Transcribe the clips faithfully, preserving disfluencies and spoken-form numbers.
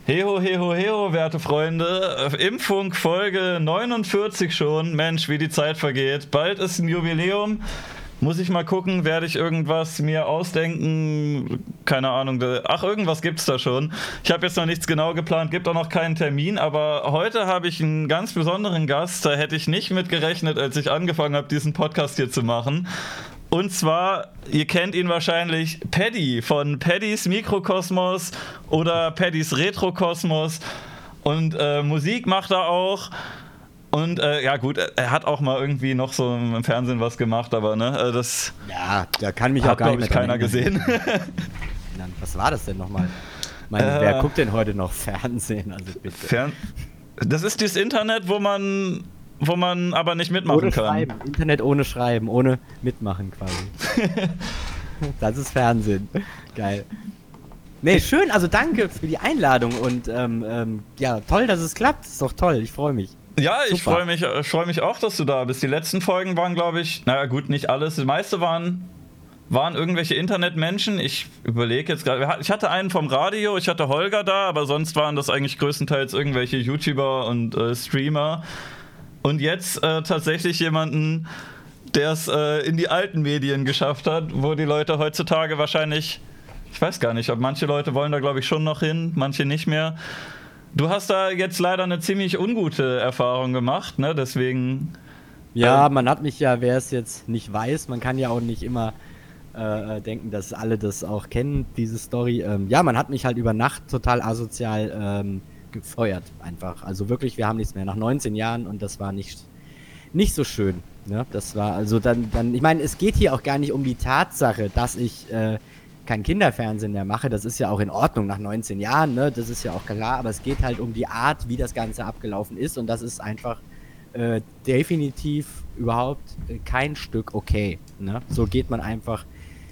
Heho, heho, heho, werte Freunde. Impfung Folge neunundvierzig schon. Mensch, wie die Zeit vergeht. Bald ist ein Jubiläum. Muss ich mal gucken, werde ich irgendwas mir ausdenken? Keine Ahnung. Ach, irgendwas gibt's da schon. Ich habe jetzt noch nichts genau geplant, gibt auch noch keinen Termin. Aber heute habe ich einen ganz besonderen Gast. Da hätte ich nicht mit gerechnet, als ich angefangen habe, diesen Podcast hier zu machen. Und zwar, ihr kennt ihn wahrscheinlich, Paddy von Paddys Mikrokosmos oder Paddys Retrokosmos. Und äh, Musik macht er auch. Und äh, ja gut, er hat auch mal irgendwie noch so im Fernsehen was gemacht, aber ne, das ja, da kann mich hat, auch gar glaube nicht ich, keiner gesehen. Was war das denn nochmal? Meine, äh, wer guckt denn heute noch Fernsehen? Also bitte. Fern- das ist das Internet, wo man... wo man aber nicht mitmachen ohne kann. Schreiben. Internet ohne Schreiben, ohne mitmachen quasi. Das ist Fernsehen. Geil. Nee, schön, also danke für die Einladung und ähm, ähm, ja, toll, dass es klappt. Ist doch toll, ich freue mich. Ja, ich freue mich, ich freu mich auch, dass du da bist. Die letzten Folgen waren, glaube ich, naja gut, nicht alles. Die meiste waren, waren irgendwelche Internetmenschen. Ich überlege jetzt gerade, ich hatte einen vom Radio, ich hatte Holger da, aber sonst waren das eigentlich größtenteils irgendwelche YouTuber und äh, Streamer. Und jetzt äh, tatsächlich jemanden, der es äh, in die alten Medien geschafft hat, wo die Leute heutzutage wahrscheinlich, ich weiß gar nicht, ob manche Leute wollen da glaube ich schon noch hin, manche nicht mehr. Du hast da jetzt leider eine ziemlich ungute Erfahrung gemacht, ne? Deswegen... Ja, äh, man hat mich ja, wer es jetzt nicht weiß, man kann ja auch nicht immer äh, denken, dass alle das auch kennen, diese Story. Ähm, ja, man hat mich halt über Nacht total asozial... Ähm, gefeuert einfach. Also wirklich, wir haben nichts mehr. Nach neunzehn Jahren und das war nicht, nicht so schön. Ne? Das war also dann, dann, ich meine, es geht hier auch gar nicht um die Tatsache, dass ich äh, kein Kinderfernsehen mehr mache. Das ist ja auch in Ordnung nach neunzehn Jahren, ne? Das ist ja auch klar, aber es geht halt um die Art, wie das Ganze abgelaufen ist und das ist einfach äh, definitiv überhaupt äh, kein Stück okay. Ne? So geht man einfach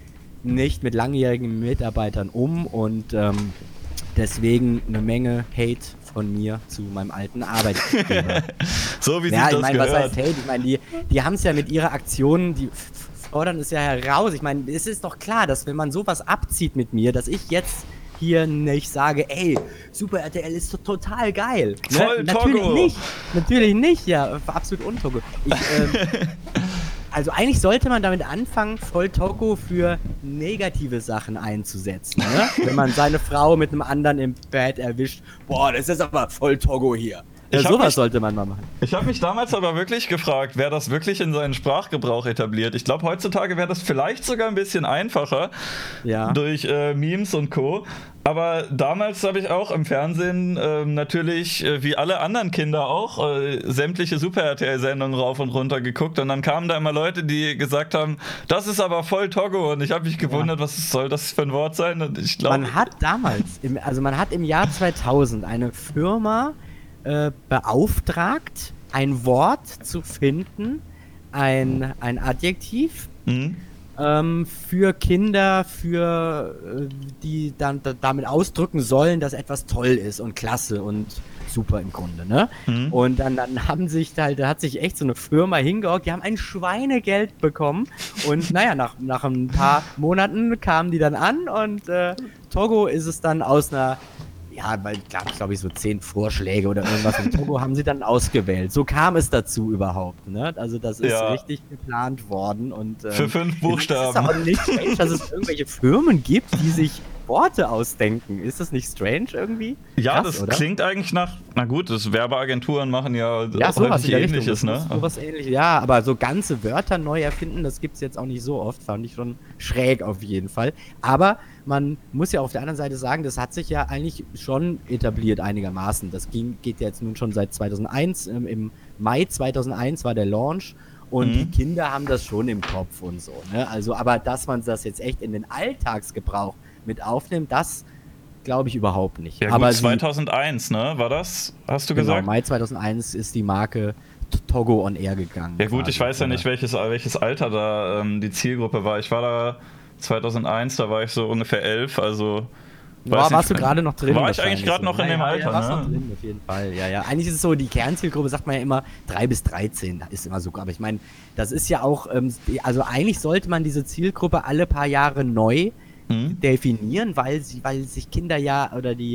nicht mit langjährigen Mitarbeitern um und ähm, deswegen eine Menge Hate von mir zu meinem alten Arbeitgeber. So wie ja, sich das ich meine, gehört. was heißt Hate? Ich meine, die, die haben es ja mit ihrer Aktion, die fordern es ja heraus. Ich meine, es ist doch klar, dass wenn man sowas abzieht mit mir, dass ich jetzt hier nicht sage, ey, Super R T L ist total geil. Ne? Voll Natürlich Togo. nicht. Natürlich nicht, ja, absolut untogo. Ich, ähm, Also eigentlich sollte man damit anfangen, voll Togo für negative Sachen einzusetzen, ne? Wenn man seine Frau mit einem anderen im Bett erwischt, boah, das ist aber voll Togo hier. Ja, sowas mich, sollte man mal machen. Ich habe mich damals aber wirklich gefragt, wer das wirklich in seinen Sprachgebrauch etabliert. Ich glaube, heutzutage wäre das vielleicht sogar ein bisschen einfacher ja. durch äh, Memes und Co. Aber damals habe ich auch im Fernsehen äh, natürlich, äh, wie alle anderen Kinder auch, äh, sämtliche Super-R T L-Sendungen rauf und runter geguckt. Und dann kamen da immer Leute, die gesagt haben, das ist aber voll Togo. Und ich habe mich gewundert, ja. was soll das für ein Wort sein? Und ich glaub, man hat damals, im, also man hat im Jahr zweitausend eine Firma äh, beauftragt, ein Wort zu finden, ein, ein Adjektiv, mhm. ähm, für Kinder, für äh, die dann da, damit ausdrücken sollen, dass etwas toll ist und klasse und super im Grunde, ne? Mhm. Und dann, dann haben sich da, da hat sich echt so eine Firma hingehockt, die haben ein Schweinegeld bekommen und naja, nach, nach ein paar Monaten kamen die dann an und äh, Togo ist es dann aus einer, ja, weil gab es glaube ich so zehn Vorschläge oder irgendwas und Togo haben sie dann ausgewählt. So kam es dazu überhaupt, ne? Also das ist ja. richtig geplant worden und ähm, für fünf Buchstaben. Es ist auch nicht strange, dass es irgendwelche Firmen gibt, die sich Worte ausdenken. Ist das nicht strange irgendwie? Ja, Krass, das oder? klingt eigentlich nach, na gut, das Werbeagenturen machen ja, ja auch sowas in der Ähnliches, Richtung. ne? Sowas ähnliches, ja, aber so ganze Wörter neu erfinden, das gibt's jetzt auch nicht so oft, fand ich schon schräg auf jeden Fall. Aber man muss ja auf der anderen Seite sagen, das hat sich ja eigentlich schon etabliert einigermaßen. Das ging, geht jetzt nun schon seit zweitausendeins, ähm, im Mai zweitausendeins war der Launch. Und mhm. die Kinder haben das schon im Kopf und so, ne? Also, aber dass man das jetzt echt in den Alltagsgebrauch mit aufnimmt, das glaube ich überhaupt nicht. Ja, aber gut, zweitausendeins, ne? War das? Hast du genau, gesagt? Mai zweitausendeins ist die Marke Togo on Air gegangen. Ja gut, quasi. ich weiß ja nicht, welches, welches Alter da ähm, die Zielgruppe war. Ich war da zweitausendeins, da war ich so ungefähr elf, also... Boah, warst du gerade noch drin? War ich eigentlich gerade noch in ja, dem ja, Alter, ja, warst ne? noch drin, auf jeden Fall. Ja, ja. Eigentlich ist es so, die Kernzielgruppe sagt man ja immer drei bis dreizehn, das ist immer so. Aber ich meine, das ist ja auch, ähm, also eigentlich sollte man diese Zielgruppe alle paar Jahre neu mhm. definieren, weil sie, weil sich Kinder ja oder die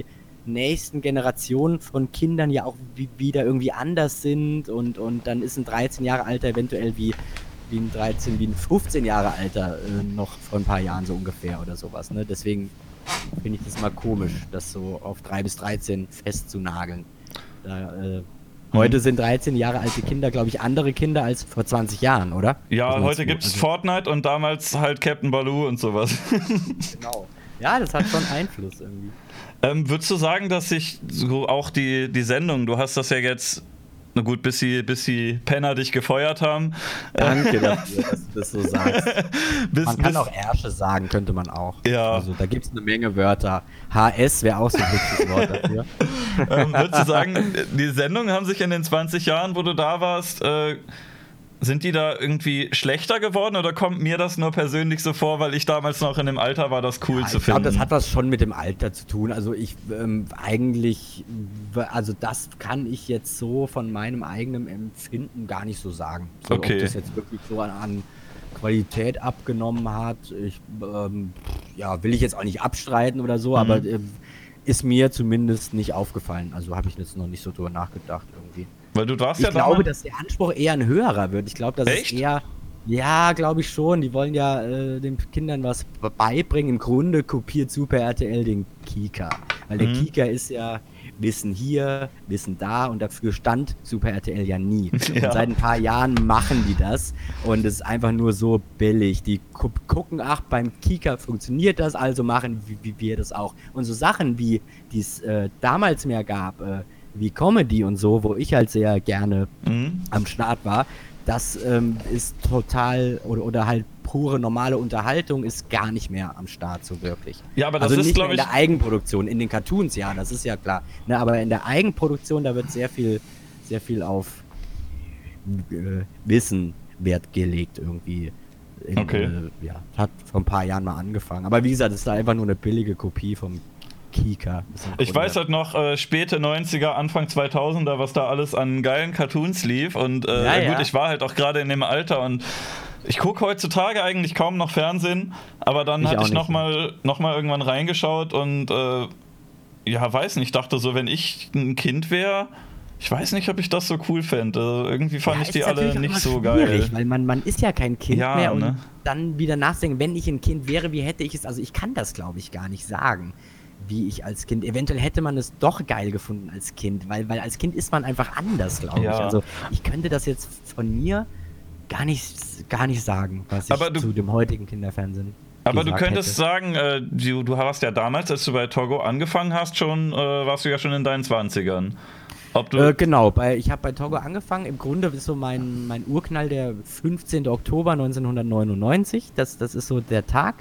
nächsten Generationen von Kindern ja auch wie, wieder irgendwie anders sind und, und dann ist ein dreizehn Jahre Alter eventuell wie, wie ein dreizehn, wie ein fünfzehn Jahre Alter äh, noch vor ein paar Jahren so ungefähr oder sowas. Ne? Deswegen finde ich das mal komisch, das so auf drei bis dreizehn festzunageln. Da, äh, Heute sind dreizehn Jahre alte Kinder, glaube ich, andere Kinder als vor zwanzig Jahren, oder? Ja, heute gibt es also Fortnite und damals halt Captain Baloo und sowas. Genau. Ja, das hat schon Einfluss irgendwie. Ähm, würdest du sagen, dass sich so auch die, die Sendung, du hast das ja jetzt, na gut, bis die, bis die Penner dich gefeuert haben. Danke dafür, dass du das so sagst. bis, man kann bis, auch Ärsche sagen, könnte man auch. Ja. Also da gibt es eine Menge Wörter. H S wäre auch so ein hübsches Wort dafür. ähm, würdest du sagen, die Sendungen haben sich in den zwanzig Jahren, wo du da warst, äh, sind die da irgendwie schlechter geworden oder kommt mir das nur persönlich so vor, weil ich damals noch in dem Alter war, das cool ja, zu ich finden? Ich glaube, das hat was schon mit dem Alter zu tun. Also ich ähm, eigentlich, also das kann ich jetzt so von meinem eigenen Empfinden gar nicht so sagen. So, okay. Ob das jetzt wirklich so an, an Qualität abgenommen hat, ich, ähm, ja, will ich jetzt auch nicht abstreiten oder so, mhm. aber äh, ist mir zumindest nicht aufgefallen. Also habe ich jetzt noch nicht so drüber nachgedacht irgendwie. Weil du warst ich ja glaube, dass der Anspruch eher ein höherer wird. Ich glaube, dass Echt? es eher, ja, glaube ich schon. Die wollen ja äh, den Kindern was beibringen. Im Grunde kopiert Super R T L den Kika. Weil der mhm. Kika ist ja Wissen hier, Wissen da und dafür stand Super R T L ja nie. Ja. Und seit ein paar Jahren machen die das und es ist einfach nur so billig. Die gu gucken, ach, beim Kika funktioniert das, also machen wie, wie wir das auch. Und so Sachen, wie die es äh, damals mehr gab, äh, wie Comedy und so, wo ich halt sehr gerne mhm. am Start war, das ähm, ist total, oder, oder halt pure normale Unterhaltung ist gar nicht mehr am Start so wirklich. Ja, aber das also ist, nicht glaube in ich... der Eigenproduktion, in den Cartoons, ja, das ist ja klar. Ne, aber in der Eigenproduktion, da wird sehr viel, sehr viel auf äh, Wissen Wert gelegt irgendwie. In, okay. Äh, ja, hat vor ein paar Jahren mal angefangen. Aber wie gesagt, es ist da einfach nur eine billige Kopie vom Kika. Ich weiß halt noch, äh, späte neunziger, Anfang zweitausender, was da alles an geilen Cartoons lief und äh, ja, gut, ja. ich war halt auch gerade in dem Alter und ich gucke heutzutage eigentlich kaum noch Fernsehen, aber dann ich hatte ich nochmal noch mal irgendwann reingeschaut und äh, ja, weiß nicht, dachte so, wenn ich ein Kind wäre, ich weiß nicht, ob ich das so cool fände. Also irgendwie fand ja, ich die alle nicht so geil. Weil man, man ist ja kein Kind ja, mehr und ne? dann wieder nachdenken, wenn ich ein Kind wäre, wie hätte ich es, also ich kann das glaube ich gar nicht sagen, wie ich als Kind, eventuell hätte man es doch geil gefunden als Kind, weil, weil als Kind ist man einfach anders, glaube ich. Ja. Also ich könnte das jetzt von mir gar nicht, gar nicht sagen, was ich du, zu dem heutigen Kinderfernsehen Aber du könntest hätte. sagen, äh, du, du warst ja damals, als du bei Togo angefangen hast, schon, äh, warst du ja schon in deinen zwanzigern. Ob du äh, genau, bei, ich habe bei Togo angefangen. Im Grunde ist so mein, mein Urknall der fünfzehnten Oktober neunzehnhundertneunundneunzig. Das, das ist so der Tag.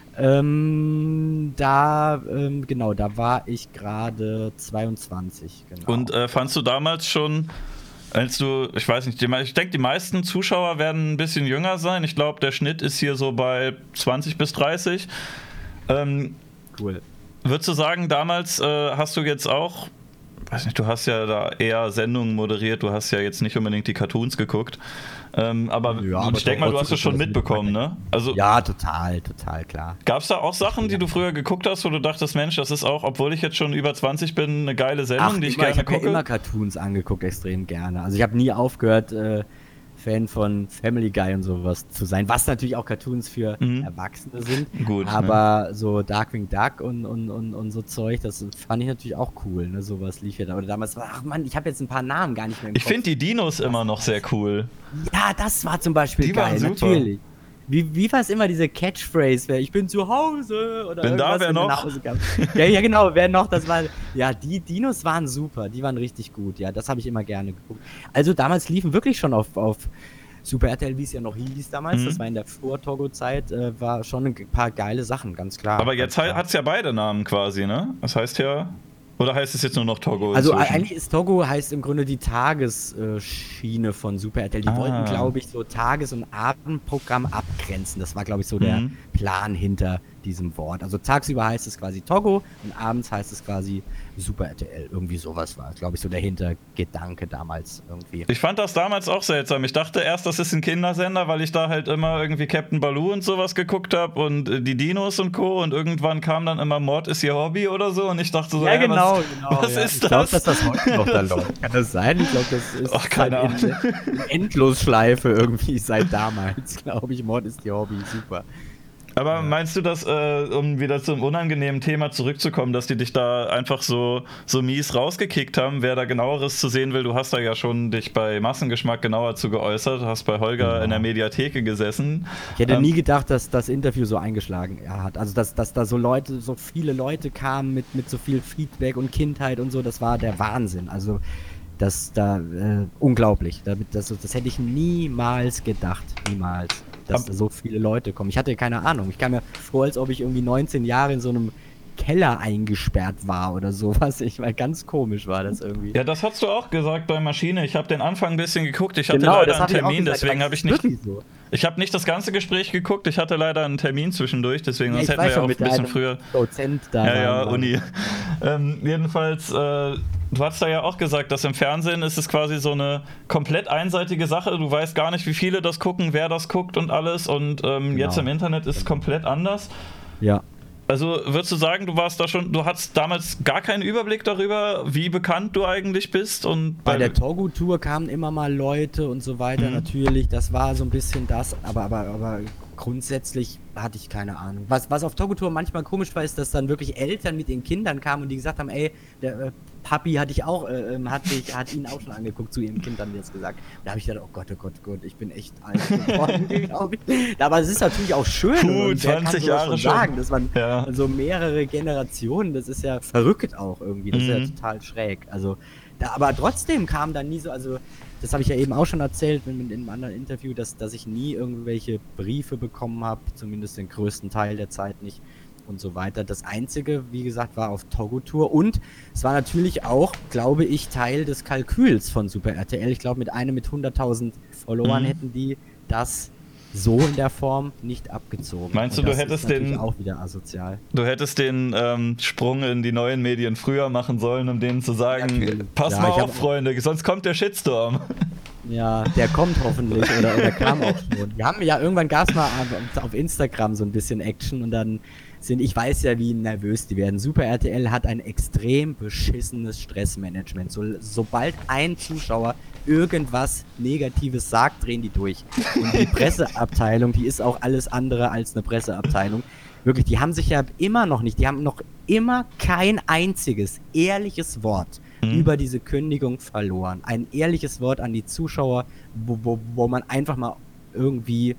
Ähm, da, ähm, genau, da war ich gerade zweiundzwanzig. Genau. Und äh, fandst du damals schon, als du, ich weiß nicht, die, ich denke, die meisten Zuschauer werden ein bisschen jünger sein. Ich glaube, der Schnitt ist hier so bei zwanzig bis dreißig. Ähm, cool. Würdest du sagen, damals äh, hast du jetzt auch, weiß nicht, du hast ja da eher Sendungen moderiert, du hast ja jetzt nicht unbedingt die Cartoons geguckt, ähm, aber ja, aber ich denke mal, du hast es schon mitbekommen, ne? Also, ja, total, total, klar. Gab es da auch Sachen, die du früher geguckt hast, wo du dachtest, Mensch, das ist auch, obwohl ich jetzt schon über zwanzig bin, eine geile Sendung, Ach, die ich immer, gerne ich gucke? Ich habe immer Cartoons angeguckt, extrem gerne. Also ich habe nie aufgehört, äh, Fan von Family Guy und sowas zu sein, was natürlich auch Cartoons für mhm. Erwachsene sind, Gut, aber ne? so Darkwing Duck und, und, und, und so Zeug, das fand ich natürlich auch cool, ne? Sowas lief ja da. Oder damals war, ach Mann, ich habe jetzt ein paar Namen gar nicht mehr im Ich Kopf. finde die Dinos immer noch sehr cool. Ja, das war zum Beispiel die geil, waren super. Natürlich. Wie, wie war es immer diese Catchphrase, ich bin zu Hause oder Bin irgendwas, da, wer wenn noch? nach Hause kam. Ja, ja, genau, wer noch, das war, ja, die Dinos waren super, die waren richtig gut, ja, das habe ich immer gerne geguckt. Also damals liefen wirklich schon auf, auf Super R T L, wie es ja noch hieß damals, mhm. das war in der Vor-Togo-Zeit, äh, war schon ein paar geile Sachen, ganz klar. Aber jetzt hat es ja beide Namen quasi, ne? Das heißt ja, oder heißt es jetzt nur noch Togo? Also inzwischen? eigentlich ist Togo, heißt im Grunde die Tagesschiene von Super R T L. Die ah. wollten, glaube ich, so Tages- und Abendprogramm abgrenzen. Das war, glaube ich, so der mhm. Plan hinter diesem Wort. Also tagsüber heißt es quasi Togo und abends heißt es quasi Super R T L. Irgendwie sowas war, glaube ich, so der Hintergedanke damals irgendwie. Ich fand das damals auch seltsam. Ich dachte erst, das ist ein Kindersender, weil ich da halt immer irgendwie Captain Baloo und sowas geguckt habe und äh, die Dinos und Co. Und irgendwann kam dann immer Mord ist ihr Hobby oder so und ich dachte so, ja, ja, genau, was, genau. was ja. ist ich das? Ich glaube, dass das heute noch da läuft. Kann das sein? Ich glaube, das ist Ach, keine halt in, in Endlosschleife irgendwie seit damals, glaube ich. Mord ist ihr Hobby, super. Aber ja. meinst du, dass, äh, um wieder zum unangenehmen Thema zurückzukommen, dass die dich da einfach so, so mies rausgekickt haben? Wer da genaueres zu sehen will, du hast da ja schon dich bei Massengeschmack genauer zu geäußert, hast bei Holger genau. in der Mediatheke gesessen. Ich hätte ähm, nie gedacht, dass das Interview so eingeschlagen hat. Also, dass, dass da so Leute, so viele Leute kamen mit, mit so viel Feedback und Kindheit und so, das war der Wahnsinn. Also, das da, äh, unglaublich. Damit, das, das hätte ich niemals gedacht. Niemals. Dass da so viele Leute kommen. Ich hatte keine Ahnung. Ich kam mir vor, als ob ich irgendwie neunzehn Jahre in so einem Keller eingesperrt war oder sowas. Ich war ganz komisch, war das irgendwie. Ja, das hast du auch gesagt bei Maschine. Ich habe den Anfang ein bisschen geguckt. Ich hatte genau, leider einen Termin, deswegen habe ich nicht. So. Ich habe nicht das ganze Gespräch geguckt. Ich hatte leider einen Termin zwischendurch, deswegen ja, sonst hätten wir ja auch ein bisschen früher. Dozent da. Ja, ja, Uni. ähm, jedenfalls. Äh, Du hast da ja auch gesagt, dass im Fernsehen ist es quasi so eine komplett einseitige Sache. Du weißt gar nicht, wie viele das gucken, wer das guckt und alles. Und ähm, genau. jetzt im Internet ist es komplett anders. Ja. Also würdest du sagen, du warst da schon, du hattest damals gar keinen Überblick darüber, wie bekannt du eigentlich bist? Und bei, bei der Togo-Tour kamen immer mal Leute und so weiter, mhm. natürlich. Das war so ein bisschen das, aber, aber, aber grundsätzlich hatte ich keine Ahnung. Was, was auf Togo-Tour manchmal komisch war, ist, dass dann wirklich Eltern mit ihren Kindern kamen und die gesagt haben, ey, der äh, Papi hatte ich auch, äh, hat, ich, hat ihn auch schon angeguckt, zu ihrem Kind haben die jetzt gesagt. Und da habe ich gedacht, oh Gott, oh Gott, oh Gott, ich bin echt alt geworden, glaube ich. Aber es ist natürlich auch schön. Puh, zwanzig Jahre schon. Sagen, dass man ja. so mehrere Generationen, das ist ja verrückt auch irgendwie, das mhm. ist ja total schräg. Also, da, aber trotzdem kam dann nie so, also das habe ich ja eben auch schon erzählt in, in einem anderen Interview, dass, dass ich nie irgendwelche Briefe bekommen habe, zumindest den größten Teil der Zeit nicht und so weiter. Das Einzige, wie gesagt, war auf Togo-Tour und es war natürlich auch, glaube ich, Teil des Kalküls von Super R T L. Ich glaube, mit einem mit hunderttausend Followern mhm. hätten die das so in der Form nicht abgezogen. Meinst du, und du das hättest ist natürlich den auch wieder asozial. Du hättest den ähm, Sprung in die neuen Medien früher machen sollen, um denen zu sagen, ja, pass ja, mal auf, Freunde, sonst kommt der Shitstorm. Ja, der kommt hoffentlich oder, oder kam auch schon. Wir haben ja irgendwann gab es mal auf Instagram so ein bisschen Action und dann sind, ich weiß ja, wie nervös die werden. Super R T L hat ein extrem beschissenes Stressmanagement. So, sobald ein Zuschauer irgendwas Negatives sagt, drehen die durch. Und die Presseabteilung, die ist auch alles andere als eine Presseabteilung. Wirklich, die haben sich ja immer noch nicht, die haben noch immer kein einziges ehrliches Wort mhm. über diese Kündigung verloren. Ein ehrliches Wort an die Zuschauer, wo, wo, wo man einfach mal irgendwie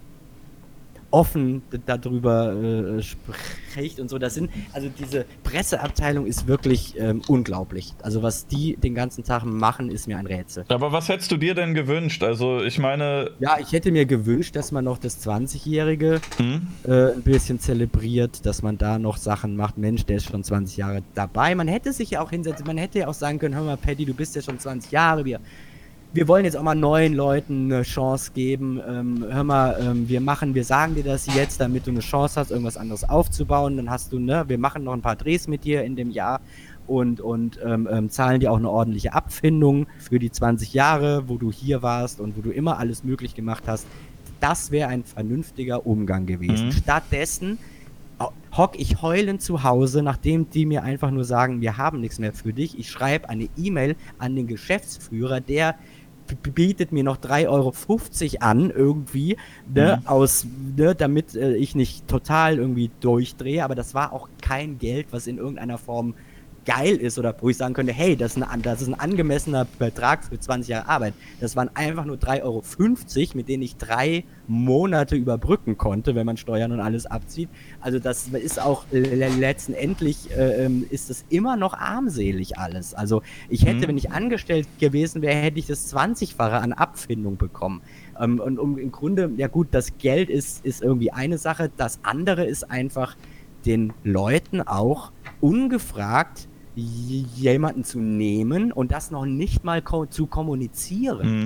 offen darüber äh, spricht und so. Das sind, also diese Presseabteilung ist wirklich ähm, unglaublich. Also was die den ganzen Tag machen, ist mir ein Rätsel. Aber was hättest du dir denn gewünscht? Also ich meine... Ja, ich hätte mir gewünscht, dass man noch das zwanzigjährige hm? äh, ein bisschen zelebriert, dass man da noch Sachen macht. Mensch, der ist schon zwanzig Jahre dabei. Man hätte sich ja auch hinsetzen, man hätte ja auch sagen können, hör mal, Paddy, du bist ja schon zwanzig Jahre, wir Wir wollen jetzt auch mal neuen Leuten eine Chance geben. Ähm, hör mal, ähm, wir machen, wir sagen dir das jetzt, damit du eine Chance hast, irgendwas anderes aufzubauen. Dann hast du, ne, wir machen noch ein paar Drehs mit dir in dem Jahr und, und ähm, ähm, zahlen dir auch eine ordentliche Abfindung für die zwanzig Jahre, wo du hier warst und wo du immer alles möglich gemacht hast. Das wäre ein vernünftiger Umgang gewesen. Mhm. Stattdessen hock ich heulend zu Hause, nachdem die mir einfach nur sagen, wir haben nichts mehr für dich. Ich schreibe eine E-Mail an den Geschäftsführer, der bietet mir noch drei Euro fünfzig an, irgendwie, ne, mhm. aus, ne, damit äh, ich nicht total irgendwie durchdrehe, aber das war auch kein Geld, was in irgendeiner Form geil ist oder wo ich sagen könnte, hey, das ist ein, das ist ein angemessener Betrag für zwanzig Jahre Arbeit. Das waren einfach nur drei Euro fünfzig, mit denen ich drei Monate überbrücken konnte, wenn man Steuern und alles abzieht. Also das ist auch letztendlich äh, ist das immer noch armselig alles. Also ich hätte, mhm. wenn ich angestellt gewesen wäre, hätte ich das zwanzigfache an Abfindung bekommen. Ähm, und um, im Grunde, ja gut, das Geld ist, ist irgendwie eine Sache. Das andere ist einfach, den Leuten auch ungefragt jemanden zu nehmen und das noch nicht mal ko- zu kommunizieren. Mhm.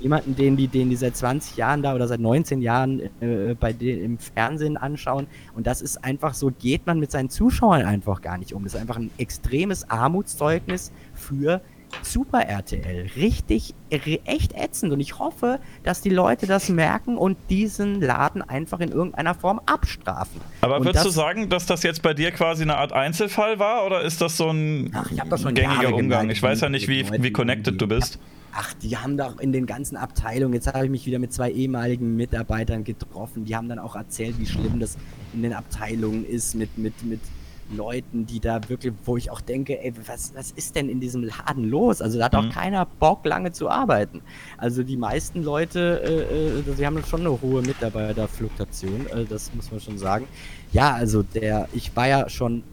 jemanden, den die, den die seit zwanzig Jahren da oder seit neunzehn Jahren äh, bei den im Fernsehen anschauen. Und das ist einfach so, geht man mit seinen Zuschauern einfach gar nicht um. Das ist einfach ein extremes Armutszeugnis für Super R T L. Richtig, echt ätzend. Und ich hoffe, dass die Leute das merken und diesen Laden einfach in irgendeiner Form abstrafen. Aber und würdest das, du sagen, dass das jetzt bei dir quasi eine Art Einzelfall war oder ist das so ein ach, ich hab das schon gängiger Jahre Umgang? gemerkt, Ich weiß ja nicht, wie, Leuten, wie connected die, du bist. Ach, die haben doch in den ganzen Abteilungen, jetzt habe ich mich wieder mit zwei ehemaligen Mitarbeitern getroffen, die haben dann auch erzählt, wie schlimm das in den Abteilungen ist mit, mit, mit Leuten, die da wirklich, wo ich auch denke, ey, was, was ist denn in diesem Laden los? Also da hat auch mhm. keiner Bock, lange zu arbeiten. Also die meisten Leute, äh, äh, die haben schon eine hohe Mitarbeiterfluktuation, äh, das muss man schon sagen. Ja, also der, ich war ja schon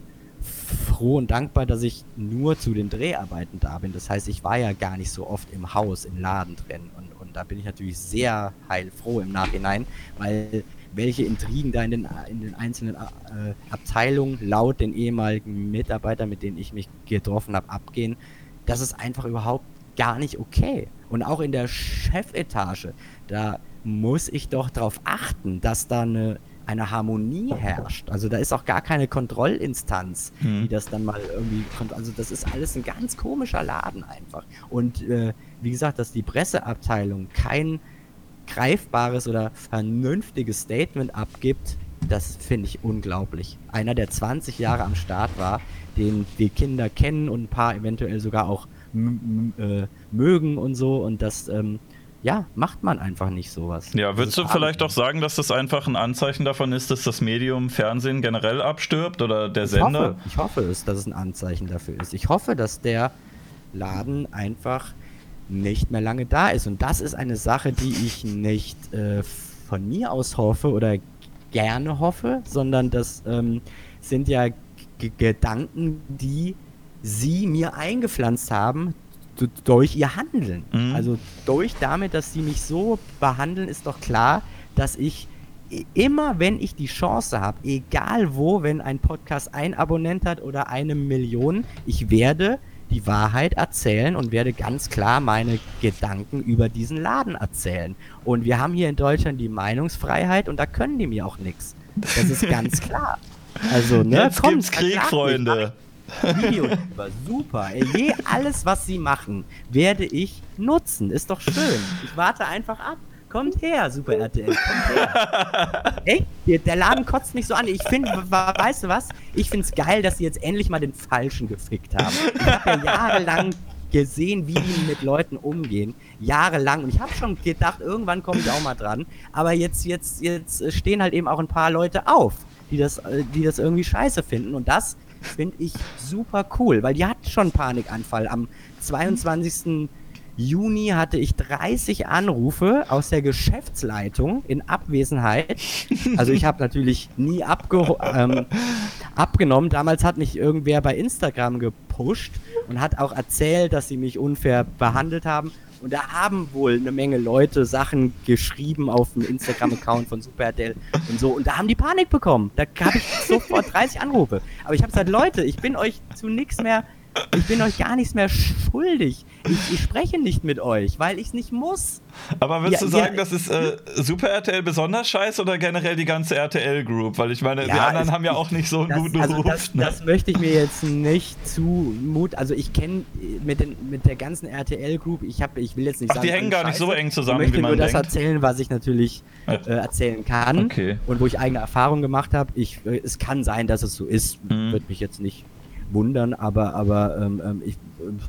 froh und dankbar, dass ich nur zu den Dreharbeiten da bin. Das heißt, ich war ja gar nicht so oft im Haus, im Laden drin. Und, und da bin ich natürlich sehr heilfroh im Nachhinein, weil welche Intrigen da in den, in den einzelnen äh, Abteilungen laut den ehemaligen Mitarbeitern, mit denen ich mich getroffen habe, abgehen, das ist einfach überhaupt gar nicht okay. Und auch in der Chefetage, da muss ich doch darauf achten, dass da eine eine Harmonie herrscht. Also da ist auch gar keine Kontrollinstanz, hm. die das dann mal irgendwie... Also das ist alles ein ganz komischer Laden einfach. Und äh, wie gesagt, dass die Presseabteilung kein greifbares oder vernünftiges Statement abgibt, das finde ich unglaublich. Einer, der zwanzig Jahre am Start war, den die Kinder kennen und ein paar eventuell sogar auch m- m- äh, mögen und so und das... Ähm, ja, macht man einfach nicht sowas. Ja, würdest du vielleicht auch sagen, dass das einfach ein Anzeichen davon ist, dass das Medium Fernsehen generell abstirbt oder der ich Sender? Hoffe, ich hoffe es, dass es ein Anzeichen dafür ist. Ich hoffe, dass der Laden einfach nicht mehr lange da ist. Und das ist eine Sache, die ich nicht äh, von mir aus hoffe oder gerne hoffe, sondern das ähm, sind ja G- Gedanken, die sie mir eingepflanzt haben, durch ihr Handeln. Mhm. Also durch damit, dass sie mich so behandeln, ist doch klar, dass ich immer, wenn ich die Chance habe, egal wo, wenn ein Podcast ein Abonnent hat oder eine Million, ich werde die Wahrheit erzählen und werde ganz klar meine Gedanken über diesen Laden erzählen. Und wir haben hier in Deutschland die Meinungsfreiheit und da können die mir auch nichts. Das ist ganz klar. Also, ne, jetzt komm, gibt's Krieg, Freunde. Videos über, super. Ey, je alles, was sie machen, werde ich nutzen. Ist doch schön. Ich warte einfach ab. Kommt her, Super R T L, kommt her. Ey, der Laden kotzt mich so an. Ich finde, weißt du was? Ich finde es geil, dass sie jetzt endlich mal den Falschen gefickt haben. Ich habe ja jahrelang gesehen, wie die mit Leuten umgehen. Jahrelang. Und ich habe schon gedacht, irgendwann komme ich auch mal dran. Aber jetzt, jetzt, jetzt stehen halt eben auch ein paar Leute auf, die das, die das irgendwie scheiße finden. Und das finde ich super cool, weil die hat schon einen Panikanfall. Am zweiundzwanzigsten Juni hatte ich dreißig Anrufe aus der Geschäftsleitung in Abwesenheit. Also ich habe natürlich nie abge- ähm, abgenommen. Damals hat mich irgendwer bei Instagram gepusht und hat auch erzählt, dass sie mich unfair behandelt haben. Und da haben wohl eine Menge Leute Sachen geschrieben auf dem Instagram-Account von Super R T L und so. Und da haben die Panik bekommen. Da habe ich sofort dreißig Anrufe. Aber ich habe gesagt, Leute, ich bin euch zu nichts mehr, ich bin euch gar nichts mehr schuldig. Ich, ich spreche nicht mit euch, weil ich es nicht muss. Aber würdest ja, du sagen, ja, das ist äh, Super R T L besonders scheiße oder generell die ganze R T L-Group? Weil ich meine, ja, die anderen es, haben ja auch nicht so einen das, guten also Ruf. Das, ne? das möchte ich mir jetzt nicht zu mut. Also ich kenne mit, mit der ganzen R T L-Group, ich, hab, ich will jetzt nicht Ach, sagen, die hängen gar nicht so eng zusammen, ich möchte wie man nur denkt. das erzählen, was ich natürlich äh, erzählen kann okay. und wo ich eigene Erfahrungen gemacht habe. Ich, äh, es kann sein, dass es so ist, mhm. würde mich jetzt nicht wundern, aber, aber ähm, ich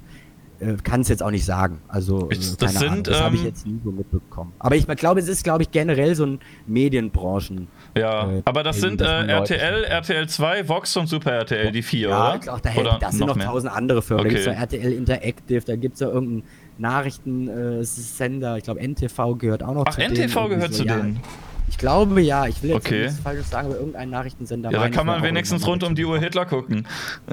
äh, kann es jetzt auch nicht sagen. Also, ich, äh, das keine sind, Ahnung. Das ähm, habe ich jetzt nie so mitbekommen. Aber ich glaube, es ist, glaube ich, generell so ein Medienbranchen. Ja, äh, aber das Ding, sind äh, R T L, R T L zwei, Vox und Super R T L, die vier, ja, oder? Ich glaub, da oder das sind noch mehr? tausend andere Firmen. Okay. Da gibt es ja R T L Interactive, da gibt es ja irgendeinen Nachrichtensender, ich glaube N T V gehört auch noch Ach, zu N T V denen. gehört so, zu ja. denen? Ich glaube ja, ich will jetzt Okay. nichts Falsches sagen, aber irgendein Nachrichtensender. Ja, da meine kann ich, man war auch wenigstens irgendwann rund um die Uhr Hitler gucken.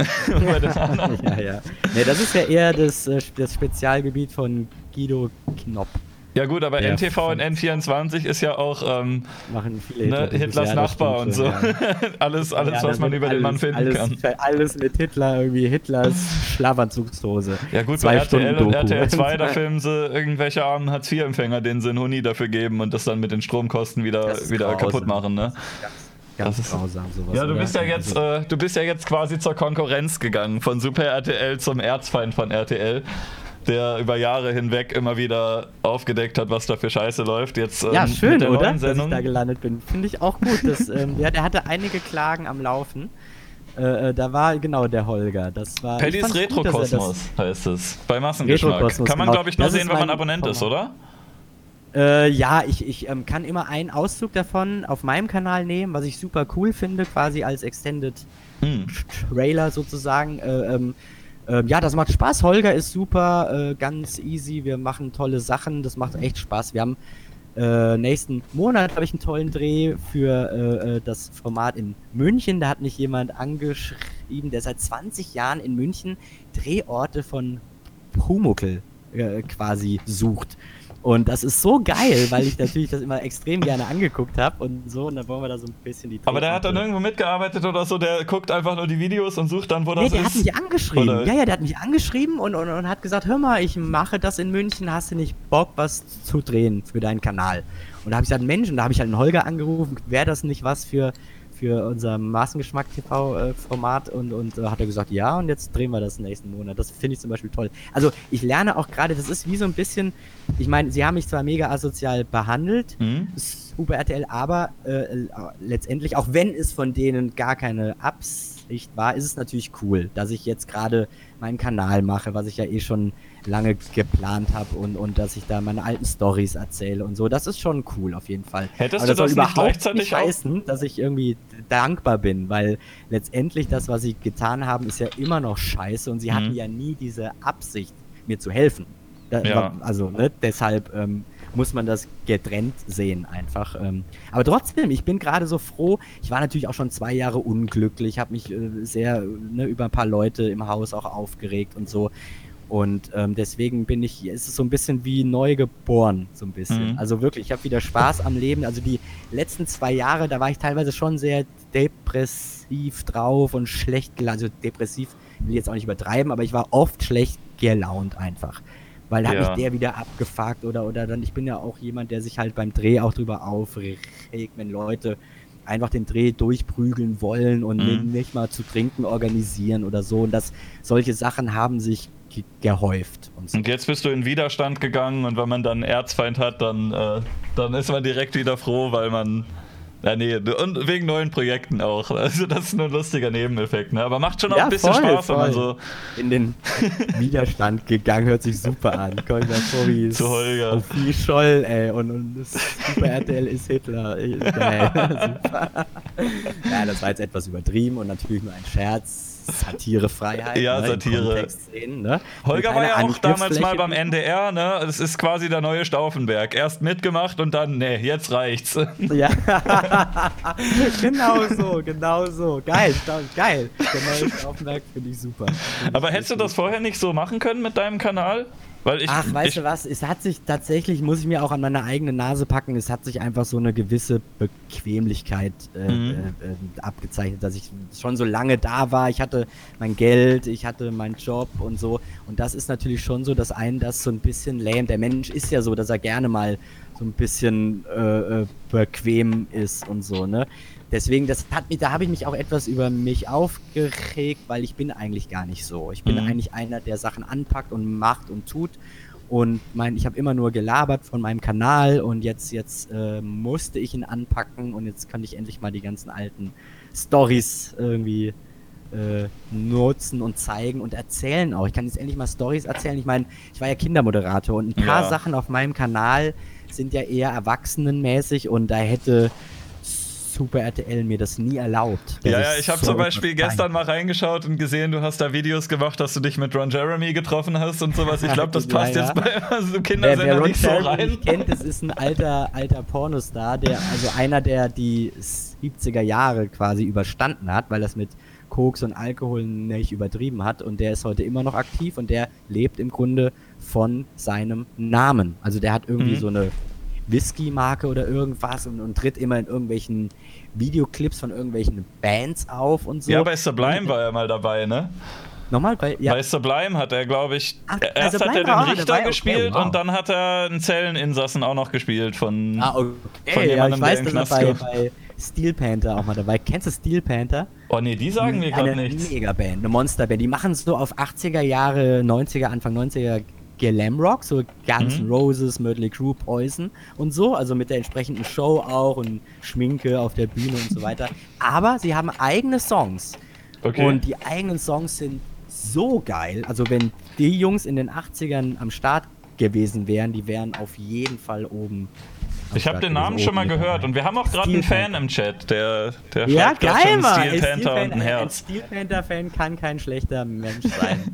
ja, ja. Nee, das ist ja eher das, das Spezialgebiet von Guido Knopp. Ja gut, aber Der N T V und N vierundzwanzig ist ja auch ähm, machen viele ne, Hitler- Hitlers ja, das Nachbar und stimmt so. schon, ja. alles, alles Ja, was da man wird über den Mann alles- finden alles, kann. Alles mit Hitler, irgendwie Hitlers Schlafanzugshose. Ja gut, bei Zwei R T L und Stunden R T L Doku. zwei, da filmen sie irgendwelche armen Hartz vier Empfänger, denen sie einen Huni dafür geben und das dann mit den Stromkosten wieder, Das ist wieder grausam. kaputt machen, ne? Ganz Das ist- grausam sowas. Ja, du oder? bist ja jetzt, Also, äh, du bist ja jetzt quasi zur Konkurrenz gegangen, von Super R T L zum Erzfeind von R T L, der über Jahre hinweg immer wieder aufgedeckt hat, was da für Scheiße läuft. Jetzt ähm, ja, mit schön, der oder? neuen Dass ich Sendung. da gelandet bin. Finde ich auch gut. Dass, ähm, ja, der hatte einige Klagen am Laufen. Äh, äh, da war genau der Holger. Das war. ich Pellys fand's gut, dass er das- Retrokosmos heißt es. Bei Massengeschmack. Retrokosmos, Kann man, genau. glaube ich, nur Das ist sehen, wenn man mein Abonnent ist, Format. oder? Äh, ja, ich, ich ähm, kann immer einen Auszug davon auf meinem Kanal nehmen, was ich super cool finde, quasi als Extended Hm. Trailer sozusagen. Äh, ähm, ähm, ja, das macht Spaß. Holger ist super, äh, ganz easy. Wir machen tolle Sachen. Das macht echt Spaß. Wir haben äh, nächsten Monat habe ich einen tollen Dreh für äh, äh, das Format in München. Da hat mich jemand angeschrieben, der seit zwanzig Jahren in München Drehorte von Pumuckl äh, quasi sucht. Und das ist so geil, weil ich natürlich das immer extrem gerne angeguckt habe und so. Und dann wollen wir da so ein bisschen die Aber der hat dann Drehorte- irgendwo mitgearbeitet oder so, der guckt einfach nur die Videos und sucht dann, wo Nee, das der ist. hat mich angeschrieben. Oder- Ja, ja, der hat mich angeschrieben und, und, und hat gesagt, hör mal, ich mache das in München, hast du nicht Bock, was zu drehen für deinen Kanal? Und da habe ich gesagt, Mensch, und da habe ich halt einen Holger angerufen, wäre das nicht was für, für unser Maßengeschmack-T V-Format? Und, und äh, hat er gesagt, ja, und jetzt drehen wir das nächsten Monat. Das finde ich zum Beispiel toll. Also ich lerne auch gerade, das ist wie so ein bisschen, ich meine, sie haben mich zwar mega asozial behandelt, Mhm. Super R T L, aber äh, letztendlich, auch wenn es von denen gar keine Absicht war, ist es natürlich cool, dass ich jetzt gerade meinen Kanal mache, was ich ja eh schon lange geplant habe und, und dass ich da meine alten Stories erzähle und so. Das ist schon cool auf jeden Fall. Hättest aber du das soll das nicht überhaupt gleichzeitig nicht auch- heißen, dass ich irgendwie dankbar bin, weil letztendlich das, was sie getan haben, ist ja immer noch scheiße und sie Mhm. hatten ja nie diese Absicht, mir zu helfen. Da, Ja. Also, ne, deshalb ähm, muss man das getrennt sehen einfach. Ähm. Aber trotzdem, ich bin gerade so froh. Ich war natürlich auch schon zwei Jahre unglücklich, habe mich äh, sehr ne, über ein paar Leute im Haus auch aufgeregt und so. Und ähm, deswegen bin ich, ist es so ein bisschen wie neu geboren, so ein bisschen. Mhm. Also wirklich, ich habe wieder Spaß am Leben. Also die letzten zwei Jahre, da war ich teilweise schon sehr depressiv drauf und schlecht gelaunt. Also depressiv will ich jetzt auch nicht übertreiben, aber ich war oft schlecht gelaunt einfach. Weil da hat Ja. mich der wieder abgefuckt oder, oder dann, ich bin ja auch jemand, der sich halt beim Dreh auch drüber aufregt, wenn Leute einfach den Dreh durchprügeln wollen und Mhm. nicht mal zu trinken organisieren oder so. Und das, solche Sachen haben sich ge gehäuft. Und so. Und jetzt bist du in Widerstand gegangen und wenn man dann einen Erzfeind hat, dann, äh, dann ist man direkt wieder froh, weil man. Ja, nee, und wegen neuen Projekten auch. Also das ist nur ein lustiger Nebeneffekt, ne? Aber macht schon auch Ja, ein bisschen voll, Spaß, wenn man voll. so. In den Widerstand gegangen, hört sich super an. Komm ich mal vor wie Zu Holger. Sophie Scholl, ey. Und, und das Super R T L ist Hitler. Ey, geil. Super. Ja, das war jetzt etwas übertrieben und natürlich nur ein Scherz. Satirefreiheit. Ja, ne, im Satire. Kontext sehen, ne? Holger Und war keine ja auch damals Angriffsfläche mal beim bieten. N D R, ne? Das ist quasi der neue Stauffenberg. Erst mitgemacht und dann, nee, jetzt reicht's. Ja, genau so, genau so. Geil, sta- geil. Der neue Stauffenberg finde ich super. Find Aber ich hättest du richtig das vorher nicht so machen können mit deinem Kanal? Weil ich, Ach, weißt ich, du was, es hat sich tatsächlich, muss ich mir auch an meine eigene Nase packen, es hat sich einfach so eine gewisse Bequemlichkeit äh, Mhm. äh, äh, abgezeichnet, dass ich schon so lange da war, ich hatte mein Geld, ich hatte meinen Job und so und das ist natürlich schon so, dass einen das so ein bisschen lähmt. Der Mensch ist ja so, dass er gerne mal so ein bisschen äh, äh, bequem ist und so, ne? Deswegen, das hat mich, da habe ich mich auch etwas über mich aufgeregt, weil ich bin eigentlich gar nicht so. Ich bin Mhm. eigentlich einer, der Sachen anpackt und macht und tut. Und mein, ich habe immer nur gelabert von meinem Kanal und jetzt, jetzt äh, musste ich ihn anpacken und jetzt kann ich endlich mal die ganzen alten Stories irgendwie äh, nutzen und zeigen und erzählen auch. Ich kann jetzt endlich mal Stories erzählen. Ich meine, ich war ja Kindermoderator und ein paar Ja. Sachen auf meinem Kanal sind ja eher erwachsenenmäßig und da hätte Super R T L mir das nie erlaubt. ja, dass ja, ich habe so zum etwas Beispiel zeige. gestern mal reingeschaut und gesehen, du hast da Videos gemacht, dass du dich mit Ron Jeremy getroffen hast und sowas. Ich glaube, das Ja, passt ja. jetzt bei also Wer, Kindersender wer Ron nicht so Jeremy rein. nicht kennt, das ist ein alter, alter Pornostar, der, also einer, der die siebziger Jahre quasi überstanden hat, weil das mit Koks und Alkohol nicht übertrieben hat und der ist heute immer noch aktiv und der lebt im Grunde von seinem Namen. Also der hat irgendwie Mhm. so eine Whisky-Marke oder irgendwas und, und tritt immer in irgendwelchen Videoclips von irgendwelchen Bands auf und so. Ja, bei Sublime Und- war er mal dabei, ne? Nochmal, bei, ja, Bei Sublime hat er, glaube ich, Ach, bei erst hat Sublime er den war er Richter dabei? Okay, gespielt wow. und dann hat er einen Zelleninsassen auch noch gespielt von... ah, Von okay, ja, jemandem, ich weiß, der in dass den er Knast bei, bei Steel Panther auch mal dabei. Kennst du Steel Panther? Oh nee, die sagen mir gerade Eine nichts. Megaband, eine Monsterband. Die machen so auf achtziger Jahre, neunziger, Anfang neunziger Glamrock, so Guns N' Mhm. Roses, Mötley Crüe, Poison und so, also mit der entsprechenden Show auch und Schminke auf der Bühne und so weiter. Aber sie haben eigene Songs. Okay. Und die eigenen Songs sind so geil. Also wenn die Jungs in den achtzigern am Start gewesen wären, die wären auf jeden Fall oben. am Ich habe Start den gewesen, Namen schon oben mal mit gehört dabei. und wir haben auch gerade Steel einen Fan Panther. im Chat, der, der Ja, schreibt grad geil, schon Mann! Steel Ey, Panther und ein ein Herz. Steel Panther-Fan kann kein schlechter Mensch sein.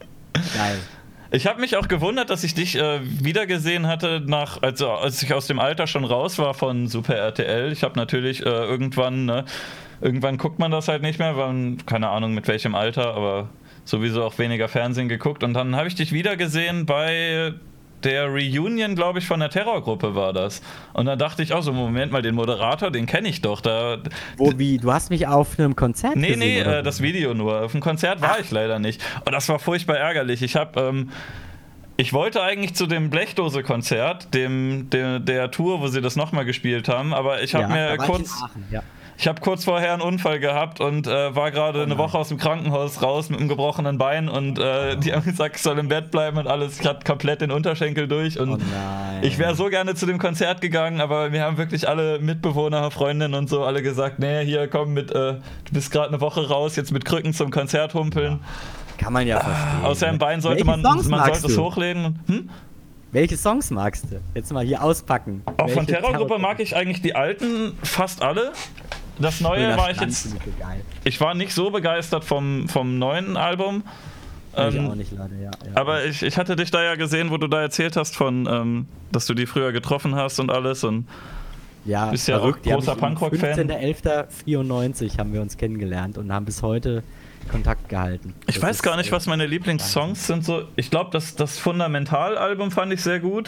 Geil. Ich habe mich auch gewundert, dass ich dich äh, wiedergesehen hatte, nach, also als ich aus dem Alter schon raus war von Super R T L. Ich habe natürlich äh, irgendwann, ne, irgendwann guckt man das halt nicht mehr, weil, keine Ahnung mit welchem Alter, aber sowieso auch weniger Fernsehen geguckt. Und dann habe ich dich wiedergesehen bei der Reunion, glaube ich, von der Terrorgruppe war das. Und dann dachte ich auch so, Moment mal, den Moderator, den kenne ich doch. Da, Wo, wie, du hast mich auf einem Konzert Nee, gesehen, nee, oder äh, das Video nur. Auf dem Konzert war ich leider nicht. Und das war furchtbar ärgerlich. Ich habe, ähm, ich wollte eigentlich zu dem Blechdose-Konzert, dem, der, der Tour, wo sie das nochmal gespielt haben, aber ich habe Ja, mir da war ich in kurz, Aachen, ja. ich habe kurz vorher einen Unfall gehabt und äh, war gerade Oh eine nein. Woche aus dem Krankenhaus raus mit einem gebrochenen Bein und äh, die haben gesagt, ich soll im Bett bleiben und alles. Ich hatte komplett den Unterschenkel durch und Oh nein. ich wäre so gerne zu dem Konzert gegangen, aber mir haben wirklich alle Mitbewohner, Freundinnen und so alle gesagt, nee, hier komm mit, äh, du bist gerade eine Woche raus, jetzt mit Krücken zum Konzert humpeln. Kann man ja verstehen. Aus seinem Bein sollte Welche man, Songs man magst sollte es du? hochlegen. Hm? Welche Songs magst du? Jetzt mal hier auspacken. Auch von Welche Terrorgruppe mag ich eigentlich die alten fast alle. Das neue Schöner war ich Stand, jetzt, finde ich geil. ich war nicht so begeistert vom, vom neuen Album. Ich Ähm, auch nicht, leider, ja. ja. Aber ich, ich hatte dich da ja gesehen, wo du da erzählt hast von, ähm, dass du die früher getroffen hast und alles und ja, bist ja verrückt. auch Die haben großer mich am Punkrock-Fan. fünfzehnter elfter vierundneunzig haben wir uns kennengelernt und haben bis heute Kontakt gehalten. ich Das weiß ist, gar nicht, äh, was meine Lieblingssongs sind. So, ich glaube, das, das Fundamental-Album fand ich sehr gut.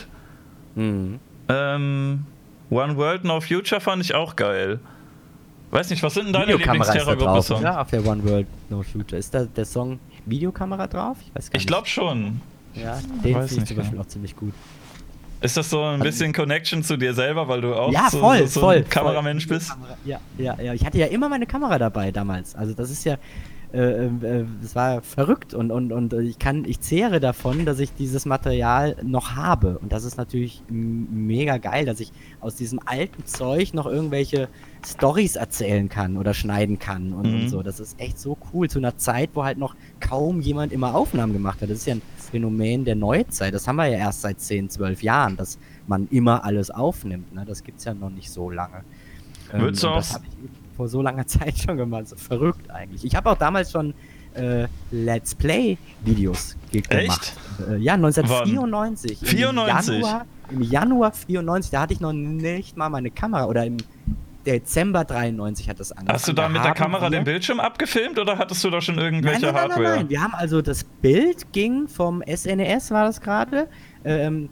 Mhm. Ähm, One World No Future fand ich auch geil. Weiß nicht, was sind denn deine Videokamera ist da drauf, Lieblingsterrorgruppe-Songs? oder? Auf der One World No Future. Ist da der Song Videokamera drauf? Ich weiß gar Ich nicht. glaube schon. Ja, den weiß finde ich nicht zum Beispiel genau. auch ziemlich gut. Ist das so ein bisschen Connection zu dir selber, weil du auch Ja, so, voll, so, so voll. ein Kameramensch voll. bist? Ja, ja, ja. Ich hatte ja immer meine Kamera dabei damals. Also das ist ja, äh, äh, das war verrückt und, und, und ich kann, ich zehre davon, dass ich dieses Material noch habe. Und das ist natürlich m- mega geil, dass ich aus diesem alten Zeug noch irgendwelche Storys erzählen kann oder schneiden kann und, Mhm. und so. Das ist echt so cool. Zu einer Zeit, wo halt noch kaum jemand immer Aufnahmen gemacht hat. Das ist ja ein Phänomen der Neuzeit. Das haben wir ja erst seit zehn, zwölf Jahren, dass man immer alles aufnimmt. Ne? Das gibt's ja noch nicht so lange. Ähm, Würdest du und das auch- habe ich vor so langer Zeit schon gemacht. So verrückt eigentlich. Ich habe auch damals schon äh, Let's Play-Videos ge gemacht. Äh, ja, neunzehnhundertvierundneunzig. Im vierundneunzig? Januar, Im Januar vierundneunzig, da hatte ich noch nicht mal meine Kamera. Oder im Dezember dreiundneunzig hat das angefangen. Hast du da mit der haben Kamera wir- den Bildschirm abgefilmt oder hattest du da schon irgendwelche nein, nein, nein, Hardware? Nein, nein. Wir haben also das Bild ging vom S N E S, war das gerade. Ähm,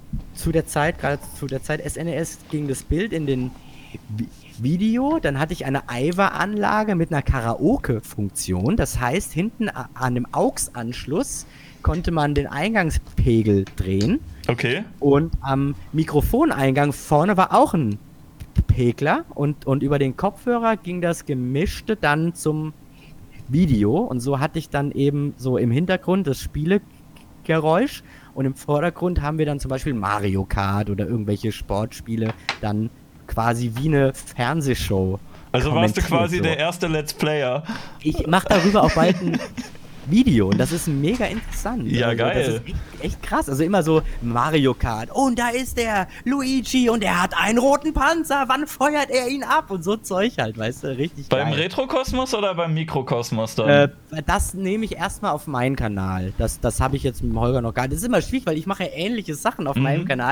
zu der Zeit, gerade zu der Zeit S N E S ging das Bild in den Vi- Video. Dann hatte ich eine I V A-Anlage mit einer Karaoke-Funktion. Das heißt, hinten a- an dem A U X-Anschluss konnte man den Eingangspegel drehen. Okay. Und am Mikrofoneingang vorne war auch ein Pegler und, und über den Kopfhörer ging das Gemischte dann zum Video und so hatte ich dann eben so im Hintergrund das Spielegeräusch und im Vordergrund haben wir dann zum Beispiel Mario Kart oder irgendwelche Sportspiele dann quasi wie eine Fernsehshow. Also warst du kommentiert quasi so. der erste Let's Player. Ich mache darüber auch bald ein Video und das ist mega interessant. Ja, also, geil. Das ist echt, echt krass. Also immer so Mario Kart. Und da ist der Luigi und er hat einen roten Panzer. Wann feuert er ihn ab? Und so Zeug halt, weißt du, richtig Beim geil. Retrokosmos oder beim Mikrokosmos dann? Äh, das nehme ich erstmal auf meinen Kanal. Das, das habe ich jetzt mit dem Holger noch gar nicht. Das ist immer schwierig, weil ich mache ja ähnliche Sachen auf Mhm. meinem Kanal.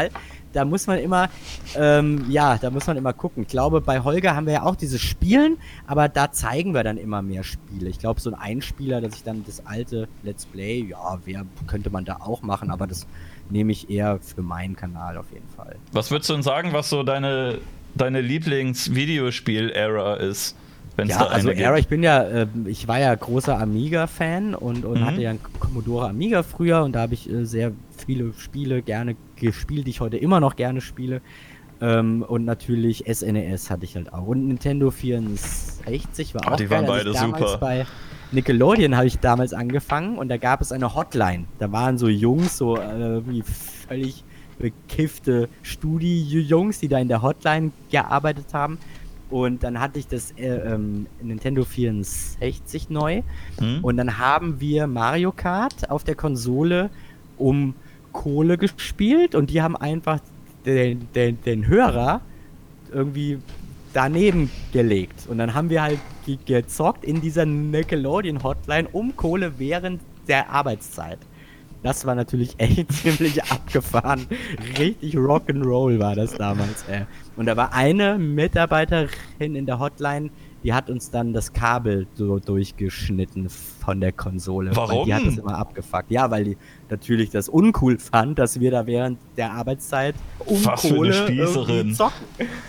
da muss man immer, ähm, ja, da muss man immer gucken. Ich glaube, bei Holger haben wir ja auch dieses Spielen, aber da zeigen wir dann immer mehr Spiele. Ich glaube, so ein Einspieler, dass ich dann das alte Let's Play, ja, wer könnte man da auch machen, aber das nehme ich eher für meinen Kanal auf jeden Fall. Was würdest du denn sagen, was so deine, deine Lieblings-Videospiel-Ära ist? Wenn's Ja, da eine also gibt? Era, ich bin ja, äh, ich war ja großer Amiga-Fan und, und Mhm. hatte ja einen Commodore Amiga früher und da habe ich äh, sehr viele Spiele gerne gespielt, die ich heute immer noch gerne spiele. Ähm, und natürlich S N E S hatte ich halt auch. Und Nintendo vierundsechzig war Ah, auch die geil. waren Als ich beide damals super. Bei Nickelodeon habe ich damals angefangen und da gab es eine Hotline. Da waren so Jungs, so äh, wie völlig bekiffte Studi-Jungs, die da in der Hotline gearbeitet haben. Und dann hatte ich das äh, ähm, Nintendo vierundsechzig neu. Hm? Und dann haben wir Mario Kart auf der Konsole um Kohle gespielt. Und die haben einfach den, den, den Hörer irgendwie daneben gelegt. Und dann haben wir halt ge gezockt in dieser Nickelodeon-Hotline um Kohle während der Arbeitszeit. Das war natürlich echt ziemlich abgefahren. Richtig Rock'n'Roll war das damals, ey. Und da war eine Mitarbeiterin in der Hotline, die hat uns dann das Kabel so durchgeschnitten von der Konsole. Warum? Weil die hat das immer abgefuckt. Ja, weil die natürlich das uncool fand, dass wir da während der Arbeitszeit um Was für eine Kohle Spießerin. irgendwie zocken.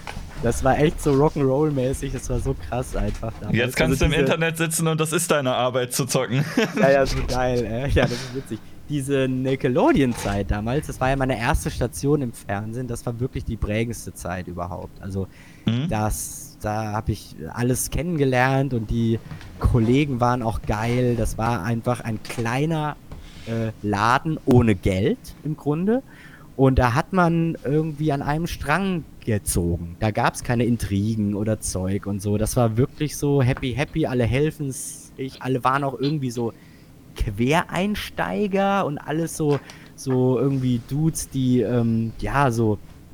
Das war echt so Rock'n'Roll-mäßig, das war so krass einfach damals. Jetzt kannst Also du im diese- Internet sitzen und das ist deine Arbeit zu zocken. Ja, ja, so geil, ey. Ja, das ist witzig. Diese Nickelodeon-Zeit damals, das war ja meine erste Station im Fernsehen, das war wirklich die prägendste Zeit überhaupt. Also Hm? das, da habe ich alles kennengelernt und die Kollegen waren auch geil. Das war einfach ein kleiner äh, Laden ohne Geld im Grunde. Und da hat man irgendwie an einem Strang gezogen. Da gab es keine Intrigen oder Zeug und so. Das war wirklich so happy, happy, alle helfen sich, alle waren auch irgendwie so Quereinsteiger und alles so, so irgendwie Dudes, die, ähm, ja, so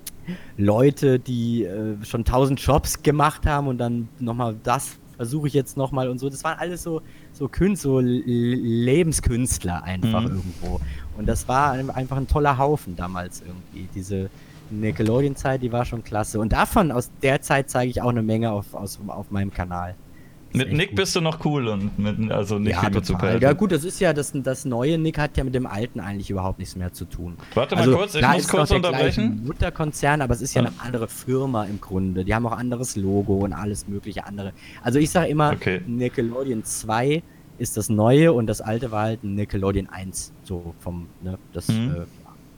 Leute, die äh, schon tausend Jobs gemacht haben und dann nochmal das versuche ich jetzt nochmal und so. Das waren alles so, so Künstler, so L- Lebenskünstler einfach Mhm. irgendwo. Und das war ein- einfach ein toller Haufen damals irgendwie. Diese Nickelodeon-Zeit, die war schon klasse. Und davon, aus der Zeit zeige ich auch eine Menge auf, aus, auf meinem Kanal. Ist Mit echt Nick gut. bist du noch cool und mit, also nicht Ja, viel mit total. Super. Ja gut, das ist ja, das, das neue Nick hat ja mit dem alten eigentlich überhaupt nichts mehr zu tun. Warte mal Also, kurz, ich klar muss ist kurz noch der unterbrechen. gleiche Mutterkonzern, aber es ist ja Ja. eine andere Firma im Grunde. Die haben auch anderes Logo und alles mögliche andere. Also ich sage immer, Okay. Nickelodeon zwei ist das neue und das alte war halt Nickelodeon eins. So vom, ne, das, Mhm. äh, ja.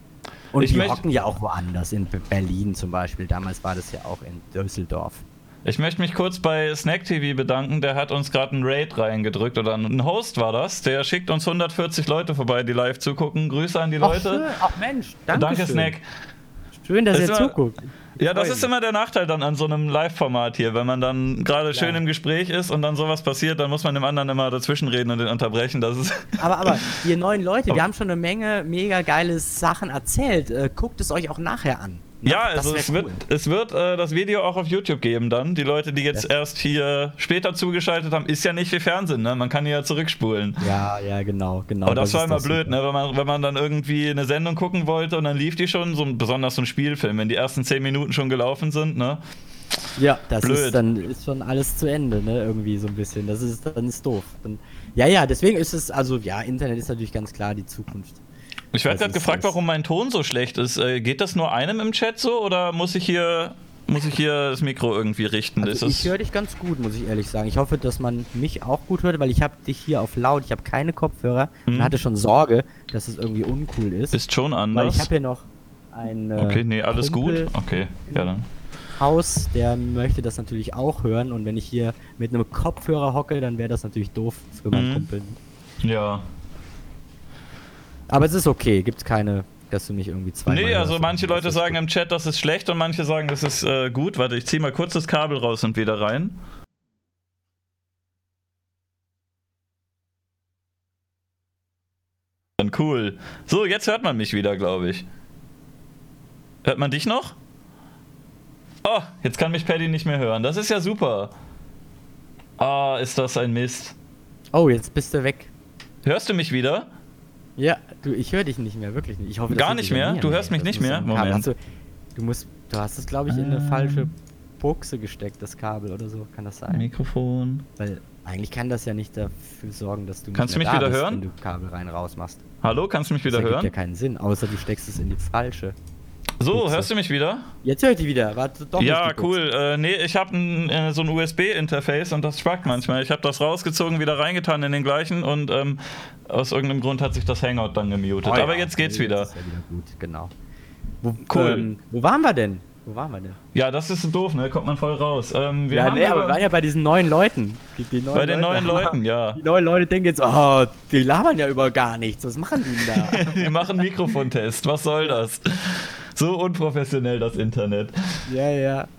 Und Ich die möcht- hocken ja auch woanders, in Be- Berlin zum Beispiel. Damals war das ja auch in Düsseldorf. Ich möchte mich kurz bei Snack T V bedanken, der hat uns gerade einen Raid reingedrückt oder ein Host war das, der schickt uns hundertvierzig Leute vorbei, die live zugucken. Grüße an die Leute. Ach, ach Mensch, danke Danke Snack. Schön, dass Das ihr ist immer- zuguckt. Ja, das Freu ist mich. immer der Nachteil dann an so einem Live-Format hier, wenn man dann gerade schön im Gespräch ist und dann sowas passiert, dann muss man dem anderen immer dazwischenreden und den unterbrechen. Das ist Aber, aber, ihr neuen Leute, Aber- wir haben schon eine Menge mega geile Sachen erzählt. Äh, guckt es euch auch nachher an. Ne? Ja, Das also wär es wird, cool. es wird äh, das Video auch auf YouTube geben dann. Die Leute, die jetzt Das- erst hier später zugeschaltet haben, ist ja nicht wie Fernsehen, ne? Man kann ja zurückspulen. Ja, ja, genau, genau. Aber das, war ist immer das blöd, Super. ne? Wenn man, wenn man dann irgendwie eine Sendung gucken wollte und dann lief die schon, so ein, besonders so ein Spielfilm, wenn die ersten zehn Minuten schon gelaufen sind, ne? Ja, das Blöd. ist dann ist schon alles zu Ende, ne? Irgendwie so ein bisschen. Das ist dann ist doof. Dann, ja, ja, deswegen ist es, also ja, Internet ist natürlich ganz klar die Zukunft. Ich werde Das gerade ist gefragt, das. warum mein Ton so schlecht ist. Äh, geht das nur einem im Chat so oder muss ich hier, muss ich hier das Mikro irgendwie richten? Also ist ich höre dich ganz gut, muss ich ehrlich sagen. Ich hoffe, dass man mich auch gut hört, weil ich habe dich hier auf laut. Ich habe keine Kopfhörer Mhm. und hatte schon Sorge, dass es irgendwie uncool ist. ist schon weil anders. ich habe hier noch ein äh, Okay, nee, alles Kumpel gut. Okay, ja dann. Haus, der möchte das natürlich auch hören und wenn ich hier mit einem Kopfhörer hocke, dann wäre das natürlich doof für meinen Mhm. Kumpel. Ja. Aber es ist okay, gibt keine, dass du mich irgendwie zweimal Nee, also hörst. manche Das Leute ist sagen gut. im Chat, das ist schlecht und manche sagen, das ist äh, gut. Warte, ich zieh mal kurz das Kabel raus und wieder rein. Dann cool. So, jetzt hört man mich wieder, glaube ich. Hört man dich noch? Oh, jetzt kann mich Paddy nicht mehr hören. Das ist ja super. Ah, ist das ein Mist. Oh, jetzt bist du weg. Hörst du mich wieder? Ja, du, ich höre dich nicht mehr, wirklich nicht. Ich hoffe, das Gar liegt nicht nicht mehr? an mir. Du hörst mich das nicht muss mehr? am Kabel. Moment. Hast du, Du musst, du hast es, glaube ich, in eine Ähm. falsche Buchse gesteckt, das Kabel oder so. Kann das sein? Mikrofon. Weil eigentlich kann das ja nicht dafür sorgen, dass du nicht Kannst du mehr mich da wieder bist, hören? wenn du Kabel rein raus machst. Hallo, kannst du mich Das wieder ergibt hören? ja keinen Sinn, außer du steckst es in die falsche. So, Buchse. hörst du mich wieder? Jetzt höre ich dich wieder. Warte, doch Ja, nicht die Buchse. cool. Äh, nee, ich habe äh, so ein U S B-Interface und das spackt manchmal. Ich habe das rausgezogen, wieder reingetan in den gleichen und ähm, aus irgendeinem Grund hat sich das Hangout dann gemutet. Oh ja, Aber jetzt geht's jetzt wieder. Ist ja wieder gut, genau. Wo, Cool. Ähm, wo waren wir denn? Wo waren wir denn? Ja, das ist doof, ne? Kommt man voll raus. Ähm, wir Ja, haben nee, aber über- wir waren ja bei diesen neuen Leuten. Die, die neuen bei den Leute, neuen Leuten, ja. Die neuen Leute denken jetzt, oh, die labern ja über gar nichts. Was machen die denn da? Die machen Mikrofontest. Was soll das? So unprofessionell, das Internet. Ja, ja.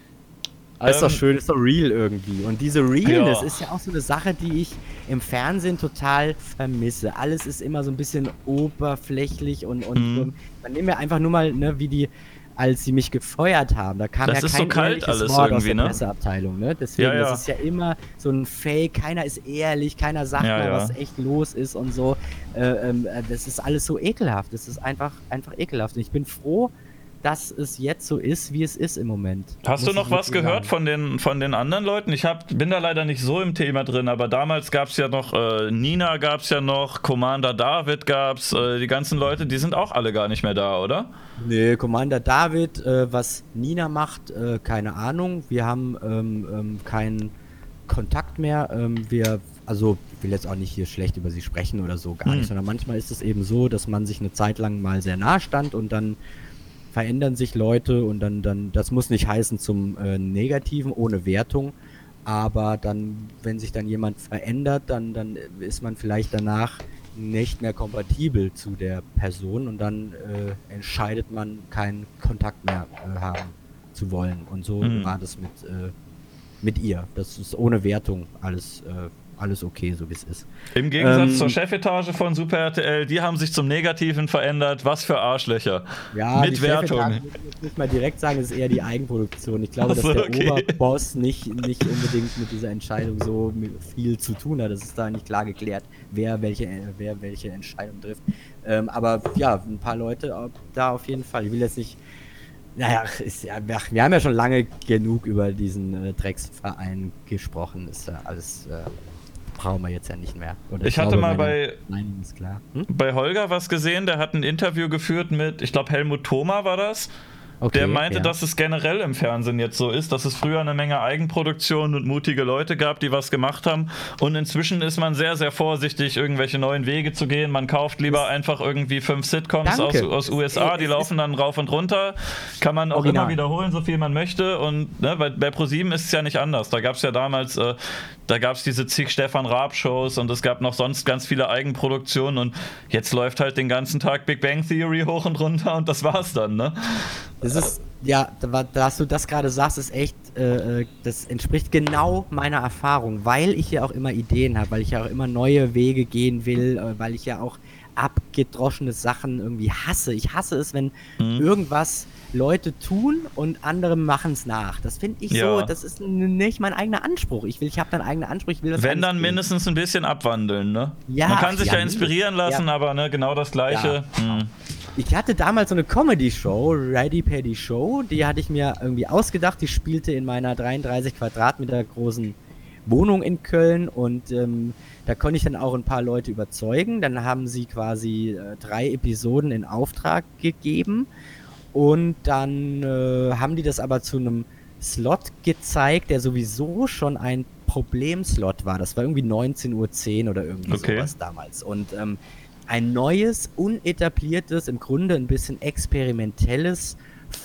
Aber ist doch Ähm, schön, ist doch real irgendwie. Und diese Realness Ja. ist ja auch so eine Sache, die ich im Fernsehen total vermisse. Alles ist immer so ein bisschen oberflächlich und, und Mhm. so. Man nimmt ja einfach nur mal, ne, wie die, als sie mich gefeuert haben, da kam Das ja ist kein so kalt ehrliches alles Wort aus irgendwie, der ne? Presseabteilung, ne? Deswegen, Ja, ja. das ist ja immer so ein Fake, keiner ist ehrlich, keiner sagt Ja, mal, ja. was echt los ist und so. Äh, ähm, äh, das ist alles so ekelhaft. Das ist einfach, einfach ekelhaft. Und ich bin froh, dass es jetzt so ist, wie es ist im Moment. Hast du Muss noch ich was wirklich gehört sagen. von den, von den anderen Leuten? Ich hab, bin da leider nicht so im Thema drin, aber damals gab es ja noch, äh, Nina gab es ja noch, Commander David gab es, äh, die ganzen Leute, die sind auch alle gar nicht mehr da, oder? Nee, Commander David, äh, was Nina macht, äh, keine Ahnung. Wir haben ähm, ähm, keinen Kontakt mehr. Ähm, wir, also, ich will jetzt auch nicht hier schlecht über sie sprechen oder so, gar Hm. nicht, sondern manchmal ist es eben so, dass man sich eine Zeit lang mal sehr nah stand und dann verändern sich Leute und dann, dann, das muss nicht heißen zum äh, Negativen, ohne Wertung, aber dann, wenn sich dann jemand verändert, dann, dann ist man vielleicht danach nicht mehr kompatibel zu der Person und dann äh, entscheidet man, keinen Kontakt mehr äh, haben zu wollen. Und so Mhm. war das mit, äh, mit ihr. Das ist ohne Wertung alles, äh, alles okay, so wie es ist. Im Gegensatz Ähm, zur Chefetage von Super R T L, die haben sich zum Negativen verändert. Was für Arschlöcher. Ja, Mit die Wertung. Chefetage würde ich jetzt nicht mal direkt sagen, es ist eher die Eigenproduktion. Ich glaube, Ach so, dass der okay. Oberboss nicht, nicht unbedingt mit dieser Entscheidung so mi- viel zu tun hat. Das ist da nicht klar geklärt, wer welche, äh, wer welche Entscheidung trifft. Ähm, aber ja, ein paar Leute äh, da auf jeden Fall. Ich will jetzt nicht. Naja, ist ja, ach, wir haben ja schon lange genug über diesen äh, Drecksverein gesprochen. Ist ja alles. Äh, brauchen wir jetzt ja nicht mehr. Oder Ich hatte mal meine bei- Meinung ist klar. Hm? Bei Holger was gesehen, der hat ein Interview geführt mit, ich glaube, Helmut Thoma war das. Okay, Der meinte, ja. dass es generell im Fernsehen jetzt so ist, dass es früher eine Menge Eigenproduktion und mutige Leute gab, die was gemacht haben. Und inzwischen ist man sehr, sehr vorsichtig, irgendwelche neuen Wege zu gehen. Man kauft lieber einfach irgendwie fünf Sitcoms aus, Danke. aus U S A, Es- die es laufen dann rauf und runter. Kann man auch Original. immer wiederholen, so viel man möchte. Und ne, bei, bei ProSieben ist es ja nicht anders. Da gab es ja damals, äh, da gab es diese zig Stefan Raab-Shows und es gab noch sonst ganz viele Eigenproduktionen. Und jetzt läuft halt den ganzen Tag Big Bang Theory hoch und runter und das war's dann, ne? Das ist, ja, da war- dass du das gerade sagst, ist echt, äh, äh, das entspricht genau meiner Erfahrung, weil ich ja auch immer Ideen habe, weil ich ja auch immer neue Wege gehen will, äh, weil ich ja auch abgedroschene Sachen irgendwie hasse. Ich hasse es, wenn Mhm. irgendwas Leute tun und andere machen es nach. Das finde ich Ja. so, das ist n- nicht mein eigener Anspruch. Ich will, ich habe dann eigenen Anspruch, ich will das Wenn alles dann sehen. mindestens ein bisschen abwandeln, ne? Ja, Man kann sich ja, ja inspirieren lassen, ja. aber ne, genau das Gleiche. Hm. Ich hatte damals so eine Comedy-Show, Ready Paddy Show, die hatte ich mir irgendwie ausgedacht. Die spielte in meiner dreiunddreißig Quadratmeter großen Wohnung in Köln und ähm, da konnte ich dann auch ein paar Leute überzeugen. Dann haben sie quasi äh, drei Episoden in Auftrag gegeben und dann äh, haben die das aber zu einem Slot gezeigt, der sowieso schon ein Problemslot war. Das war irgendwie neunzehn Uhr zehn oder irgendwie Okay. sowas damals. Und ähm, ein neues, unetabliertes, im Grunde ein bisschen experimentelles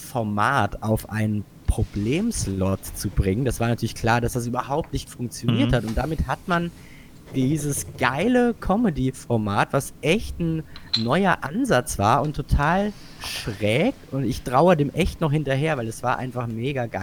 Format auf einen Problemslot zu bringen. Das war natürlich klar, dass das überhaupt nicht funktioniert Mhm. hat. Und damit hat man dieses geile Comedy-Format, was echt ein neuer Ansatz war und total schräg. Und ich traue dem echt noch hinterher, weil es war einfach mega geil.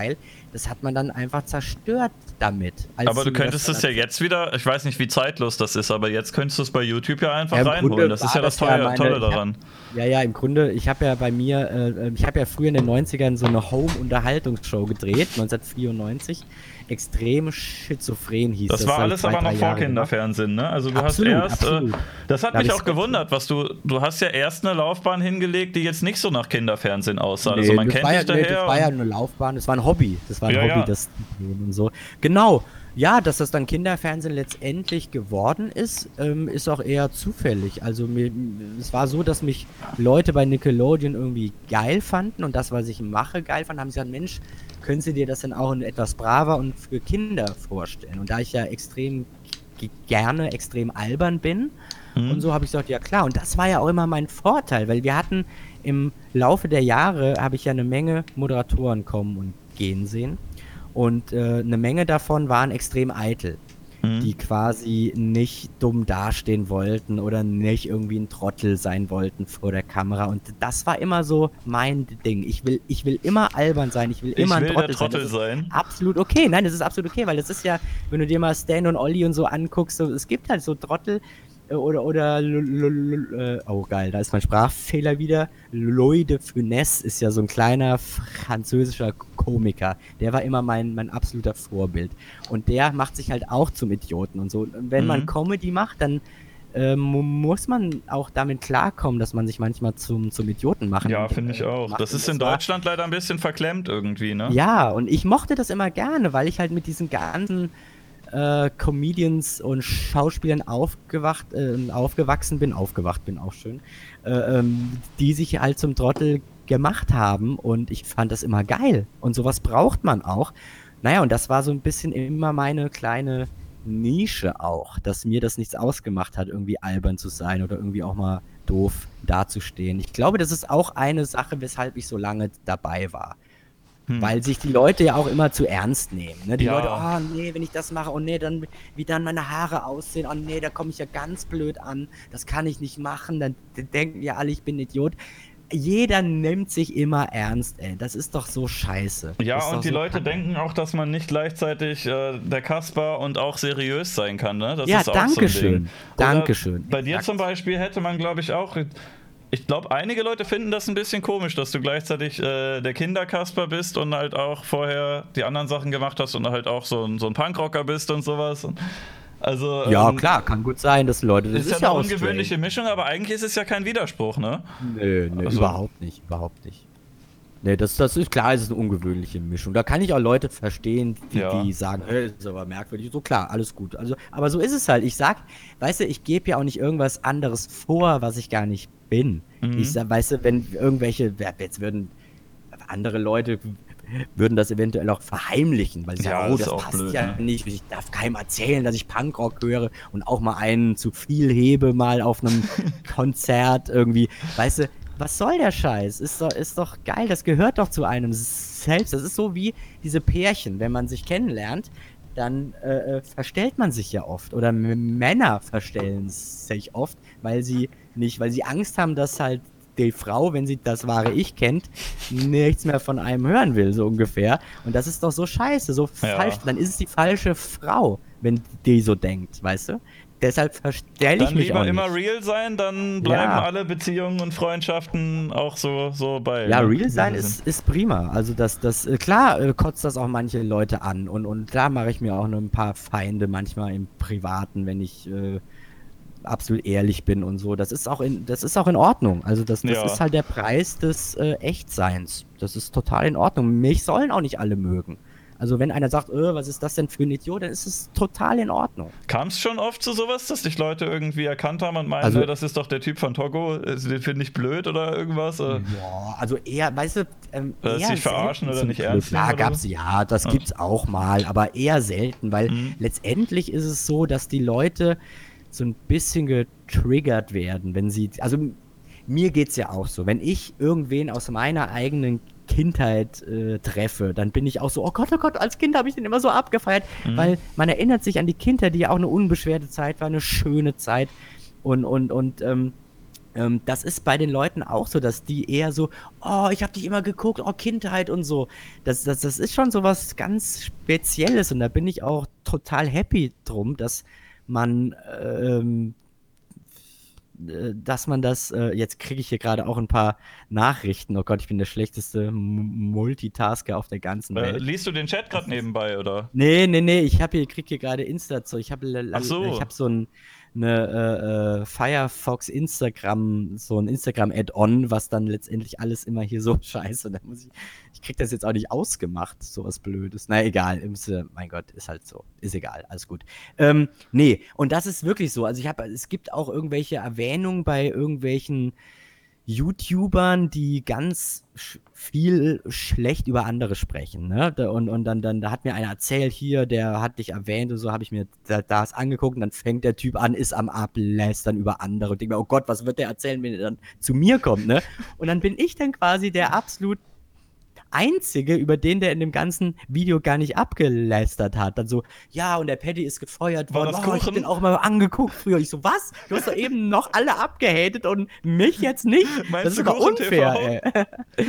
das hat man dann einfach zerstört damit. Aber du könntest es ja jetzt wieder, ich weiß nicht, wie zeitlos das ist, aber jetzt könntest du es bei YouTube ja einfach ja, reinholen. Das ist ja das, das Tolle, ja meine, Tolle daran. Hab, ja, ja, im Grunde, ich habe ja bei mir, äh, ich habe ja früher in den neunzigern so eine Home-Unterhaltungsshow gedreht, neunzehnhundertvierundneunzig. Extrem schizophren hieß das. Das war alles zwei, aber noch vor Kinderfernsehen, ne? Also du absolut, hast erst, äh, das hat da mich auch gewundert, was du, du hast ja erst eine Laufbahn hingelegt, die jetzt nicht so nach Kinderfernsehen aussah. Nee, also man kennt dich ja, daher. Nee, das war ja eine Laufbahn, das war ein Hobby, das war ein ja, Hobby, ja. das und so. Genau. Ja, dass das dann Kinderfernsehen letztendlich geworden ist, ähm, ist auch eher zufällig. Also mir, es war so, dass mich Leute bei Nickelodeon irgendwie geil fanden und das, was ich mache, geil fanden, haben sie gesagt, Mensch, können Sie dir das denn auch in etwas braver und für Kinder vorstellen? Und da ich ja extrem g- gerne, extrem albern bin mhm. und so, habe ich gesagt, ja klar. Und das war ja auch immer mein Vorteil, weil wir hatten im Laufe der Jahre, habe ich ja eine Menge Moderatoren kommen und gehen sehen. Und äh, eine Menge davon waren extrem eitel, mhm. die quasi nicht dumm dastehen wollten oder nicht irgendwie ein Trottel sein wollten vor der Kamera. Und das war immer so mein Ding. Ich will, ich will immer albern sein, ich will ich immer will ein Trottel, der Trottel sein. sein. Absolut okay. Nein, das ist absolut okay, weil das ist ja, wenn du dir mal Stan und Olli und so anguckst, so, es gibt halt so Trottel, oder, oder, l- l- l- oh geil, da ist mein Sprachfehler wieder. Louis de Funès ist ja so ein kleiner französischer Komiker. Der war immer mein, mein absoluter Vorbild. Und der macht sich halt auch zum Idioten und so. Und wenn mhm. man Comedy macht, dann ähm, muss man auch damit klarkommen, dass man sich manchmal zum, zum Idioten machen Ja, finde ich auch. Macht. Das ist in das Deutschland war, leider ein bisschen verklemmt irgendwie, ne? Ja, und ich mochte das immer gerne, weil ich halt mit diesen ganzen Äh, Comedians und Schauspielern aufgewacht, äh, aufgewachsen bin, aufgewacht bin auch schön, äh, ähm, die sich halt zum Trottel gemacht haben und ich fand das immer geil und sowas braucht man auch. Naja, und das war so ein bisschen immer meine kleine Nische auch, dass mir das nichts ausgemacht hat, irgendwie albern zu sein oder irgendwie auch mal doof dazustehen. Ich glaube, das ist auch eine Sache, weshalb ich so lange dabei war. Hm. Weil sich die Leute ja auch immer zu ernst nehmen. Ne? Die ja. Leute, oh nee, wenn ich das mache, oh nee, dann wie dann meine Haare aussehen, oh nee, da komme ich ja ganz blöd an, das kann ich nicht machen, dann denken ja alle, ich bin ein Idiot. Jeder nimmt sich immer ernst, ey. Das ist doch so scheiße. Ja, und die so Leute kacke. denken auch, dass man nicht gleichzeitig äh, der Kasper und auch seriös sein kann, ne? Das ja, ist auch danke so ein schön. Ding. Danke schön. Bei dir zum Beispiel hätte man, glaube ich, auch... Ich glaube, einige Leute finden das ein bisschen komisch, dass du gleichzeitig äh, der Kinderkasper bist und halt auch vorher die anderen Sachen gemacht hast und halt auch so ein, so ein Punkrocker bist und sowas. Und also, ja, ähm, klar, kann gut sein, dass Leute... Das ist, ist ja eine ungewöhnliche strange. Mischung, aber eigentlich ist es ja kein Widerspruch, ne? Nö, nö, also, überhaupt nicht, überhaupt nicht. Nee, das, das ist klar, es ist eine ungewöhnliche Mischung. Da kann ich auch Leute verstehen, die, ja. die sagen, hey, das ist aber merkwürdig. So klar, alles gut. Also, aber so ist es halt. Ich sag, weißt du, ich gebe ja auch nicht irgendwas anderes vor, was ich gar nicht bin. Mhm. Ich sag, weißt du, wenn irgendwelche, jetzt würden andere Leute würden das eventuell auch verheimlichen, weil sie ja, sagen, oh, das, das passt blöd, ja ne? nicht. Ich darf keinem erzählen, dass ich Punkrock höre und auch mal einen zu viel hebe, mal auf einem Konzert irgendwie. Weißt du, was soll der Scheiß? Ist doch, ist doch geil, das gehört doch zu einem selbst. Das ist so wie diese Pärchen, wenn man sich kennenlernt, dann äh, verstellt man sich ja oft. Oder M- Männer verstellen sich oft, weil sie nicht, weil sie Angst haben, dass halt die Frau, wenn sie das wahre Ich kennt, nichts mehr von einem hören will, so ungefähr. Und das ist doch so scheiße, so ja. falsch. Dann ist es die falsche Frau, wenn die so denkt, weißt du? Deshalb verstelle ich mich auch nicht. Dann lieber immer real sein, dann bleiben ja. alle Beziehungen und Freundschaften auch so, so bei. Ja, real sein ist, ist prima. Also das, das, klar äh, kotzt das auch manche Leute an und, und klar mache ich mir auch nur ein paar Feinde manchmal im Privaten, wenn ich äh, absolut ehrlich bin und so. Das ist auch in, das ist auch in Ordnung. Also das, das ja. ist halt der Preis des äh, Echtseins. Das ist total in Ordnung. Mich sollen auch nicht alle mögen. Also wenn einer sagt, öh, was ist das denn für ein Idiot, dann ist es total in Ordnung. Kam es schon oft zu sowas, dass dich Leute irgendwie erkannt haben und meinen, also, das ist doch der Typ von Togo, den finde ich blöd oder irgendwas? Oder? Ja, also eher, weißt du, ähm, oder eher sich verarschen oder nicht ernst nehmen? Ja, gab's, ja, das ja. gibt's auch mal, aber eher selten, weil mhm. letztendlich ist es so, dass die Leute so ein bisschen getriggert werden, wenn sie, also mir geht's ja auch so, wenn ich irgendwen aus meiner eigenen Kindheit äh, treffe, dann bin ich auch so, oh Gott, oh Gott, als Kind habe ich den immer so abgefeiert, mhm. weil man erinnert sich an die Kindheit, die ja auch eine unbeschwerte Zeit war, eine schöne Zeit und, und, und, ähm, Ähm, das ist bei den Leuten auch so, dass die eher so, oh, ich habe dich immer geguckt, oh, Kindheit und so. Das, das, das ist schon so was ganz Spezielles und da bin ich auch total happy drum, dass man, ähm, äh, dass man das, äh, jetzt kriege ich hier gerade auch ein paar Nachrichten. Oh Gott, ich bin der schlechteste M Multitasker auf der ganzen Äh, Welt. liest du den Chat gerade nebenbei, oder? Nee, nee, nee, ich habe hier, krieg hier gerade Insta-Zeug. Ich habe Ach ich so. hab so ein eine äh, äh, Firefox Instagram, so ein Instagram-Add-on, was dann letztendlich alles immer hier so scheiße. Da muss ich, ich krieg das jetzt auch nicht ausgemacht, sowas Blödes. Na egal, im Sinne, mein Gott, ist halt so. Ist egal, alles gut. Ähm, nee, und das ist wirklich so. Also ich habe, es gibt auch irgendwelche Erwähnungen bei irgendwelchen YouTubern, die ganz sch viel schlecht über andere sprechen, ne? Da, und und dann, dann da hat mir einer erzählt, hier, der hat dich erwähnt und so, habe ich mir da, das angeguckt und dann fängt der Typ an, ist am Ablästern über andere und denke mir, oh Gott, was wird der erzählen, wenn er dann zu mir kommt, ne? Und dann bin ich dann quasi der absolut Einzige, über den der in dem ganzen Video gar nicht abgelästert hat. Dann so, ja, und der Paddy ist gefeuert War worden. das Oh, ich hab Kuchen? den auch mal angeguckt früher. Ich so, was? Du hast doch eben noch alle abgehatet und mich jetzt nicht? Meinst Das ist du aber Kuchen unfair, T V? ey.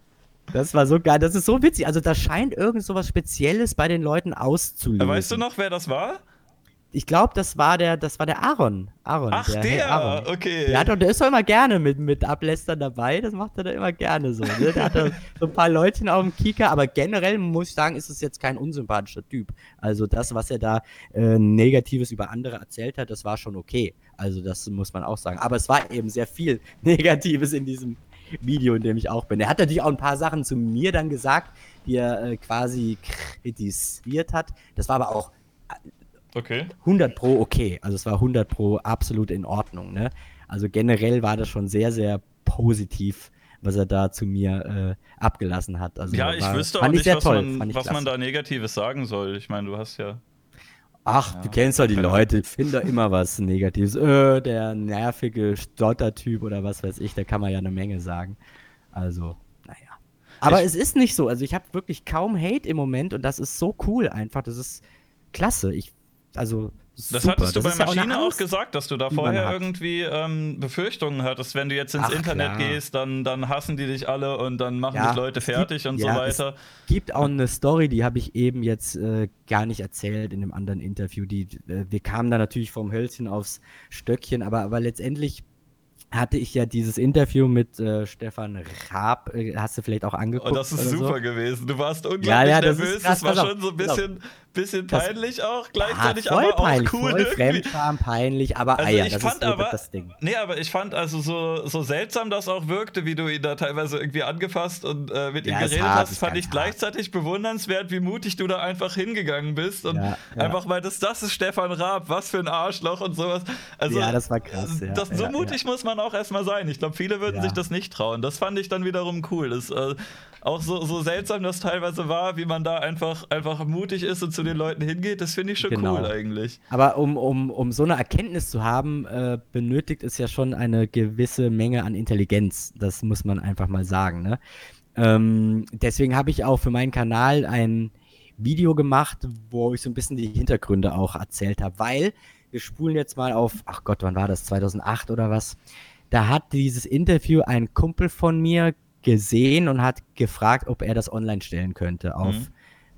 Das war so geil. Das ist so witzig. Also da scheint irgend so was Spezielles bei den Leuten auszulösen. Weißt du noch, wer das war? Ich glaube, das war der, das war der Aaron. Aaron, Ach, der, hey der, Aaron. okay. Der, hat doch, der ist doch immer gerne mit, mit Ablästern dabei. Das macht er da immer gerne so. Ne? Der hat da so ein paar Leutchen auf dem Kieker, aber generell muss ich sagen, ist es jetzt kein unsympathischer Typ. Also das, was er da äh, Negatives über andere erzählt hat, das war schon okay. Also das muss man auch sagen. Aber es war eben sehr viel Negatives in diesem Video, in dem ich auch bin. Er hat natürlich auch ein paar Sachen zu mir dann gesagt, die er äh, quasi kritisiert hat. Das war aber auch Okay. hundert pro okay. Also es war hundert pro absolut in Ordnung. Ne? Also generell war das schon sehr, sehr positiv, was er da zu mir äh, abgelassen hat. Also Ja, ich war, wüsste auch fand ich nicht, sehr was, toll. man, Fand ich was man klasse. da Negatives sagen soll. Ich meine, du hast ja. Ach, Ja, du kennst doch die keine Leute, ich finde da immer was Negatives. Äh, der nervige Stottertyp oder was weiß ich, da kann man ja eine Menge sagen. Also, naja. Aber Ich- es ist nicht so. Also ich habe wirklich kaum Hate im Moment und das ist so cool einfach. Das ist klasse. Ich, also, Das super. hattest du Das bei ist ja auch eine Maschine auch Angst, gesagt, dass du da die man vorher hat. irgendwie ähm, Befürchtungen hattest, wenn du jetzt ins Ach, Internet klar. gehst, dann, dann hassen die dich alle und dann machen Ja, dich Leute es gibt- fertig und ja, so weiter. Es gibt auch eine Story, die habe ich eben jetzt äh, gar nicht erzählt in einem anderen Interview. Die, äh, wir kamen da natürlich vom Hölzchen aufs Stöckchen, aber, aber letztendlich hatte ich ja dieses Interview mit äh, Stefan Raab, äh, hast du vielleicht auch angeguckt Und das ist oder super so? gewesen. Du warst unglaublich Ja, ja, das ist nervös. krass, Das war pass auf, schon so ein pass auf. bisschen, bisschen Das- peinlich auch, Ja, gleichzeitig voll aber auch peinlich, cool voll irgendwie. Fremdscham, peinlich, aber Also ah ja, ich das fand ist so aber, das Ding. nee, aber ich fand also so, so seltsam das auch wirkte, wie du ihn da teilweise irgendwie angefasst und äh, mit Ja, ihm ist geredet hart, hast, ist fand ganz ich gleichzeitig bewundernswert, wie mutig du da einfach hingegangen bist und Ja, ja. einfach meintest, das ist Stefan Raab, was für ein Arschloch und sowas. Also, Ja, das war krass, ja, das, so ja, mutig muss man auch erstmal sein. Ich glaube, viele würden Ja. sich das nicht trauen. Das fand ich dann wiederum cool. Das äh, auch so, so seltsam das teilweise war, wie man da einfach, einfach mutig ist und zu den Leuten hingeht, das finde ich schon Genau. cool eigentlich. Aber um, um, um so eine Erkenntnis zu haben, äh, benötigt es ja schon eine gewisse Menge an Intelligenz. Das muss man einfach mal sagen. Ne? Ähm, deswegen habe ich auch für meinen Kanal ein Video gemacht, wo ich so ein bisschen die Hintergründe auch erzählt habe. Weil wir spulen jetzt mal auf, ach Gott, wann war das? zweitausendacht oder was? Da hat dieses Interview ein Kumpel von mir gesehen und hat gefragt, ob er das online stellen könnte auf Mhm.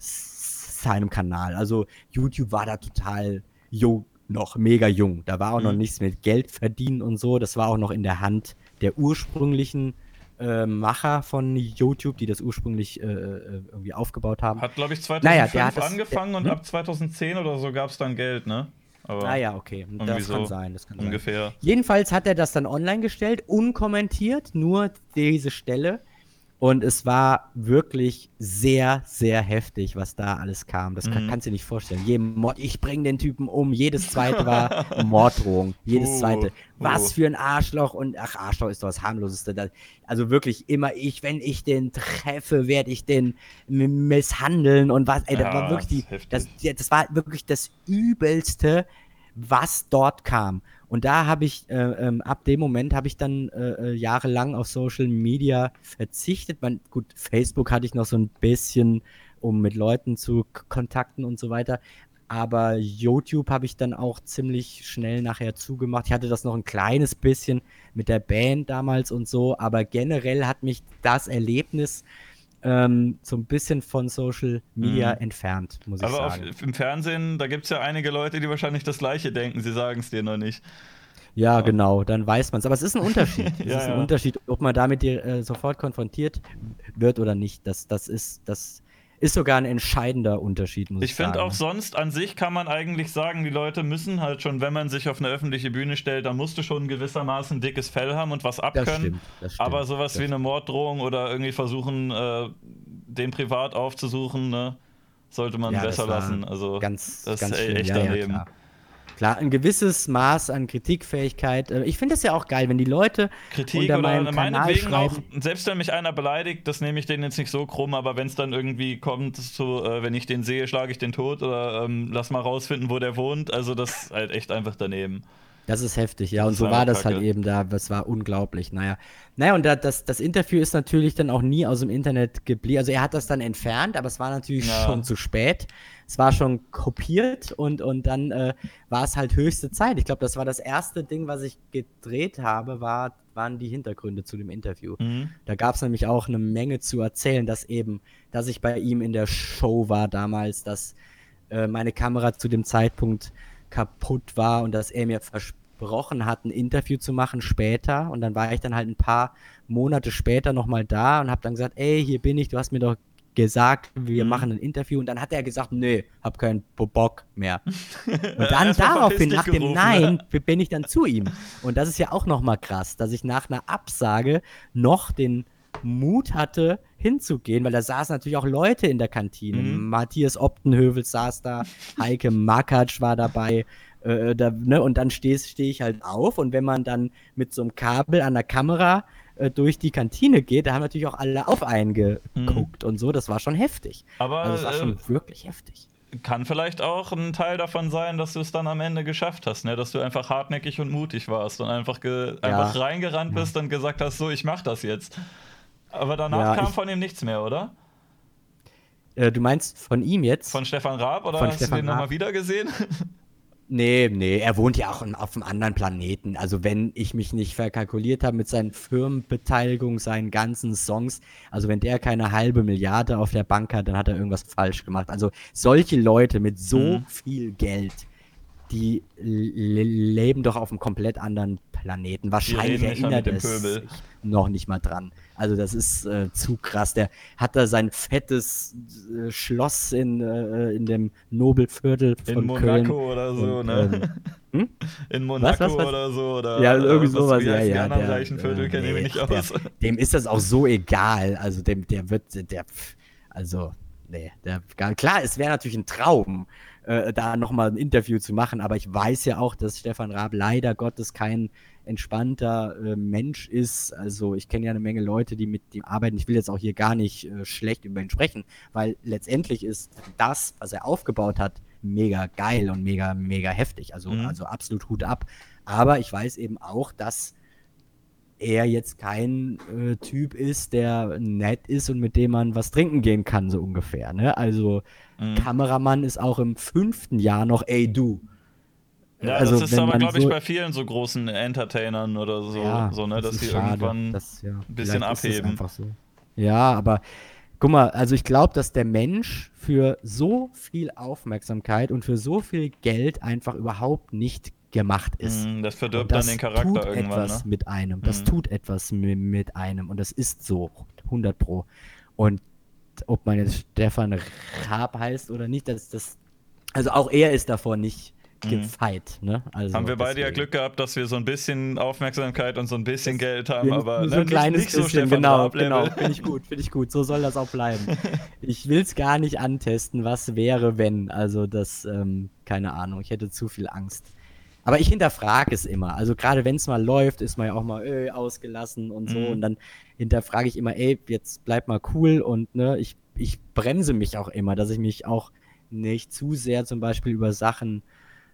s- seinem Kanal. Also YouTube war da total jung, noch mega jung. Da war auch noch Mhm. nichts mit Geld verdienen und so. Das war auch noch in der Hand der ursprünglichen äh, Macher von YouTube, die das ursprünglich äh, äh, irgendwie aufgebaut haben. Hat, glaube ich, Naja, zweitausendfünf der hat das- angefangen der- und hm? ab zweitausendzehn oder so gab es dann Geld, ne? Aber Ah ja, okay. irgendwie Das kann so sein. Das kann sein. ungefähr. Jedenfalls hat er das dann online gestellt, unkommentiert, nur diese Stelle. Und es war wirklich sehr, sehr heftig, was da alles kam. Das kann, Mhm. kannst du dir nicht vorstellen. Jedem Mord, ich bring den Typen um. Jedes zweite war Morddrohung. Jedes Uh, zweite. Was uh. für ein Arschloch. Und ach, Arschloch ist doch das harmloseste. Da- Also wirklich immer ich, wenn ich den treffe, werde ich den m- misshandeln. Und was, ey, das Ja, war wirklich die, das ist heftig. das, ja, das war wirklich das Übelste, was dort kam. Und da habe ich, äh, ähm, ab dem Moment habe ich dann äh, äh, jahrelang auf Social Media verzichtet. Man, gut, Facebook hatte ich noch so ein bisschen, um mit Leuten zu k- kontakten und so weiter. aber YouTube habe ich dann auch ziemlich schnell nachher zugemacht. Ich hatte das noch ein kleines bisschen mit der Band damals und so, aber generell hat mich das Erlebnis ähm, so ein bisschen von Social Media Mhm. entfernt, muss ich Aber auf, sagen. im Fernsehen, da gibt es ja einige Leute, die wahrscheinlich das Gleiche denken, sie sagen es dir noch nicht. Ja, Ähm, genau, dann weiß man es. Aber es ist ein Unterschied. Es ja, ist ein ja. Unterschied, ob man damit dir, äh, sofort konfrontiert wird oder nicht. Das, das ist, das ist sogar ein entscheidender Unterschied, muss Ich ich finde sagen. auch Ne? sonst an sich kann man eigentlich sagen, die Leute müssen halt schon, wenn man sich auf eine öffentliche Bühne stellt, dann musst du schon gewissermaßen dickes Fell haben und was Das abkönnen. stimmt, das Aber stimmt, sowas wie das eine stimmt. Morddrohung oder irgendwie versuchen, äh, den privat aufzusuchen, ne, sollte man Ja, besser das war lassen. Also, ganz, das ist ganz e- schlimm. echt Ja, ja, daneben. klar. Klar, ein gewisses Maß an Kritikfähigkeit. Äh, ich finde das ja auch geil, wenn die Leute Kritik unter meinem oder Kanal meinetwegen auch, schreiben. selbst wenn mich einer beleidigt, das nehme ich den jetzt nicht so krumm, aber wenn es dann irgendwie kommt, so, äh, wenn ich den sehe, schlage ich den tot oder ähm, lass mal rausfinden, wo der wohnt, also das ist halt echt einfach daneben. Das ist heftig, ja. Das Und ist so war einfach das halt kacke. eben da. Das war unglaublich. Naja. Naja, und da, das, das Interview ist natürlich dann auch nie aus dem Internet geblieben. Also er hat das dann entfernt, aber es war natürlich schon Ja, zu spät. Es war schon kopiert und, und dann äh, war es halt höchste Zeit. Ich glaube, das war das erste Ding, was ich gedreht habe, war, waren die Hintergründe zu dem Interview. mhm. Da gab es nämlich auch eine Menge zu erzählen, dass eben, dass ich bei ihm in der Show war damals, dass äh, meine Kamera zu dem Zeitpunkt kaputt war und dass er mir versprochen hat, ein Interview zu machen später. Und dann war ich dann halt ein paar Monate später nochmal da und habe dann gesagt, ey, hier bin ich, du hast mir doch gesagt, wir Mhm. machen ein Interview. Und dann hat er gesagt, nee, hab keinen Bo- Bock mehr. Und dann Erstmal verpiss daraufhin, dich nach dem gerufen. Nein, bin ich dann zu ihm. Und das ist ja auch nochmal krass, dass ich nach einer Absage noch den Mut hatte, hinzugehen, weil da saßen natürlich auch Leute in der Kantine. Mhm. Matthias Optenhövel saß da, Heike Makatsch war dabei. Äh, da, ne? Und dann stehe steh ich halt auf und wenn man dann mit so einem Kabel an der Kamera äh, durch die Kantine geht, da haben natürlich auch alle auf einen Mhm. geguckt und so. Das war schon heftig. Also es war Aber schon wirklich heftig. äh, kann vielleicht auch ein Teil davon sein, dass du es dann am Ende geschafft hast, ne? Dass du einfach hartnäckig und mutig warst und einfach, ge einfach Ja, reingerannt ja. bist und gesagt hast, so, ich mach das jetzt. Aber danach Ja, kam ich, von ihm nichts mehr, oder? äh, du meinst von ihm Von jetzt? Stefan Raab oder Von hast du Stefan den nochmal Raab? wieder gesehen? Nee, nee, er wohnt ja auch in, auf einem anderen Planeten. Also wenn ich mich nicht verkalkuliert habe mit seinen Firmenbeteiligungen, seinen ganzen Songs, also wenn der keine halbe Milliarde auf der Bank hat, dann hat er irgendwas falsch gemacht. Also solche Leute mit so Mhm. viel Geld, die le leben doch auf einem komplett anderen Planeten. Die Wahrscheinlich reden nicht mal mit erinnert dem er Pöbel. sich noch nicht mal dran. Also das ist äh, zu krass. Der hat da sein fettes äh, Schloss in, äh, in dem Nobelviertel In von Köln. Monaco oder so, Und ne? ähm, hm? In Was, Monaco was, was? oder so, Ja, oder irgendwie äh, was, sowas, wie ja, heißen die ja, anderen der, reichen Viertel, äh, kenne ich mich nee, nicht ach, der, aus. dem ist das auch so egal. Also dem, der wird, der, pf, also, nee, der, klar, es wäre natürlich ein Traum, äh, da nochmal ein Interview zu machen, aber ich weiß ja auch, dass Stefan Raab leider Gottes kein entspannter äh, Mensch ist. Also ich kenne ja eine Menge Leute, die mit ihm arbeiten. Ich will jetzt auch hier gar nicht äh, schlecht über ihn sprechen, weil letztendlich ist das, was er aufgebaut hat, mega geil und mega, mega heftig. Also, Mhm. also absolut Hut ab. Aber ich weiß eben auch, dass er jetzt kein äh, Typ ist, der nett ist und mit dem man was trinken gehen kann, so ungefähr. Ne? Also Mhm. Kameramann ist auch im fünften Jahr noch, ey du. Ja, das Also ist wenn aber, man glaube ich, so, bei vielen so großen Entertainern oder so, ja, so, ne, das dass ist die schade. irgendwann Das, ja, ein bisschen vielleicht ist es abheben. einfach so. Ja, aber guck mal, also ich glaube, dass der Mensch für so viel Aufmerksamkeit und für so viel Geld einfach überhaupt nicht gemacht ist. Mhm, das Und verdirbt dann den das Charakter tut irgendwann, ne? etwas mit einem. Das Mhm. tut etwas mi- mit einem. Und das ist so. hundert Pro. Und ob man jetzt Stefan Raab heißt oder nicht, das, das, also auch er ist davor nicht Mhm. gefeit, ne? Also Haben wir beide ja deswegen. Glück gehabt, dass wir so ein bisschen Aufmerksamkeit und so ein bisschen Das, Geld haben, ja, aber nur so ne, ein nicht, kleines nicht so bisschen, Stefan genau, genau. Raab-Level. Finde ich gut, finde ich gut. So soll das auch bleiben. Ich will es gar nicht antesten, was wäre, wenn. Also das, ähm, keine Ahnung, ich hätte zu viel Angst. Aber ich hinterfrage es immer. Also gerade wenn es mal läuft, ist man ja auch mal ey, ausgelassen und so. Und Mhm. dann hinterfrage ich immer, ey, jetzt bleib mal cool. Und ne, ich, ich bremse mich auch immer, dass ich mich auch nicht zu sehr zum Beispiel über Sachen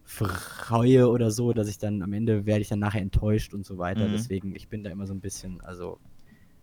freue oder so, dass ich dann am Ende werde ich dann nachher enttäuscht und so weiter. Mhm. Deswegen, ich bin da immer so ein bisschen, also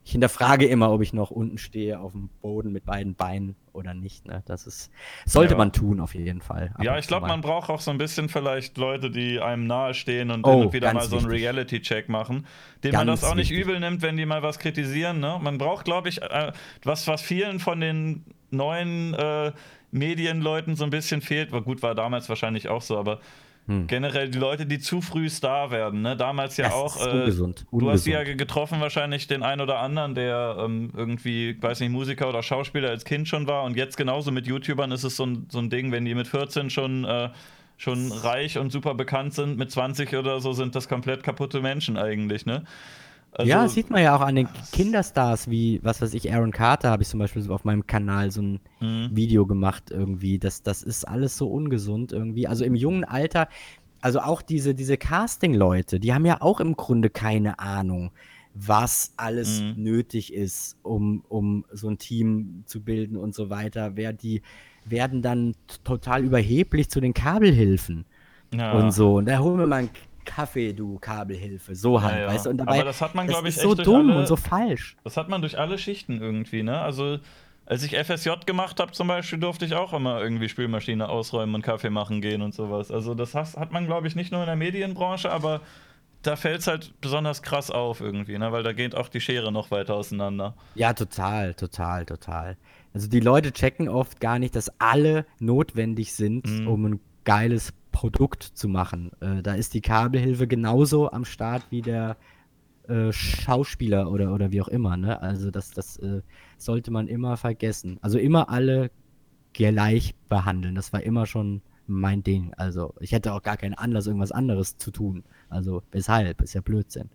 ich hinterfrage immer, ob ich noch unten stehe auf dem Boden mit beiden Beinen oder nicht. Ne? Das ist, sollte Ja. man tun auf jeden Fall. Ab Ja, und ich zu glaube, mal. man braucht auch so ein bisschen vielleicht Leute, die einem nahestehen und Oh, hin und wieder ganz mal so einen wichtig. Reality-Check machen, dem man Ganz das auch nicht wichtig. übel nimmt, wenn die mal was kritisieren. Ne? Man braucht, glaube ich, äh, was, was vielen von den neuen äh, Medienleuten so ein bisschen fehlt. War gut, war damals wahrscheinlich auch so, aber Hm. generell die Leute, die zu früh Star werden. Ne? Damals ja Das auch. ist Äh, ungesund. Du hast ja Ungesund. getroffen, wahrscheinlich den einen oder anderen, der ähm, irgendwie, weiß nicht, Musiker oder Schauspieler als Kind schon war. Und jetzt genauso mit YouTubern ist es so ein, so ein Ding, wenn die mit vierzehn schon, äh, schon reich und super bekannt sind, mit zwanzig oder so sind das komplett kaputte Menschen eigentlich, ne? Also, Ja, sieht man ja auch an den Kinderstars, wie, was weiß ich, Aaron Carter habe ich zum Beispiel so auf meinem Kanal so ein mh, Video gemacht irgendwie. Das, das ist alles so ungesund irgendwie. Also im jungen Alter, also auch diese, diese Casting-Leute, die haben ja auch im Grunde keine Ahnung, was alles mh, nötig ist, um, um so ein Team zu bilden und so weiter. Wer die werden dann t- total überheblich zu den Kabelhilfen und ja, so. Und da holen wir mal einen Kaffee, du Kabelhilfe. So ja, halt, weißt ja. du? Und Aber dabei, das hat man, das glaube ich, ist so echt durch dumm und alle, so falsch. das hat man durch alle Schichten irgendwie, ne? Also, als ich F S J gemacht habe zum Beispiel, durfte ich auch immer irgendwie Spülmaschine ausräumen und Kaffee machen gehen und sowas. Also, das has- hat man, glaube ich, nicht nur in der Medienbranche, aber da fällt es halt besonders krass auf irgendwie, ne? Weil da geht auch die Schere noch weiter auseinander. Ja, total, total, total. Also die Leute checken oft gar nicht, dass alle notwendig sind, Mhm. um ein geiles Produkt zu machen. Äh, da ist die Kabelhilfe genauso am Start wie der äh, Schauspieler oder, oder wie auch immer, ne? Also das, das äh, sollte man immer vergessen. Also immer alle gleich behandeln. Das war immer schon mein Ding. Also ich hätte auch gar keinen Anlass, irgendwas anderes zu tun. Also weshalb? Ist ja Blödsinn.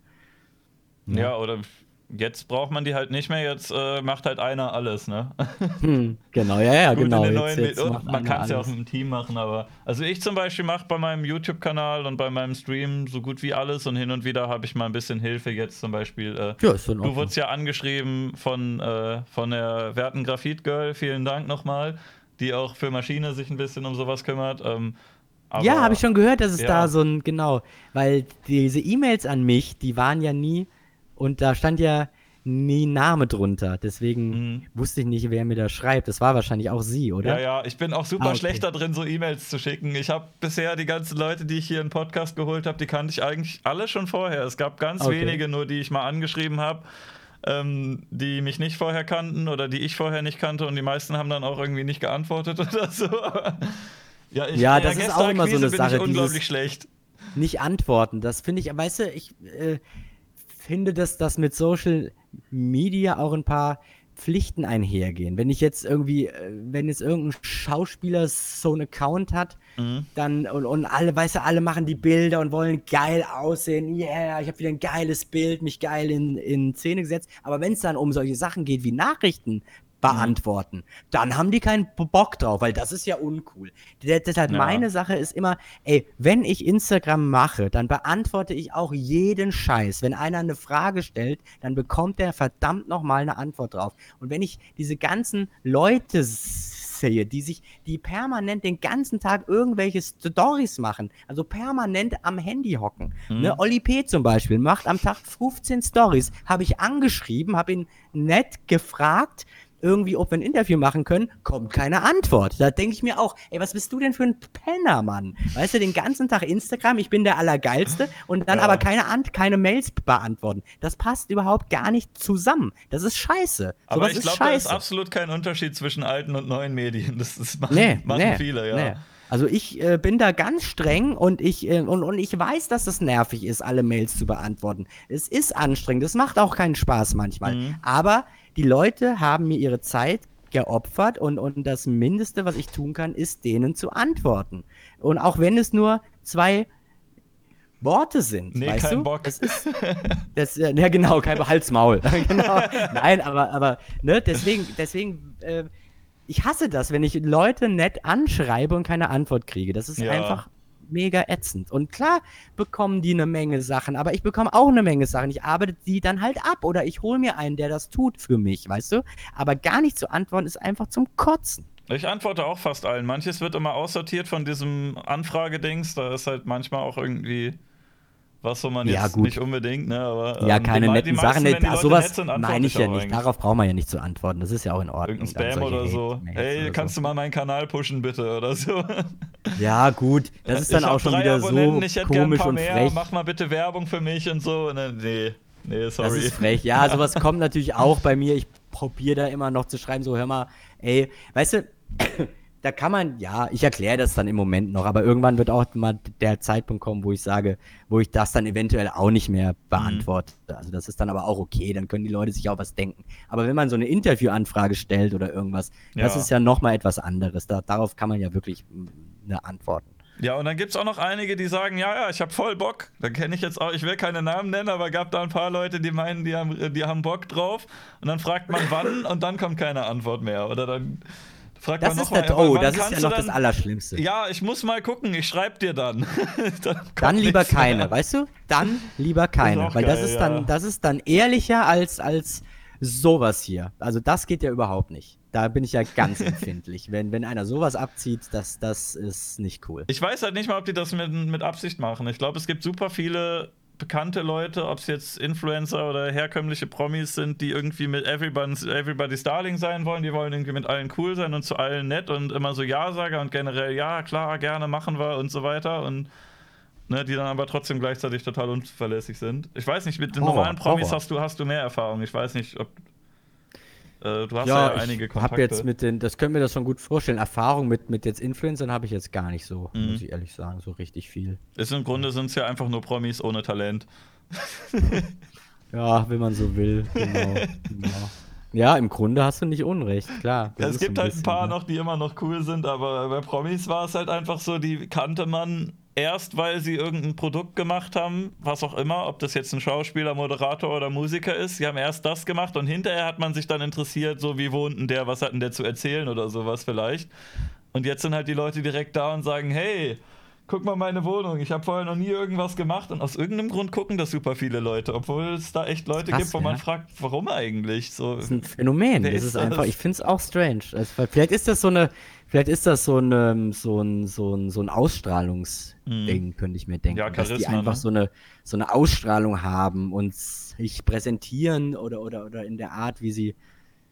Ne? Ja, oder jetzt braucht man die halt nicht mehr, jetzt äh, macht halt einer alles, ne? Hm, genau, ja, ja, Gut, in genau. den Jetzt, neuen jetzt Medien. macht Man einer kann es ja auch alles. mit dem Team machen, aber. Also ich zum Beispiel mache bei meinem YouTube-Kanal und bei meinem Stream so gut wie alles und hin und wieder habe ich mal ein bisschen Hilfe. Jetzt zum Beispiel. Äh, Ja, ist so in du Ordnung. wurdest ja angeschrieben von, äh, von der werten Graphit-Girl, vielen Dank nochmal, die auch für Maschine sich ein bisschen um sowas kümmert. Ähm, Ja, habe ich aber schon gehört, dass es da ja, so ein, genau, weil diese E-Mails an mich, die waren ja nie, und da stand ja nie Name drunter. Deswegen mh. wusste ich nicht, wer mir da schreibt. Das war wahrscheinlich auch sie, Ja, oder? ja, ich bin auch super Ah, schlecht okay. da drin, so E-Mails zu schicken. Ich habe bisher die ganzen Leute, die ich hier in den Podcast geholt habe, die kannte ich eigentlich alle schon vorher. Es gab ganz Okay. wenige nur, die ich mal angeschrieben habe, ähm, die mich nicht vorher kannten oder die ich vorher nicht kannte und die meisten haben dann auch irgendwie nicht geantwortet oder so. Ja, ich, Ja, in der das ist auch immer so Gästeakquise eine bin ich Sache, unglaublich dieses schlecht. nicht antworten. Das finde ich, weißt du, ich äh, finde, dass das mit Social Media auch ein paar Pflichten einhergehen. Wenn ich jetzt irgendwie, äh, wenn jetzt irgendein Schauspieler so einen Account hat, Mhm. dann und, und alle, weißt du, alle machen die Bilder und wollen geil aussehen. Yeah, ich habe wieder ein geiles Bild, mich geil in, in Szene gesetzt. Aber wenn es dann um solche Sachen geht wie Nachrichten beantworten, dann haben die keinen Bock drauf, weil das ist ja uncool. D- Deshalb Ja. meine Sache ist immer, ey, wenn ich Instagram mache, dann beantworte ich auch jeden Scheiß. Wenn einer eine Frage stellt, dann bekommt der verdammt nochmal eine Antwort drauf. Und wenn ich diese ganzen Leute sehe, die sich, die permanent den ganzen Tag irgendwelche Stories machen, also permanent am Handy hocken. Mhm. Ne? Oli P. zum Beispiel macht am Tag fünfzehn Stories, habe ich angeschrieben, habe ihn nett gefragt, irgendwie, ob wir ein Interview machen können, kommt keine Antwort. Da denke ich mir auch, ey, was bist du denn für ein Penner, Mann? Weißt du, den ganzen Tag Instagram, ich bin der Allergeilste und dann Ja. aber keine, Ant keine Mails beantworten. Das passt überhaupt gar nicht zusammen. Das ist scheiße. Aber Sowas ich ist glaube, da ist scheiße. absolut kein Unterschied zwischen alten und neuen Medien. Das, das machen, Nee, machen nee, viele, ja. nee. Also ich äh, bin da ganz streng und ich, äh, und, und ich weiß, dass es nervig ist, alle Mails zu beantworten. Es ist anstrengend, es macht auch keinen Spaß manchmal. Mhm. Aber die Leute haben mir ihre Zeit geopfert und, und das Mindeste, was ich tun kann, ist, denen zu antworten. Und auch wenn es nur zwei Worte sind, Nee, weißt kein du? Bock. Das ist, das, äh, ja genau, kein Halsmaul. Genau. Nein, aber, aber ne, deswegen, deswegen, äh, ich hasse das, wenn ich Leute nett anschreibe und keine Antwort kriege. Das ist Ja. einfach mega ätzend. Und klar bekommen die eine Menge Sachen, aber ich bekomme auch eine Menge Sachen. Ich arbeite die dann halt ab oder ich hole mir einen, der das tut für mich, weißt du? Aber gar nicht zu antworten ist einfach zum Kotzen. Ich antworte auch fast allen. Manches wird immer aussortiert von diesem Anfragedings. Da ist halt manchmal auch irgendwie was so man Ja, jetzt gut. nicht unbedingt, ne, aber Ja, ähm, keine die, netten die Sachen. meisten, wenn die Ach, Leute sowas nett sind, antworte meine ich ja auch nicht. eigentlich. Darauf braucht man ja nicht zu antworten. Das ist ja auch in Ordnung. Irgendein dann Spam oder solche so. Hate-Mails Hey, oder kannst so. du mal meinen Kanal pushen, bitte, oder so. Ja, gut. Das ist dann Ich auch hab schon drei wieder Abonnenten, so ich hätte gern ein komisch paar und mehr, frech. mach mal bitte Werbung für mich und so. Und dann, nee, nee, sorry. Das ist frech. Ja, sowas kommt natürlich auch bei mir. Ich probiere da immer noch zu schreiben, so hör mal, ey, weißt du, da kann man, ja, ich erkläre das dann im Moment noch, aber irgendwann wird auch mal der Zeitpunkt kommen, wo ich sage, wo ich das dann eventuell auch nicht mehr beantworte. Also das ist dann aber auch okay, dann können die Leute sich auch was denken. Aber wenn man so eine Interviewanfrage stellt oder irgendwas, das Ja. ist ja nochmal etwas anderes. Da, darauf kann man ja wirklich mm, eine antworten. Ja, und dann gibt's auch noch einige, die sagen, ja, ja, ich hab voll Bock. Da kenne ich jetzt auch, ich will keine Namen nennen, aber gab da ein paar Leute, die meinen, die haben, die haben Bock drauf. Und dann fragt man wann und dann kommt keine Antwort mehr. Oder dann fragt Das man ist noch der, mal, oh, wann das ist kannst ja du noch das dann- Allerschlimmste. Ja, ich muss mal gucken, ich schreib dir dann. dann kommt Dann lieber nichts mehr. keine, weißt du? Dann lieber keine, auch weil das geil, ist ja. dann, das ist dann ehrlicher als als sowas hier. Also das geht ja überhaupt nicht. Da bin ich ja ganz empfindlich. Wenn wenn einer sowas abzieht, das das ist nicht cool. Ich weiß halt nicht mal, ob die das mit, mit Absicht machen. Ich glaube, es gibt super viele bekannte Leute, ob es jetzt Influencer oder herkömmliche Promis sind, die irgendwie mit Everybody's, Everybody's Darling sein wollen. Die wollen irgendwie mit allen cool sein und zu allen nett und immer so Ja-Sager und generell ja, klar, gerne machen wir und so weiter. Und ne, die dann aber trotzdem gleichzeitig total unzuverlässig sind. Ich weiß nicht, mit den Horror, normalen Promis Horror. hast du, hast du mehr Erfahrung. Ich weiß nicht, ob. Äh, du hast ja, Ja, einige ich Kontakte. habe jetzt mit den, das können wir das schon gut vorstellen. Erfahrung mit mit jetzt Influencern habe ich jetzt gar nicht so, Mhm. muss ich ehrlich sagen, so richtig viel. Ist im Grunde sind es ja einfach nur Promis ohne Talent. Ja, wenn man so will, genau, genau. Ja, im Grunde hast du nicht Unrecht, klar. Das Es ist gibt so halt ein bisschen, paar ne? noch, die immer noch cool sind, aber bei Promis war es halt einfach so, die kannte man erst, weil sie irgendein Produkt gemacht haben, was auch immer, ob das jetzt ein Schauspieler, Moderator oder Musiker ist. Sie haben erst das gemacht und hinterher hat man sich dann interessiert, so wie wohnt denn der, was hat denn der zu erzählen oder sowas vielleicht. Und jetzt sind halt die Leute direkt da und sagen, hey, guck mal meine Wohnung, ich habe vorher noch nie irgendwas gemacht und aus irgendeinem Grund gucken das super viele Leute, obwohl es da echt Leute Krass, gibt, wo ja. man fragt, warum eigentlich? So, Das ist ein Phänomen. Wer Das ist ist das? einfach, ich finde es auch strange. Also, weil vielleicht ist das so eine, vielleicht ist das so ein, so ein, so ein, so ein Ausstrahlungsding, könnte ich mir denken. Ja, dass die Charisma, einfach ne? so eine, so eine Ausstrahlung haben und sich präsentieren oder, oder, oder in der Art, wie sie,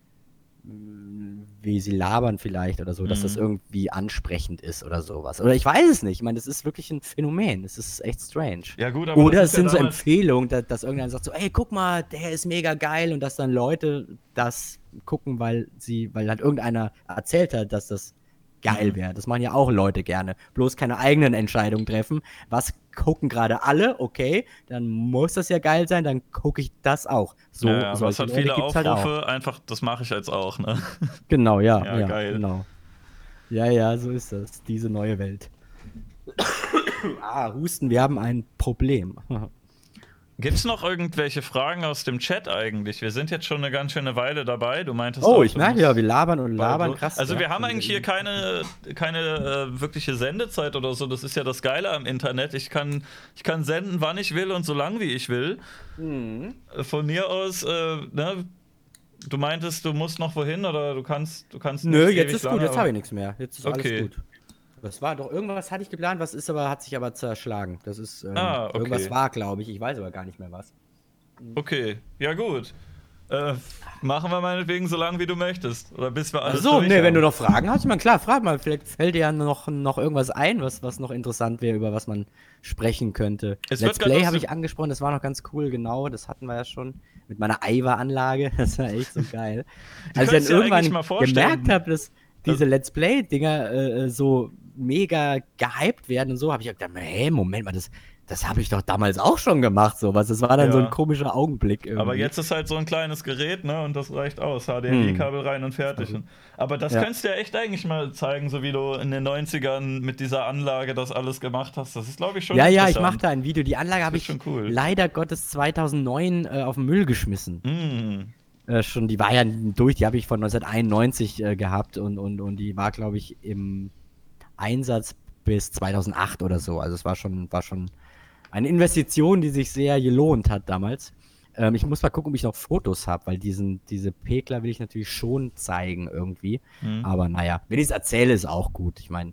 wie sie labern vielleicht oder so, dass Mhm. das irgendwie ansprechend ist oder sowas. Oder ich weiß es nicht. Ich meine, das ist wirklich ein Phänomen. Das ist echt strange. ja gut, aber Oder das es ist ja sind so damals- Empfehlungen, dass, dass irgendeiner sagt so, ey, guck mal, der ist mega geil und dass dann Leute das gucken, weil sie, weil halt irgendeiner erzählt hat, dass das geil Mhm. wäre. Das machen ja auch Leute gerne. Bloß keine eigenen Entscheidungen treffen. Was gucken gerade alle? Okay, dann muss das ja geil sein, dann gucke ich das auch. So, ja, ja, aber es solche hat Leute viele gibt's halt Aufrufe, auch. einfach, das mache ich jetzt auch, ne? Genau, ja, Ja, ja, geil. genau. Ja, ja, so ist das. Diese neue Welt. ah, Husten, wir haben ein Problem. Gibt's noch irgendwelche Fragen aus dem Chat eigentlich? Wir sind jetzt schon eine ganz schöne Weile dabei. Du meintest Oh, auch, ich du merke musst ja, wir labern und bald labern, los. krass. Also ja, wir haben schon eigentlich hier wieder keine, keine äh, wirkliche Sendezeit oder so. Das ist ja das Geile am Internet. Ich kann, ich kann senden, wann ich will und so lang wie ich will. Mhm. Äh, Von mir aus, äh, ne? Du meintest, du musst noch wohin oder du kannst, du kannst Nö, nicht jetzt ewig ist gut, lange, jetzt aber- habe ich nichts mehr. Jetzt ist Okay. alles gut. Das war doch, irgendwas hatte ich geplant, was ist aber, hat sich aber zerschlagen. Das ist, ähm, Ah, okay. irgendwas war, glaube ich, ich weiß aber gar nicht mehr was. Okay, ja gut. Äh, machen wir meinetwegen so lange, wie du möchtest. Oder bis wir alles Achso, durch nee, haben. wenn du noch Fragen hast, ich meine, klar, frag mal, vielleicht fällt dir ja noch, noch irgendwas ein, was, was noch interessant wäre, über was man sprechen könnte. Es Let's wird grad Play aus habe dem- ich angesprochen, das war noch ganz cool, genau, das hatten wir ja schon mit meiner Aiwa-Anlage, das war echt so geil. Als ich dann könntest dir eigentlich irgendwann mal vorstellen- gemerkt habe, dass diese Let's Play-Dinger äh, so mega gehypt werden und so, habe ich gedacht, hä, Moment mal, das, das habe ich doch damals auch schon gemacht, sowas. Das war dann Ja. so ein komischer Augenblick irgendwie. Aber jetzt ist halt so ein kleines Gerät, ne? Und das reicht aus. H D M I-Kabel rein und fertig. Aber das Ja. könntest du ja echt eigentlich mal zeigen, so wie du in den neunzigern mit dieser Anlage das alles gemacht hast. Das ist, glaube ich, schon Ja, ja, ich interessant. mache da ein Video. Die Anlage habe ist ich schon cool. leider Gottes zweitausendneun äh, auf den Müll geschmissen. Mm. Äh, schon, die war ja durch, die habe ich von neunzehnhunderteinundneunzig äh, gehabt und, und, und die war, glaube ich, im Einsatz bis zweitausendacht oder so. Also es war schon, war schon eine Investition, die sich sehr gelohnt hat damals. Ähm, ich muss mal gucken, ob ich noch Fotos habe, weil diesen, diese Pekler will ich natürlich schon zeigen irgendwie. Mhm. Aber naja, wenn ich es erzähle, ist auch gut. Ich meine,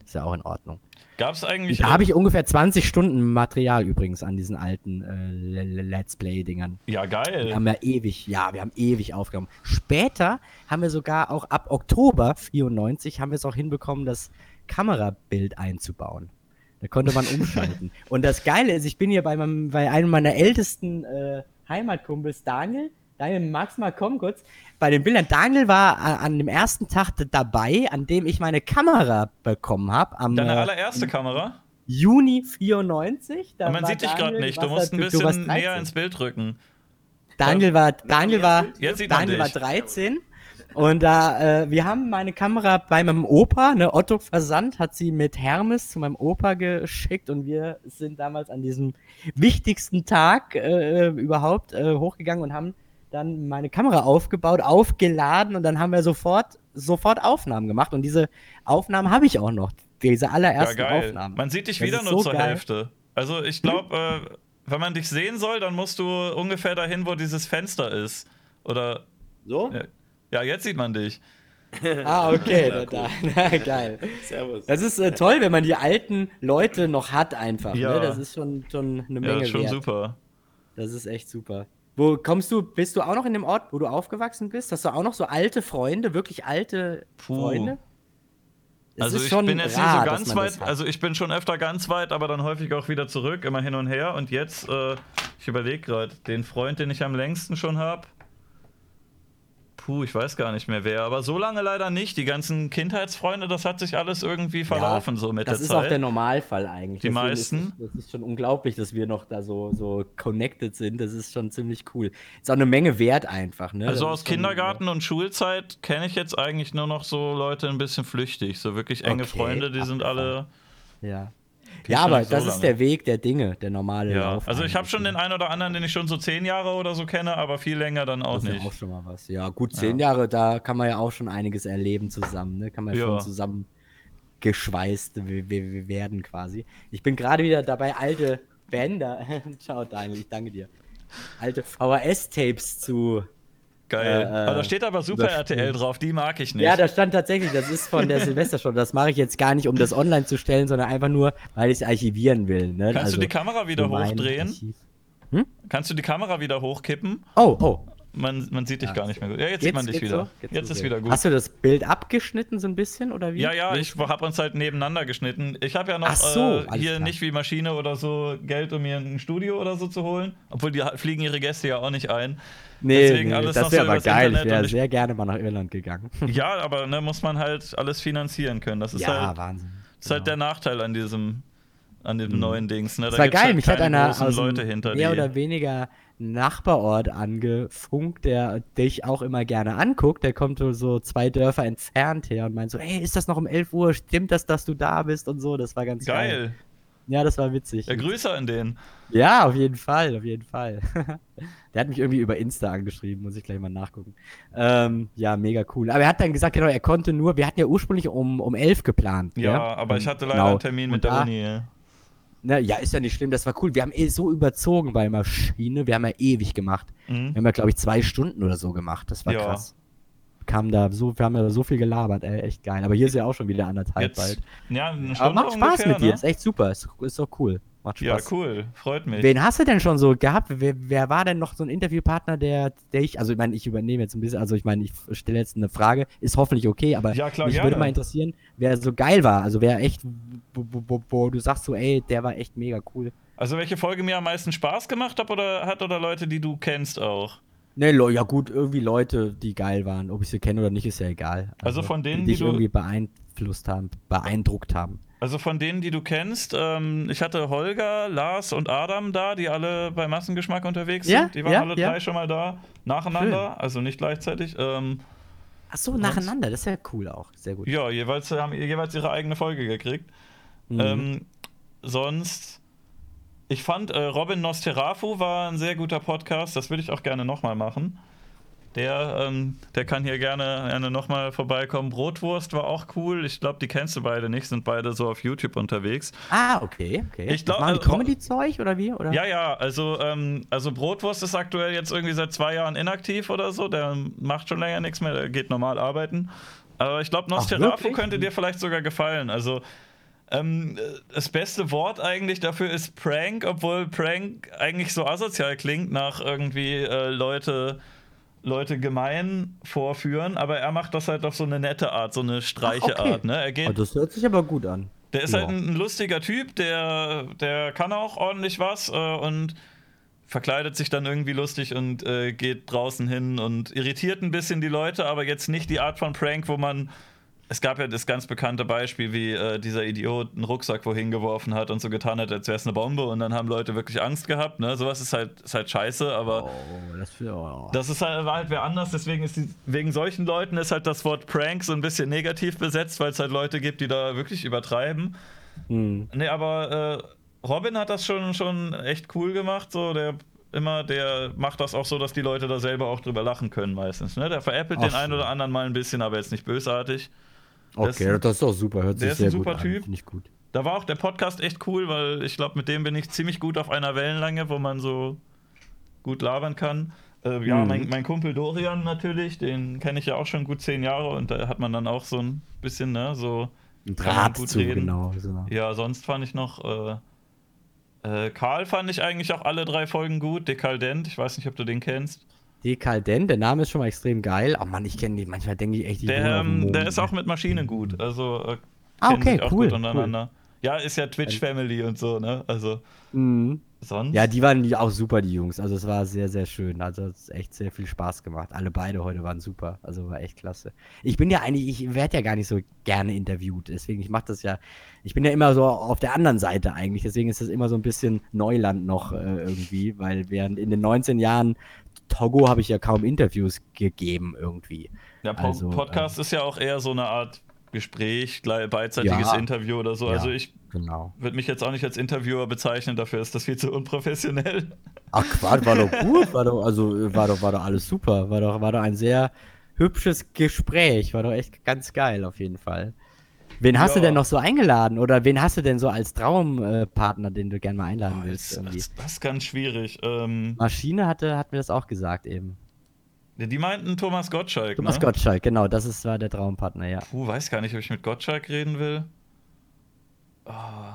Ist ja auch in Ordnung. Gab es eigentlich... Da habe ich ungefähr zwanzig Stunden Material übrigens an diesen alten äh, Let's Play-Dingern. Ja, geil. Wir haben ja ewig, ja, wir haben ewig aufgenommen. Später haben wir sogar auch ab Oktober vierundneunzig haben wir es auch hinbekommen, das Kamerabild einzubauen. Da konnte man umschalten. Und das Geile ist, ich bin hier bei, meinem, bei einem meiner ältesten äh, Heimatkumpels, Daniel. Daniel, magst du mal kommen kurz? Bei den Bildern, Daniel war an, an dem ersten Tag dabei, an dem ich meine Kamera bekommen habe. Deine äh, allererste Kamera? Juni vierundneunzig. Da Und man war sieht dich Daniel, gerade nicht, du was musst hat- ein du bisschen warst näher dreizehn. ins Bild rücken. Daniel war, Daniel war, Jetzt sieht man Daniel war dich. dreizehn und da, äh, wir haben meine Kamera bei meinem Opa, ne, Otto Versand, hat sie mit Hermes zu meinem Opa geschickt und wir sind damals an diesem wichtigsten Tag äh, überhaupt äh, hochgegangen und haben dann meine Kamera aufgebaut, aufgeladen und dann haben wir sofort, sofort Aufnahmen gemacht und diese Aufnahmen habe ich auch noch, diese Ja, allerersten geil. Aufnahmen. Man sieht dich Das wieder ist nur so zur geil. Hälfte. Also ich glaube, äh, wenn man dich sehen soll, dann musst du ungefähr dahin, wo dieses Fenster ist. Oder... So? Ja, ja, jetzt sieht man dich. Ah, okay, da, da, na, geil. Servus. Das ist äh, toll, wenn man die alten Leute noch hat einfach. Ja. Ne? Das ist schon, schon eine Ja, Menge ist schon wert. super. Das ist echt super. Wo kommst du, bist du auch noch in dem Ort, wo du aufgewachsen bist? Hast du auch noch so alte Freunde, wirklich alte Puh. Freunde? Es Also ist ich schon bin jetzt rar, nicht so dass ganz man das weit, hat. also ich bin schon öfter ganz weit, aber dann häufig auch wieder zurück, immer hin und her. Und jetzt, äh, ich überlege gerade, den Freund, den ich am längsten schon habe, puh, ich weiß gar nicht mehr wer, aber so lange leider nicht. Die ganzen Kindheitsfreunde, das hat sich alles irgendwie verlaufen so mit das der ist Zeit. auch der Normalfall eigentlich. Die Deswegen meisten. Ist es, das ist schon unglaublich, dass wir noch da so, so connected sind. Das ist schon ziemlich cool. Ist auch eine Menge wert einfach. Ne? Also Das aus ist schon, Kindergarten und Schulzeit kenne ich jetzt eigentlich nur noch so Leute ein bisschen flüchtig. So wirklich enge Okay, Freunde, die sind alle. Ja. Die Ja, schon aber nicht so das ist lange. der Weg der Dinge, der normale Ja, Lauf. also ich habe eigentlich, schon ne? den einen oder anderen, den ich schon so zehn Jahre oder so kenne, aber viel länger dann auch Das ist ja nicht. auch schon mal was. Ja, gut, zehn Jahre, da kann man ja auch schon einiges erleben zusammen, ne? Kann man Ja. schon zusammen geschweißt w- w- werden quasi. Ich bin gerade wieder dabei, alte Bänder, ciao Daniel, ich danke dir, alte V H S-Tapes zu... Geil. Äh, aber da steht aber Super R T L überspielen. drauf, die mag ich nicht. Ja, da stand tatsächlich, das ist von der Silvestershow. Das mache ich jetzt gar nicht, um das online zu stellen, sondern einfach nur, weil ich es archivieren will. Ne? Kannst also du die Kamera wieder für mein hochdrehen? Archiv. Kannst du die Kamera wieder hochkippen? Oh, oh. Man, man sieht dich Ja, gar nicht mehr gut. Ja, jetzt, sieht man dich geht's wieder. so? Geht's Jetzt so ist sehr. wieder gut. Hast du das Bild abgeschnitten so ein bisschen oder wie? Ja, ja, Wie? ich habe uns halt nebeneinander geschnitten. Ich habe ja noch Ach so, äh, alles hier klar. nicht wie Maschine oder so Geld, um mir ein Studio oder so zu holen. Obwohl die ha- fliegen ihre Gäste ja auch nicht ein. Nee, Deswegen nee alles das noch wäre so aber übers geil. Internet Ich wäre und ich- sehr gerne mal nach Irland gegangen. Ja, aber ne, muss man halt alles finanzieren können. Das ist ja, halt, Wahnsinn. das ist halt der Nachteil an diesem, an dem neuen Dings. Ne? Das Da war gibt's geil, halt mich hat keine einer großen aus Leute einem hinter mehr die. oder weniger Nachbarort angefunkt, der dich auch immer gerne anguckt. Der kommt so- so zwei Dörfer entfernt her und meint so, hey, ist das noch um elf Uhr? Stimmt das, dass du da bist? Und so, das war ganz geil. Geil. Ja, das war witzig. Ja, Grüße an den. Ja, auf jeden Fall, auf jeden Fall. Der hat mich irgendwie über Insta angeschrieben, muss ich gleich mal nachgucken. Ähm, ja, mega cool. Aber er hat dann gesagt, genau, er konnte nur, wir hatten ja ursprünglich um, um elf geplant. Ja, gell? aber ich Und hatte leider genau. einen Termin Und mit der da- Uni. Ja. Na, ja, ist ja nicht schlimm, das war cool. Wir haben eh so überzogen bei Maschine, wir haben ja ewig gemacht. Mhm. Wir haben ja, glaube ich, zwei Stunden oder so gemacht, das war Ja. krass. Kam da so, wir haben ja so viel gelabert, ey, echt geil. Aber hier ist ja auch schon wieder anderthalb Jetzt, bald. ja, eine Stunde Aber macht Spaß ungefähr, mit dir, ne? ist echt super, ist, ist doch cool. Macht Ja, Spaß. cool. Freut mich. Wen hast du denn schon so gehabt? Wer, wer war denn noch so ein Interviewpartner, der, der ich, also ich meine, ich übernehme jetzt ein bisschen, also ich meine, ich stelle jetzt eine Frage, ist hoffentlich okay, aber Ja, klar, mich gerne. würde mal interessieren, wer so geil war, also wer echt, wo, wo, wo, wo du sagst so, ey, der war echt mega cool. Also welche Folge mir am meisten Spaß gemacht hat oder hat oder Leute, die du kennst auch? Ne, Lo- ja gut, irgendwie Leute, die geil waren, ob ich sie kenne oder nicht, ist ja egal. Also von denen, die die dich du- irgendwie beeinflusst haben, beeindruckt haben. Also von denen, die du kennst, ähm, ich hatte Holger, Lars und Adam da, die alle bei Massengeschmack unterwegs Ja, sind. Die waren ja, alle ja. drei schon mal da, nacheinander, also nicht gleichzeitig. Ähm, Ach so, nacheinander, das ist ja cool auch, sehr gut. ja, jeweils haben jeweils ihre eigene Folge gekriegt. Mhm. Ähm, sonst, ich fand, äh, Robin Nosterafu war ein sehr guter Podcast, das würde ich auch gerne nochmal machen. Der, ähm, der kann hier gerne, gerne nochmal vorbeikommen. Brotwurst war auch cool. Ich glaube, die kennst du beide nicht, sind beide so auf YouTube unterwegs. Ah, okay, okay. Ich glaub, machen die also- Comedy-Zeug oder wie? Oder? Ja, ja, also, ähm, also Brotwurst ist aktuell jetzt irgendwie seit zwei Jahren inaktiv oder so. Der macht schon länger nichts mehr, der geht normal arbeiten. Aber ich glaube, Nosferatu wirklich? könnte dir vielleicht sogar gefallen. Also, Ähm, das beste Wort eigentlich dafür ist Prank, obwohl Prank eigentlich so asozial klingt, nach irgendwie äh, Leute, Leute gemein vorführen, aber er macht das halt auf so eine nette Art, so eine Streiche-Art. Okay. Ne? Er geht, Oh, das hört sich aber gut an. der ist Ja. halt ein, ein lustiger Typ, der, der kann auch ordentlich was äh, und verkleidet sich dann irgendwie lustig und äh, geht draußen hin und irritiert ein bisschen die Leute, aber jetzt nicht die Art von Prank, wo man. Es gab ja das ganz bekannte Beispiel, wie äh, dieser Idiot einen Rucksack wohin geworfen hat und so getan hat, als wäre es eine Bombe und dann haben Leute wirklich Angst gehabt. Ne? Sowas ist halt, ist halt scheiße, aber Oh, das, für, oh. das ist halt, war halt wer anders. Deswegen ist die, wegen solchen Leuten ist halt das Wort Prank so ein bisschen negativ besetzt, weil es halt Leute gibt, die da wirklich übertreiben. Hm. Nee, aber äh, Robin hat das schon, schon echt cool gemacht. So, der immer, der macht das auch so, dass die Leute da selber auch drüber lachen können meistens. Ne? Der veräppelt Ach den so. einen oder anderen mal ein bisschen, aber jetzt nicht bösartig. Okay, Das- das ist doch super. Hört der sich ist sehr ein gut super an. Typ. Finde ich gut. Da war auch der Podcast echt cool, weil ich glaube, mit dem bin ich ziemlich gut auf einer Wellenlänge, wo man so gut labern kann. Äh, ja, Mhm. mein, mein Kumpel Dorian natürlich, den kenne ich ja auch schon gut zehn Jahre und da hat man dann auch so ein bisschen, ne, so. Ein kann man Draht gut zu, reden. genau. So. Ja, sonst fand ich noch. Äh, äh, Karl fand ich eigentlich auch alle drei Folgen gut. Dekadent, ich weiß nicht, ob du den kennst. Dekadent, der Name ist schon mal extrem geil. Oh Mann, ich kenne die. Manchmal denke ich echt, die wohnen Der, auf dem ähm, Mond, der ist ne? auch mit Maschinen gut. Also äh, Ah, kennen okay, sich auch cool, gut untereinander. Ja, ist ja Twitch-Family und so, ne? Also Mhm. sonst. Ja, die waren die auch super, die Jungs. Also es war sehr, sehr schön. Also es hat echt sehr viel Spaß gemacht. Alle beide heute waren super. Also war echt klasse. Ich bin ja eigentlich, ich werde ja gar nicht so gerne interviewt. Deswegen, ich mache das ja, ich bin ja immer so auf der anderen Seite eigentlich. Deswegen ist das immer so ein bisschen Neuland noch äh, irgendwie, weil während in den neunzehn Jahren Togo habe ich ja kaum Interviews gegeben irgendwie. Ja, po Also, Podcast ist ja auch eher so eine Art Gespräch, gleich- beidseitiges Ja. Interview oder so. Ja. Also ich Genau. würde mich jetzt auch nicht als Interviewer bezeichnen, dafür ist das viel zu unprofessionell. Ach Quatsch, war doch gut, war doch, also war doch, war doch alles super. War doch, war doch ein sehr hübsches Gespräch. War doch echt ganz geil auf jeden Fall. Wen hast Ja. du denn noch so eingeladen? Oder wen hast du denn so als Traumpartner, den du gerne mal einladen Oh, willst? das, Irgendwie? das, das ist ganz schwierig. Ähm, Maschine hatte, hat mir das auch gesagt eben. die meinten Thomas Gottschalk, Thomas ne? Gottschalk, genau, das ist, war der Traumpartner, ja. Puh, weiß gar nicht, ob ich mit Gottschalk reden will. Oh.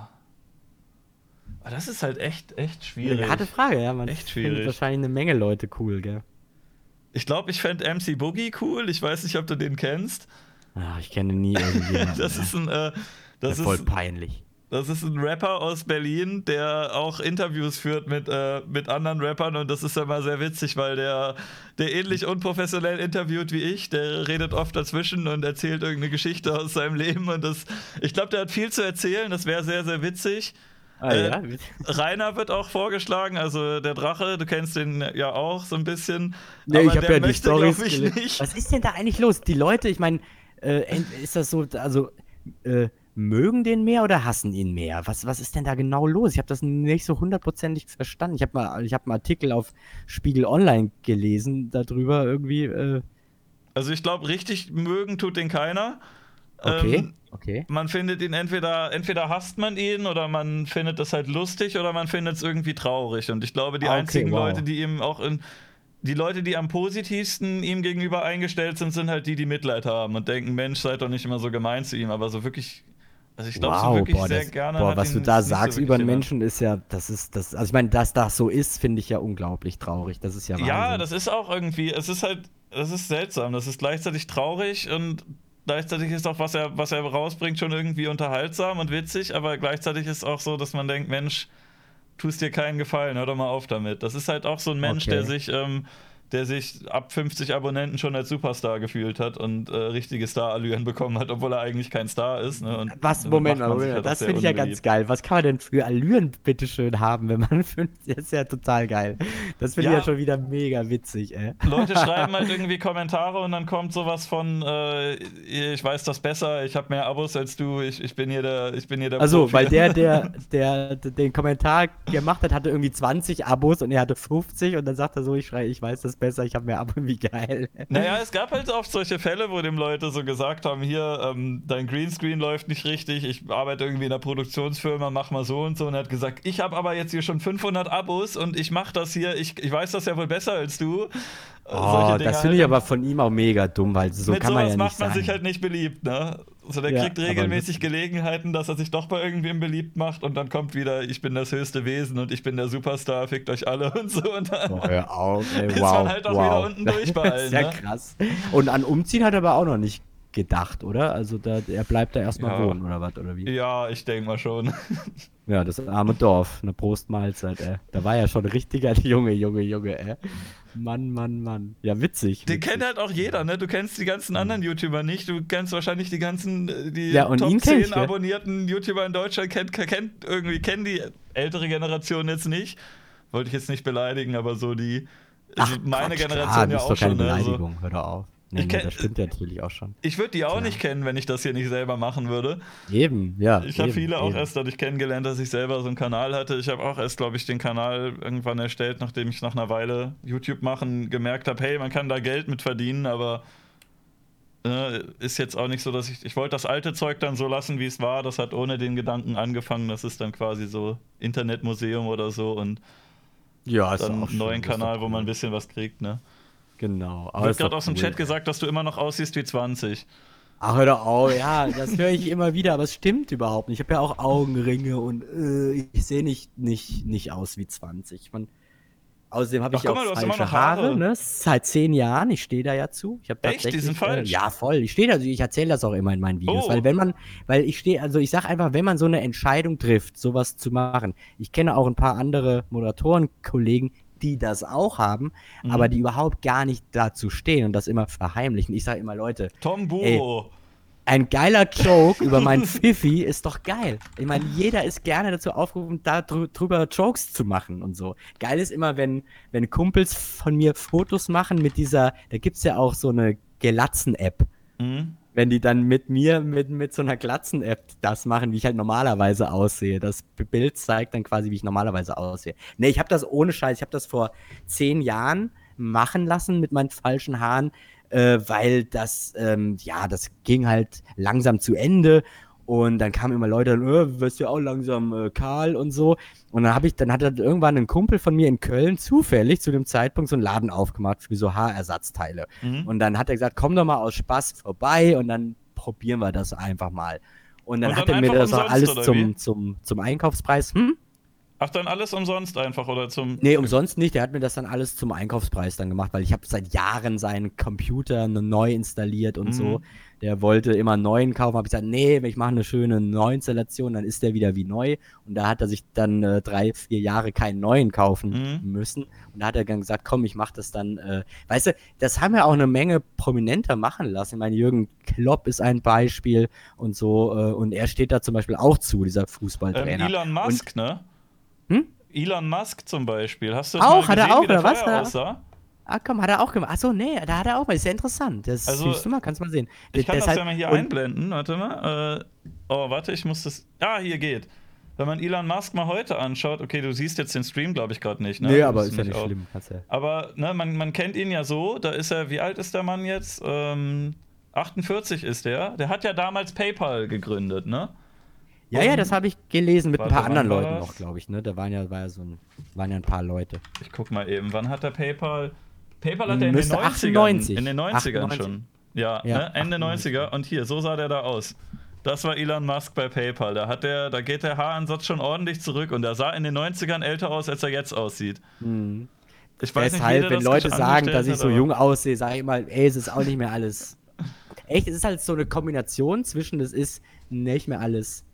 Aber das ist halt echt, echt schwierig. Harte Frage, ja. Man Echt findet schwierig. wahrscheinlich eine Menge Leute cool, gell? Ich glaube, ich fände M C Boogie cool. Ich weiß nicht, ob du den kennst. Ach, ich kenne nie irgendjemanden. Das ne? ist ein, äh, das ja, voll ist, peinlich. das ist ein Rapper aus Berlin, der auch Interviews führt mit, äh, mit anderen Rappern und das ist ja mal sehr witzig, weil der, der ähnlich unprofessionell interviewt wie ich, der redet oft dazwischen und erzählt irgendeine Geschichte aus seinem Leben und das, ich glaube, der hat viel zu erzählen, das wäre sehr, sehr witzig. Ah, Äh, ja? Rainer wird auch vorgeschlagen, also der Drache, du kennst den ja auch so ein bisschen. Nee, aber ich habe der ja die möchte, Storys glaub ich, gele- nicht. Was ist denn da eigentlich los? Die Leute, ich meine, äh, ent- ist das so, also äh, mögen den mehr oder hassen ihn mehr? Was, was ist denn da genau los? Ich habe das nicht so hundertprozentig verstanden. Ich habe mal, ich habe einen Artikel auf Spiegel Online gelesen darüber irgendwie. Äh, Also ich glaube, richtig mögen tut den keiner. okay, Ähm, okay. Man findet ihn entweder, entweder hasst man ihn oder man findet das halt lustig oder man findet es irgendwie traurig. Und ich glaube, die Ah, okay, einzigen wow. Leute, die ihm auch in. Die Leute, die am positivsten ihm gegenüber eingestellt sind, sind halt die, die Mitleid haben und denken, Mensch, seid doch nicht immer so gemein zu ihm. Aber so wirklich. Also ich glaube, so Wow, wirklich boah, sehr das, gerne. boah hat was ihn du da nicht so sagst wirklich über einen jemand. Menschen ist ja, das ist, das, also ich meine, dass das so ist, finde ich ja unglaublich traurig. Das ist ja Wahnsinn. Ja, das ist auch irgendwie, es ist halt, das ist seltsam. Das ist gleichzeitig traurig und gleichzeitig ist auch, was er, was er rausbringt, schon irgendwie unterhaltsam und witzig, aber gleichzeitig ist auch so, dass man denkt, Mensch, tust dir keinen Gefallen, hör doch mal auf damit. Das ist halt auch so ein Mensch, Okay. der sich, ähm, der sich ab fünfzig Abonnenten schon als Superstar gefühlt hat und äh, richtige Star-Allüren bekommen hat, obwohl er eigentlich kein Star ist. Ne? Und Was, damit Moment macht mal, man sich Moment, halt auch das sehr finde ich ja ganz unbeliebt. geil. Was kann man denn für Allüren bitteschön haben, wenn man fünf, das ist ja total geil. Das finde ich Ja. ja schon wieder mega witzig, ey. Leute schreiben halt irgendwie Kommentare und dann kommt sowas von, äh, ich weiß das besser, ich habe mehr Abos als du, ich, ich bin hier der, ich bin hier der Also, Profi. weil der, der, der, der den Kommentar gemacht hat, hatte irgendwie zwanzig Abos und er hatte fünfzig und dann sagt er so, ich schreie, ich weiß das besser, ich habe mehr Abos, wie geil. Naja, es gab halt oft solche Fälle, wo dem Leute so gesagt haben, hier, ähm, dein Greenscreen läuft nicht richtig, ich arbeite irgendwie in einer Produktionsfirma, mach mal so und so. Und er hat gesagt, ich habe aber jetzt hier schon fünfhundert Abos und ich mach das hier, ich, ich weiß das ja wohl besser als du. Äh, Oh, Dinge das finde ich halt. aber von ihm auch mega dumm, weil so Mit kann man sowas ja macht nicht man sein. sich halt nicht beliebt, ne? So, der Ja, kriegt aber regelmäßig lustig. Gelegenheiten, dass er sich doch bei irgendwem beliebt macht und dann kommt wieder, ich bin das höchste Wesen und ich bin der Superstar, fickt euch alle und so. Und dann Oh, hör auf, ey, ist wow, man halt auch wieder wow. unten durch bei Das allen, ist ja ne? krass. Und an Umziehen hat er aber auch noch nicht gedacht, oder? Also da, er bleibt da erstmal Ja. wohnen, oder was, oder wie? Ja, ich denke mal schon. Ja, das arme Dorf, eine Prostmahlzeit, ey. Da war ja schon ein richtiger Junge, Junge, Junge, ey. Mann, Mann, Mann. Ja, witzig. Den witzig. kennt halt auch jeder, ne? Du kennst die ganzen anderen YouTuber nicht. Du kennst wahrscheinlich die ganzen, äh, die Ja, und ihn Top kenn zehn ich, gell? abonnierten YouTuber in Deutschland kennt, kennt irgendwie, kennen die ältere Generation jetzt nicht. Wollte ich jetzt nicht beleidigen, aber so die, also meine Quatsch, Generation klar, ja das ist auch doch keine schon, ne? Also, Beleidigung, hör doch auf. Nee, Ich nee, kenn- das stimmt ja natürlich auch schon. ich würde die auch Klar. nicht kennen, wenn ich das hier nicht selber machen würde. Eben, ja. Ich habe eben, viele auch eben. erst dadurch kennengelernt, dass ich selber so einen Kanal hatte. Ich habe auch erst, glaube ich, den Kanal irgendwann erstellt, nachdem ich nach einer Weile YouTube machen gemerkt habe, hey, man kann da Geld mit verdienen, aber äh, ist jetzt auch nicht so, dass ich. Ich wollte das alte Zeug dann so lassen, wie es war. Das hat ohne den Gedanken angefangen. Das ist dann quasi so Internetmuseum oder so und Ja, ist dann auch einen schön, neuen ist doch Kanal, wo cool. man ein bisschen was kriegt, ne? Genau. aber Wird ist doch gerade aus dem cool, Chat ey. gesagt, dass du immer noch aussiehst wie zwanzig. Ach, hör doch auf, ja, das höre ich immer wieder, aber es stimmt überhaupt nicht. Ich habe ja auch Augenringe und äh, ich sehe nicht, nicht, nicht aus wie zwanzig. Man, außerdem habe Ach, ich guck auch mal, du hast immer falsche noch Haare. Haare, ne? Seit zehn Jahren, ich stehe da ja zu. Ich habe Echt? Die tatsächlich, sind falsch? Äh, ja, voll. Ich stehe da, ich erzähle das auch immer in meinen Videos, Oh. weil wenn man, weil ich stehe, also ich sag einfach, wenn man so eine Entscheidung trifft, sowas zu machen. Ich kenne auch ein paar andere Moderatorenkollegen, die das auch haben, Mhm. aber die überhaupt gar nicht dazu stehen und das immer verheimlichen. Ich sage immer, Leute, Tom Buro. ein geiler Joke über meinen Pfiffi ist doch geil. Ich meine, jeder ist gerne dazu aufgerufen, da drü- drüber Jokes zu machen und so. Geil ist immer, wenn, wenn Kumpels von mir Fotos machen mit dieser, da gibt's ja auch so eine Glatzen-App. Mhm. Wenn die dann mit mir, mit, mit so einer Glatzen-App das machen, wie ich halt normalerweise aussehe. Das B- Bild zeigt dann quasi, wie ich normalerweise aussehe. Ne, ich habe das ohne Scheiß, ich habe das vor zehn Jahren machen lassen mit meinen falschen Haaren, äh, weil das, ähm, ja, das ging halt langsam zu Ende und dann kamen immer Leute, äh, wirst du auch langsam äh, kahl und so. Und dann habe ich, dann hat dann irgendwann ein Kumpel von mir in Köln zufällig zu dem Zeitpunkt so einen Laden aufgemacht für so Haarersatzteile. Mhm. Und dann hat er gesagt, komm doch mal aus Spaß vorbei und dann probieren wir das einfach mal. Und dann Und hat dann er mir einfach das auch umsonst, alles oder wie? zum, zum, zum Einkaufspreis, hm? Ach, dann alles umsonst einfach oder zum. Nee, umsonst nicht. Der hat mir das dann alles zum Einkaufspreis dann gemacht, weil ich habe seit Jahren seinen Computer neu installiert und Mhm. so. Der wollte immer einen neuen kaufen. Habe ich gesagt, nee, ich mache eine schöne Neuinstallation, dann ist der wieder wie neu. Und da hat er sich dann äh, drei, vier Jahre keinen neuen kaufen Mhm. müssen. Und da hat er dann gesagt, komm, ich mache das dann. Äh, weißt du, das haben ja auch eine Menge Prominenter machen lassen. Ich meine, Jürgen Klopp ist ein Beispiel und so. Äh, und er steht da zum Beispiel auch zu, dieser Ähm, Fußballtrainer. Elon Musk, ne? Hm? Elon Musk zum Beispiel. Hast du das Auch? mal Hat er gesehen, auch, wie der oder was? vorher Hat er- aussah? Ah, komm, hat er auch gemacht. Achso, nee, da hat er auch mal. Ist ja interessant. Das Also, siehst du mal, kannst du mal sehen. Ich kann Deshalb- das ja mal hier und- einblenden. Warte mal. Äh, oh, warte, ich muss das. Ah, hier geht. Wenn man Elon Musk mal heute anschaut, okay, du siehst jetzt den Stream, glaube ich, gerade nicht. Ne? Nee, Du aber bist ist ja nicht auf. schlimm. Kannst ja. Aber ne, man, man kennt ihn ja so. Da ist er, wie alt ist der Mann jetzt? Ähm, achtundvierzig ist der. Der hat ja damals PayPal gegründet, ne? Ja, ja, das habe ich gelesen mit Warte, ein paar anderen wann war Leuten das? noch, glaube ich. Ne? Da waren ja, war ja so ein, waren ja ein paar Leute. Ich guck mal eben, wann hat er PayPal? PayPal hat er in den Müsste neunzigern. achtundneunzig. In den neunzigern achtundneunzig. schon. Ja, Ja, ne? Ende achtundneunzig. neunziger. Und hier, so sah der da aus. Das war Elon Musk bei PayPal. Da, hat der, da geht der Haaransatz schon ordentlich zurück und er sah in den neunzigern älter aus, als er jetzt aussieht. Mhm. Ich weiß Deshalb, nicht, wie der wenn das Leute gesch- sagen, dass angestellt ich hat, so aber- jung aussehe, sage ich immer, ey, es ist auch nicht mehr alles. Echt, es ist halt so eine Kombination zwischen, es ist nicht mehr alles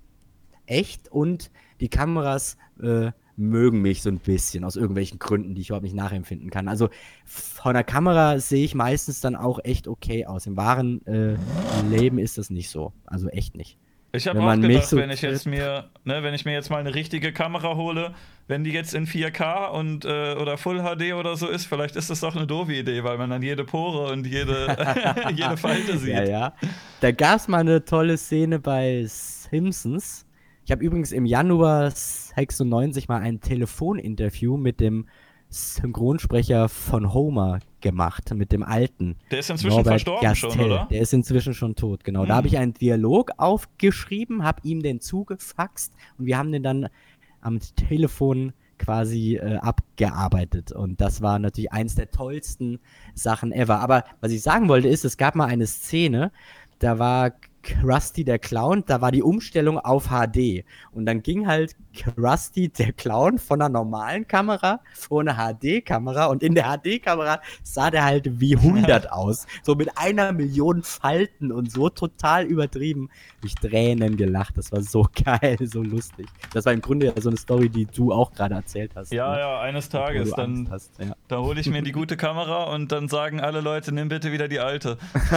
echt und die Kameras äh, mögen mich so ein bisschen aus irgendwelchen Gründen, die ich überhaupt nicht nachempfinden kann. Also von der Kamera sehe ich meistens dann auch echt okay aus. Im wahren äh, Leben ist das nicht so. Also echt nicht. Ich habe Wenn auch man mich gedacht, so wenn ich jetzt trifft- mir, ne, wenn ich mir jetzt mal eine richtige Kamera hole, wenn die jetzt in vier K und äh, oder Full H D oder so ist, vielleicht ist das doch eine doofe Idee, weil man dann jede Pore und jede, jede Falte sieht. Ja, ja. Da gab es mal eine tolle Szene bei Simpsons. Ich habe übrigens im Januar sechsundneunzig mal ein Telefoninterview mit dem Synchronsprecher von Homer gemacht, mit dem alten. Der ist inzwischen Norbert verstorben schon, Gastel. oder? Der ist inzwischen schon tot, genau. Hm. Da habe ich einen Dialog aufgeschrieben, habe ihm den zugefaxt und wir haben den dann am Telefon quasi äh, abgearbeitet. Und das war natürlich eins der tollsten Sachen ever. Aber was ich sagen wollte ist, es gab mal eine Szene, da war Krusty der Clown, da war die Umstellung auf H D. Und dann ging halt Krusty der Clown von einer normalen Kamera vor eine H D-Kamera und in der H D-Kamera sah der halt wie hundert aus. So mit einer Million Falten und so total übertrieben. Hab ich Tränen gelacht, das war so geil, so lustig. Das war im Grunde ja so eine Story, die du auch gerade erzählt hast. Ja, ne? ja, eines Tages, dann hast, ja. da hole ich mir die gute Kamera und dann sagen alle Leute, nimm bitte wieder die alte.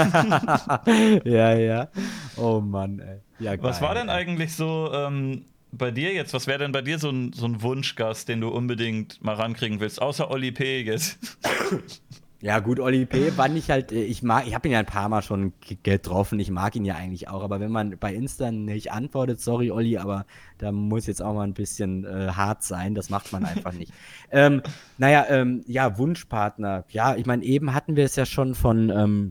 Ja, ja. Oh Mann, ey. Ja, Was geil, war denn ey. eigentlich so ähm, bei dir jetzt? Was wäre denn bei dir so ein, so ein Wunschgast, den du unbedingt mal rankriegen willst? Außer Oli P. jetzt. Ja gut, Oli P. fand ich halt, äh, ich mag, ich habe ihn ja ein paar Mal schon g- getroffen, ich mag ihn ja eigentlich auch, aber wenn man bei Insta nicht antwortet, sorry Olli, aber da muss jetzt auch mal ein bisschen äh, hart sein, das macht man einfach nicht. Ähm, naja, ähm, ja, Wunschpartner, ja, ich meine, eben hatten wir es ja schon von ähm,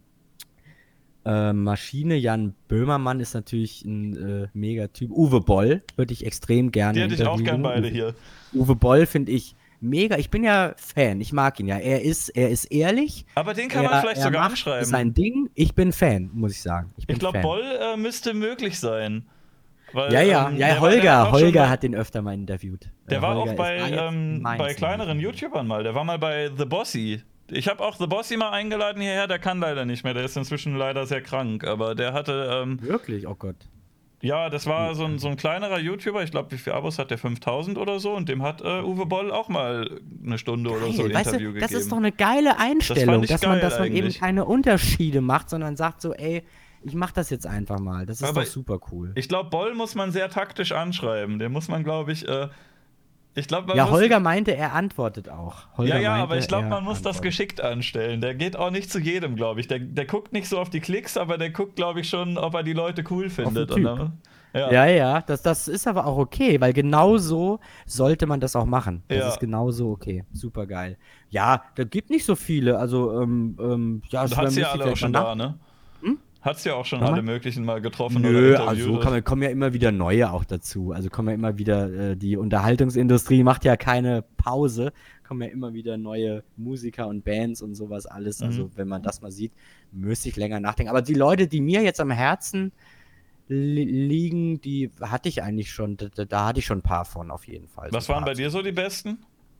äh, Maschine, Jan Böhmermann ist natürlich ein äh, Mega-Typ. Uwe Boll würde ich extrem gerne Die hätte ich auch gern interviewen. beide Uwe, hier. Uwe Boll finde ich mega, ich bin ja Fan, ich mag ihn ja, er ist, er ist ehrlich. Aber den kann Er, man vielleicht er sogar macht anschreiben. sein Ding. Ich bin Fan, muss ich sagen. Ich, bin Ich glaube, Fan. Boll äh, müsste möglich sein. Weil, Ja, ja, ähm, ja, der war- Holger, der war auch schon Holger bei- hat den öfter mal interviewt. Der Äh, war Holger auch ist- bei, war jetzt in ähm, Mainz bei im kleineren Interview. YouTubern mal. Der war mal bei The Bossy. Ich habe auch The Bossy mal eingeladen hierher, der kann leider nicht mehr. Der ist inzwischen leider sehr krank. Aber der hatte, ähm, Wirklich? Oh Gott. ja, das war so ein, so ein kleinerer YouTuber. Ich glaube, wie viele Abos hat der? fünftausend oder so. Und dem hat äh, Uwe Boll auch mal eine Stunde oder so ein Geil, weißt Interview du, gegeben. das ist doch eine geile Einstellung, ich dass man, geil dass man eben eigentlich. keine Unterschiede macht, sondern sagt so, ey, ich mach das jetzt einfach mal. Das ist Aber doch super cool. Ich glaube, Boll muss man sehr taktisch anschreiben. Den muss man, glaube ich, äh, ich glaube, Ja, muss, Holger meinte, er antwortet auch. Holger Ja, ja, meinte, aber ich glaube, er man muss das antwortet. geschickt anstellen. Der geht auch nicht zu jedem, glaube ich. Der, der guckt nicht so auf die Klicks, aber der guckt, glaube ich, schon, ob er die Leute cool findet. Typ. Und dann, ja. Ja, ja, das, das ist aber auch okay, weil genau so sollte man das auch machen. Das Ja. ist genauso okay. Super geil. Ja, da gibt nicht so viele. Also, ähm, ähm, ja, Du da hast müsste ja ich alle auch vielleicht schon mal da, ne? Hm? Hat's ja auch schon Nochmal? alle möglichen mal getroffen Nö, oder interviewt. also kann man, kommen ja immer wieder neue auch dazu. Also kommen ja immer wieder, äh, die Unterhaltungsindustrie macht ja keine Pause, kommen ja immer wieder neue Musiker und Bands und sowas alles. Mhm. Also wenn man das mal sieht, müsste ich länger nachdenken. Aber die Leute, die mir jetzt am Herzen li liegen, die hatte ich eigentlich schon, da, da hatte ich schon ein paar von auf jeden Fall. Was So ein waren bei paar. dir so die besten?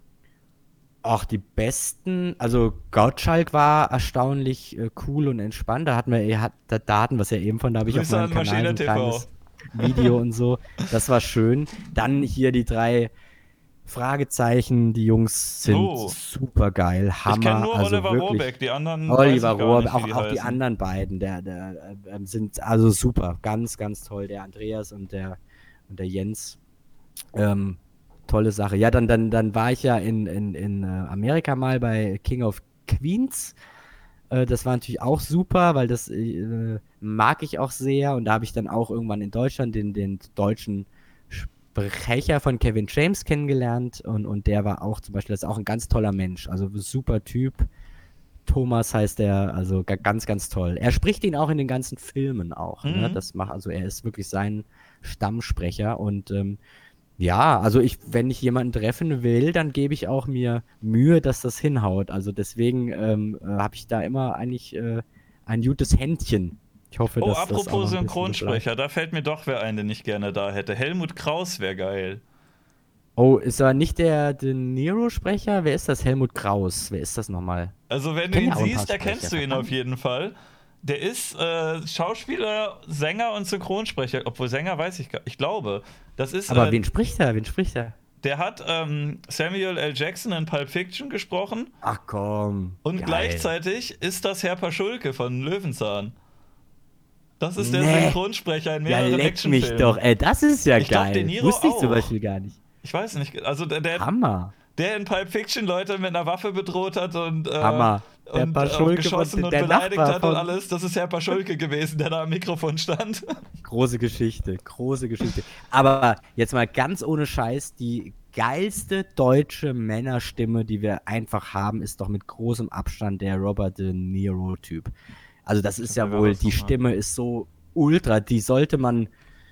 Auch die besten, also Gottschalk war erstaunlich äh, cool und entspannt. Da hatten wir, er hat, da, da hatten wir es ja eben von, da habe ich Grüße auf meinem an Kanal so ein Maschine T V. kleines Video und so. Das war schön. Dann hier die drei Fragezeichen, die Jungs sind Oh. super geil, Hammer. Ich kenne nur also Oliver wirklich, Rohrbeck, die anderen weiß Oliver ich gar Rohr, nicht, wie auch, die auch die heißen. anderen beiden, der, der äh, ähm, sind also super, ganz, ganz toll. Der Andreas und der und der Jens. Ähm, tolle Sache. Ja, dann, dann, dann war ich ja in, in, in äh, Amerika mal bei King of Queens. Äh, das war natürlich auch super, weil das äh, mag ich auch sehr. Und da habe ich dann auch irgendwann in Deutschland den, den deutschen Sprecher von Kevin James kennengelernt. Und, und der war auch zum Beispiel, das ist auch ein ganz toller Mensch. Also super Typ. Thomas heißt er, also ga- ganz, ganz toll. Er spricht ihn auch in den ganzen Filmen auch. Ne? Mhm. Das macht, also er ist wirklich sein Stammsprecher und ähm, ja, also ich, wenn ich jemanden treffen will, dann gebe ich auch mir Mühe, dass das hinhaut. Also deswegen ähm, äh, habe ich da immer eigentlich äh, ein gutes Händchen. Ich hoffe, Oh, dass das auch noch apropos ein bisschen so Synchronsprecher, bleibt. da fällt mir doch wer ein, den ich gerne da hätte. Helmut Kraus wäre geil. Oh, ist aber nicht der De Niro-Sprecher? Wer ist das? Helmut Kraus. Wer ist das nochmal? Also wenn Ich du kenn ihn ja auch ein paar siehst, erkennst Sprecher, du ihn verdammt. auf jeden Fall. Der ist äh, Schauspieler, Sänger und Synchronsprecher. Obwohl Sänger weiß ich gar nicht. Ich glaube, das ist. Aber äh, wen spricht er? Wen spricht er? Der hat ähm, Samuel L. Jackson in Pulp Fiction gesprochen Ach komm. und geil. gleichzeitig ist das Herr Paschulke von Löwenzahn. Das ist der Nee. Synchronsprecher in Ja, mehreren leck mich Actionfilmen. doch, ey, das ist ja Ich glaub, geil. De Niro Wusste ich zum auch. Beispiel gar nicht. Ich weiß nicht, also der, der, Hammer. der in Pulp Fiction Leute mit einer Waffe bedroht hat und, äh, Hammer. Der und äh, Paschulke geschossen von- und der beleidigt Nachbar hat und von- alles, das ist Herr Paschulke gewesen, der da am Mikrofon stand. Große Geschichte, große Geschichte. Aber jetzt mal ganz ohne Scheiß, die geilste deutsche Männerstimme, die wir einfach haben, ist doch mit großem Abstand der Robert De Niro-Typ. Also das ist ja wer war wohl, das die nochmal? Stimme ist so ultra, die sollte man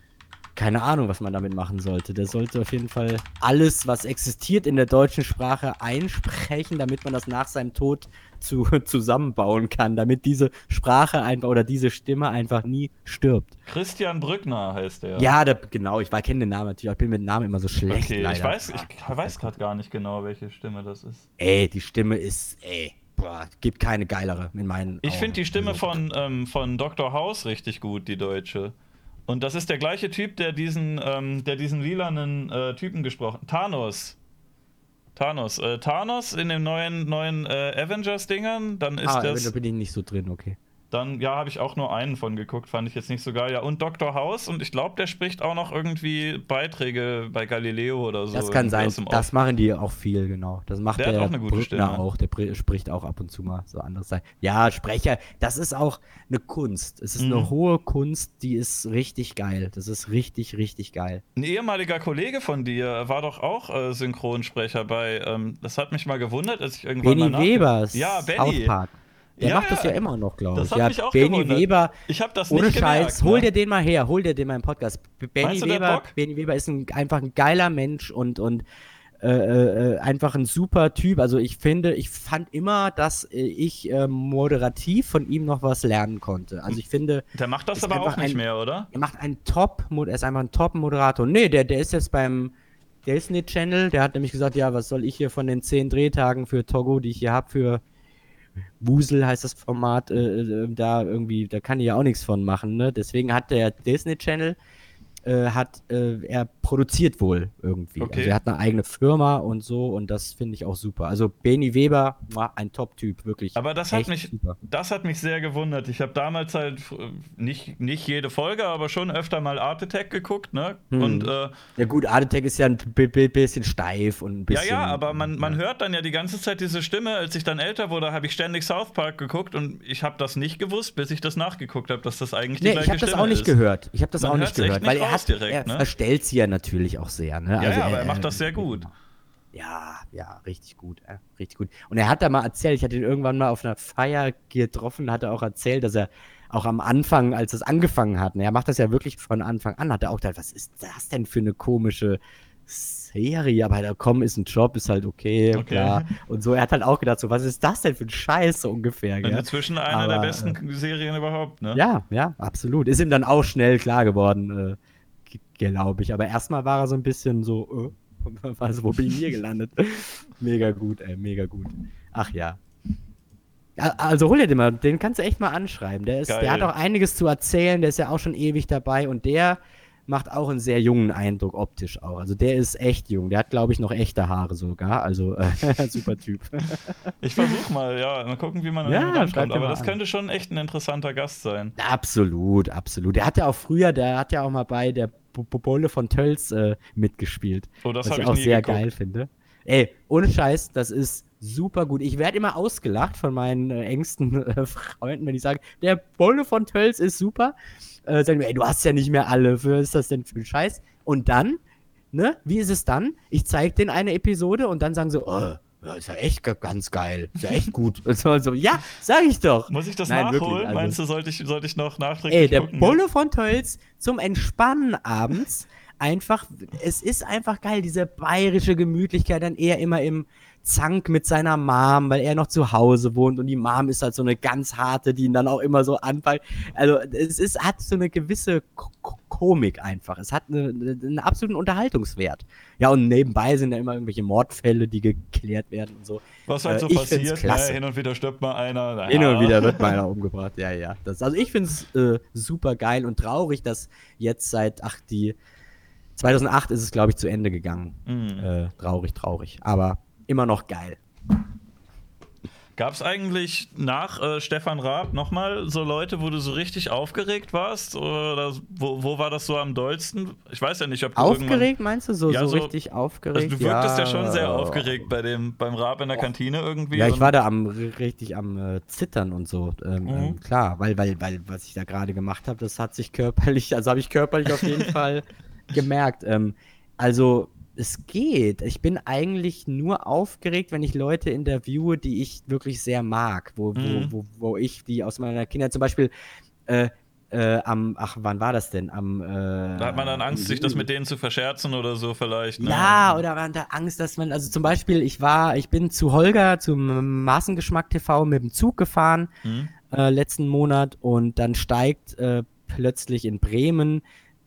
keine Ahnung, was man damit machen sollte. Der sollte auf jeden Fall alles, was existiert in der deutschen Sprache, einsprechen, damit man das nach seinem Tod zu, zusammenbauen kann, damit diese Sprache einfach oder diese Stimme einfach nie stirbt. Christian Brückner heißt der. Ja, da, genau, ich kenne den Namen natürlich, ich bin mit dem Namen immer so schlecht. Okay, leider. ich weiß, ich weiß gerade gar nicht genau, welche Stimme das ist. Ey, die Stimme ist, ey, boah, gibt keine geilere in meinen Ich finde die Stimme also, von, ähm, von Doktor House richtig gut, die deutsche. Und das ist der gleiche Typ, der diesen, ähm, der diesen lilanen äh, Typen gesprochen hat. Thanos. Thanos. Äh, Thanos in den neuen, neuen äh, Avengers-Dingern, dann ist ah, das. Da bin ich nicht so drin, okay. Dann, ja, habe ich auch nur einen von geguckt, fand ich jetzt nicht so geil. Ja, und Doktor House, und ich glaube, der spricht auch noch irgendwie Beiträge bei Galileo oder so. Das kann sein, das machen die auch viel, genau. Das macht der der, hat auch eine gute Brückner Stimme. auch, der spricht auch ab und zu mal so anderes sein. Ja, Sprecher, das ist auch eine Kunst. Es ist Mhm. eine hohe Kunst, die ist richtig geil. Das ist richtig, richtig geil. Ein ehemaliger Kollege von dir war doch auch äh, Synchronsprecher bei, ähm, das hat mich mal gewundert, als ich irgendwann Benny mal nach- Webers, Ja, Benny. South Park. Der Ja, macht das ja ja. immer noch, glaube Das ich. hat Ja, mich auch Benny gewundert. Weber, Ich habe das ohne nicht gemerkt. Scheiß, hol ne? dir den mal her, hol dir den mal im Podcast. B- Benny Meinst du, der hat Weber, Bock? Benny Weber ist ein, einfach ein geiler Mensch und, und äh, äh, einfach ein super Typ. Also ich finde, ich fand immer, dass äh, ich äh, moderativ von ihm noch was lernen konnte. Also ich finde, Der macht das ist aber auch einfach nicht ein- mehr, oder? er macht einen Top, er ist einfach ein Top-Moderator. Nee, der, der ist jetzt beim Disney Channel, der hat nämlich gesagt, ja, was soll ich hier von den zehn Drehtagen für Togo, die ich hier habe, für Wusel heißt das Format, äh, äh, da irgendwie, da kann ich ja auch nichts von machen, ne? Deswegen hat der Disney Channel, äh, hat, äh, er produziert wohl irgendwie. Okay. Also er hat eine eigene Firma und so und das finde ich auch super. Also Benny Weber war ein Top-Typ, wirklich. Aber das hat echt mich, super. das hat mich sehr gewundert. Ich habe damals halt äh, nicht, nicht jede Folge, aber schon öfter mal Art Attack geguckt, ne? Hm. Und äh, Ja gut, Art Attack ist ja ein b- b- bisschen steif und ein ja, bisschen... ja, aber man, man ja. hört dann ja die ganze Zeit diese Stimme. Als ich dann älter wurde, habe ich ständig South Park geguckt und ich habe das nicht gewusst, bis ich das nachgeguckt habe, dass das eigentlich die Nee, gleiche ich habe das Stimme auch nicht ist. gehört. Ich habe das Man auch hört's nicht echt gehört, nicht weil er raus hat, direkt, er ne? verstellt sie ja natürlich auch sehr, ne? Ja, Also ja, aber er macht das sehr gut. Ja, ja, richtig gut, äh, richtig gut. Und er hat da mal erzählt, ich hatte ihn irgendwann mal auf einer Feier getroffen, hat er auch erzählt, dass er auch am Anfang, als es angefangen hat, ne, er macht das ja wirklich von Anfang an, hat er auch gedacht, was ist das denn für eine komische Serie? Aber da komm, ist ein Job, ist halt okay, Okay. klar. Und so, er hat halt auch gedacht, so, was ist das denn für ein Scheiß, so ungefähr, Und gell? inzwischen eine Aber, der besten Serien überhaupt, ne? Ja, ja, absolut. Ist ihm dann auch schnell klar geworden, äh, glaube ich. Aber erstmal war er so ein bisschen so, äh, also, wo bin ich hier gelandet? Mega gut, ey, mega gut. Ach ja. Ja, also hol dir den mal, den kannst du echt mal anschreiben. Der, ist, Geil. der hat auch einiges zu erzählen, der ist ja auch schon ewig dabei und der macht auch einen sehr jungen Eindruck optisch auch. Also der ist echt jung. Der hat, glaube ich, noch echte Haare sogar. Also äh, super Typ. Ich versuch mal, ja, mal gucken, wie man an Ja, ihn rankommt. schreib dir Aber mal das an. könnte schon echt ein interessanter Gast sein. Absolut, absolut. Der hat ja auch früher, der hat ja auch mal bei der B- B- Bolle von Tölz äh, mitgespielt. Oh, das was habe ich ich auch nie sehr geguckt. geil finde. Ey, ohne Scheiß, das ist super gut. Ich werde immer ausgelacht von meinen äh, engsten äh, Freunden, wenn ich sage, der Bolle von Tölz ist super. Äh, sagen wir, ey, du hast ja nicht mehr alle, was ist das denn für ein Scheiß? Und dann, ne, wie ist es dann? Ich zeige denen eine Episode und dann sagen sie, oh, ja, ist ja echt g- ganz geil, ist ja echt gut. Und so, so, ja, sag ich doch. Muss ich das Nein, nachholen? wirklich, also- Meinst du, sollte ich, sollte ich noch nachträglich Ey, der gucken? Bolle von Tölz zum Entspannen abends. Einfach, es ist einfach geil, diese bayerische Gemütlichkeit, dann eher immer im Zank mit seiner Mom, weil er noch zu Hause wohnt und die Mom ist halt so eine ganz harte, die ihn dann auch immer so anpackt. Also es ist, hat so eine gewisse Ko- Ko- Komik einfach. Es hat eine, einen absoluten Unterhaltungswert. Ja, und nebenbei sind ja immer irgendwelche Mordfälle, die geklärt werden und so. Was halt Äh, so ich find's passiert, klasse. ne? Hin und wieder stirbt mal einer. Naja. Hin und wieder wird mal einer umgebracht, ja, ja. Das, also ich finde es äh, super geil und traurig, dass jetzt seit, ach, die zweitausendacht ist es, glaube ich, zu Ende gegangen. Mhm. Äh, traurig, traurig. Aber immer noch geil. Gab es eigentlich nach äh, Stefan Raab nochmal so Leute, wo du so richtig aufgeregt warst? Oder wo, wo war das so am dollsten? Ich weiß ja nicht, ob du Aufgeregt, meinst du? So, Ja, so, so- richtig aufgeregt? Also du wirktest ja, schon sehr ja. aufgeregt bei dem, beim Raab in der Kantine irgendwie. Ja, ich und- war da am richtig am äh, Zittern und so. Ähm, Mhm. ähm, klar, weil, weil, weil, was ich da gerade gemacht habe, das hat sich körperlich, also habe ich körperlich auf jeden Fall gemerkt. Ähm, also es geht. Ich bin eigentlich nur aufgeregt, wenn ich Leute interviewe, die ich wirklich sehr mag, wo, Mhm. wo, wo, wo ich die aus meiner Kindheit zum Beispiel äh, Äh, am, ach, wann war das denn? Am, äh, Da hat man dann Angst, sich das mit denen zu verscherzen oder so vielleicht. Ne? Ja, oder man hat da Angst, dass man, also zum Beispiel, ich war, ich bin zu Holger, zum Maßengeschmack T V mit dem Zug gefahren, Hm? äh, letzten Monat und dann steigt äh, plötzlich in Bremen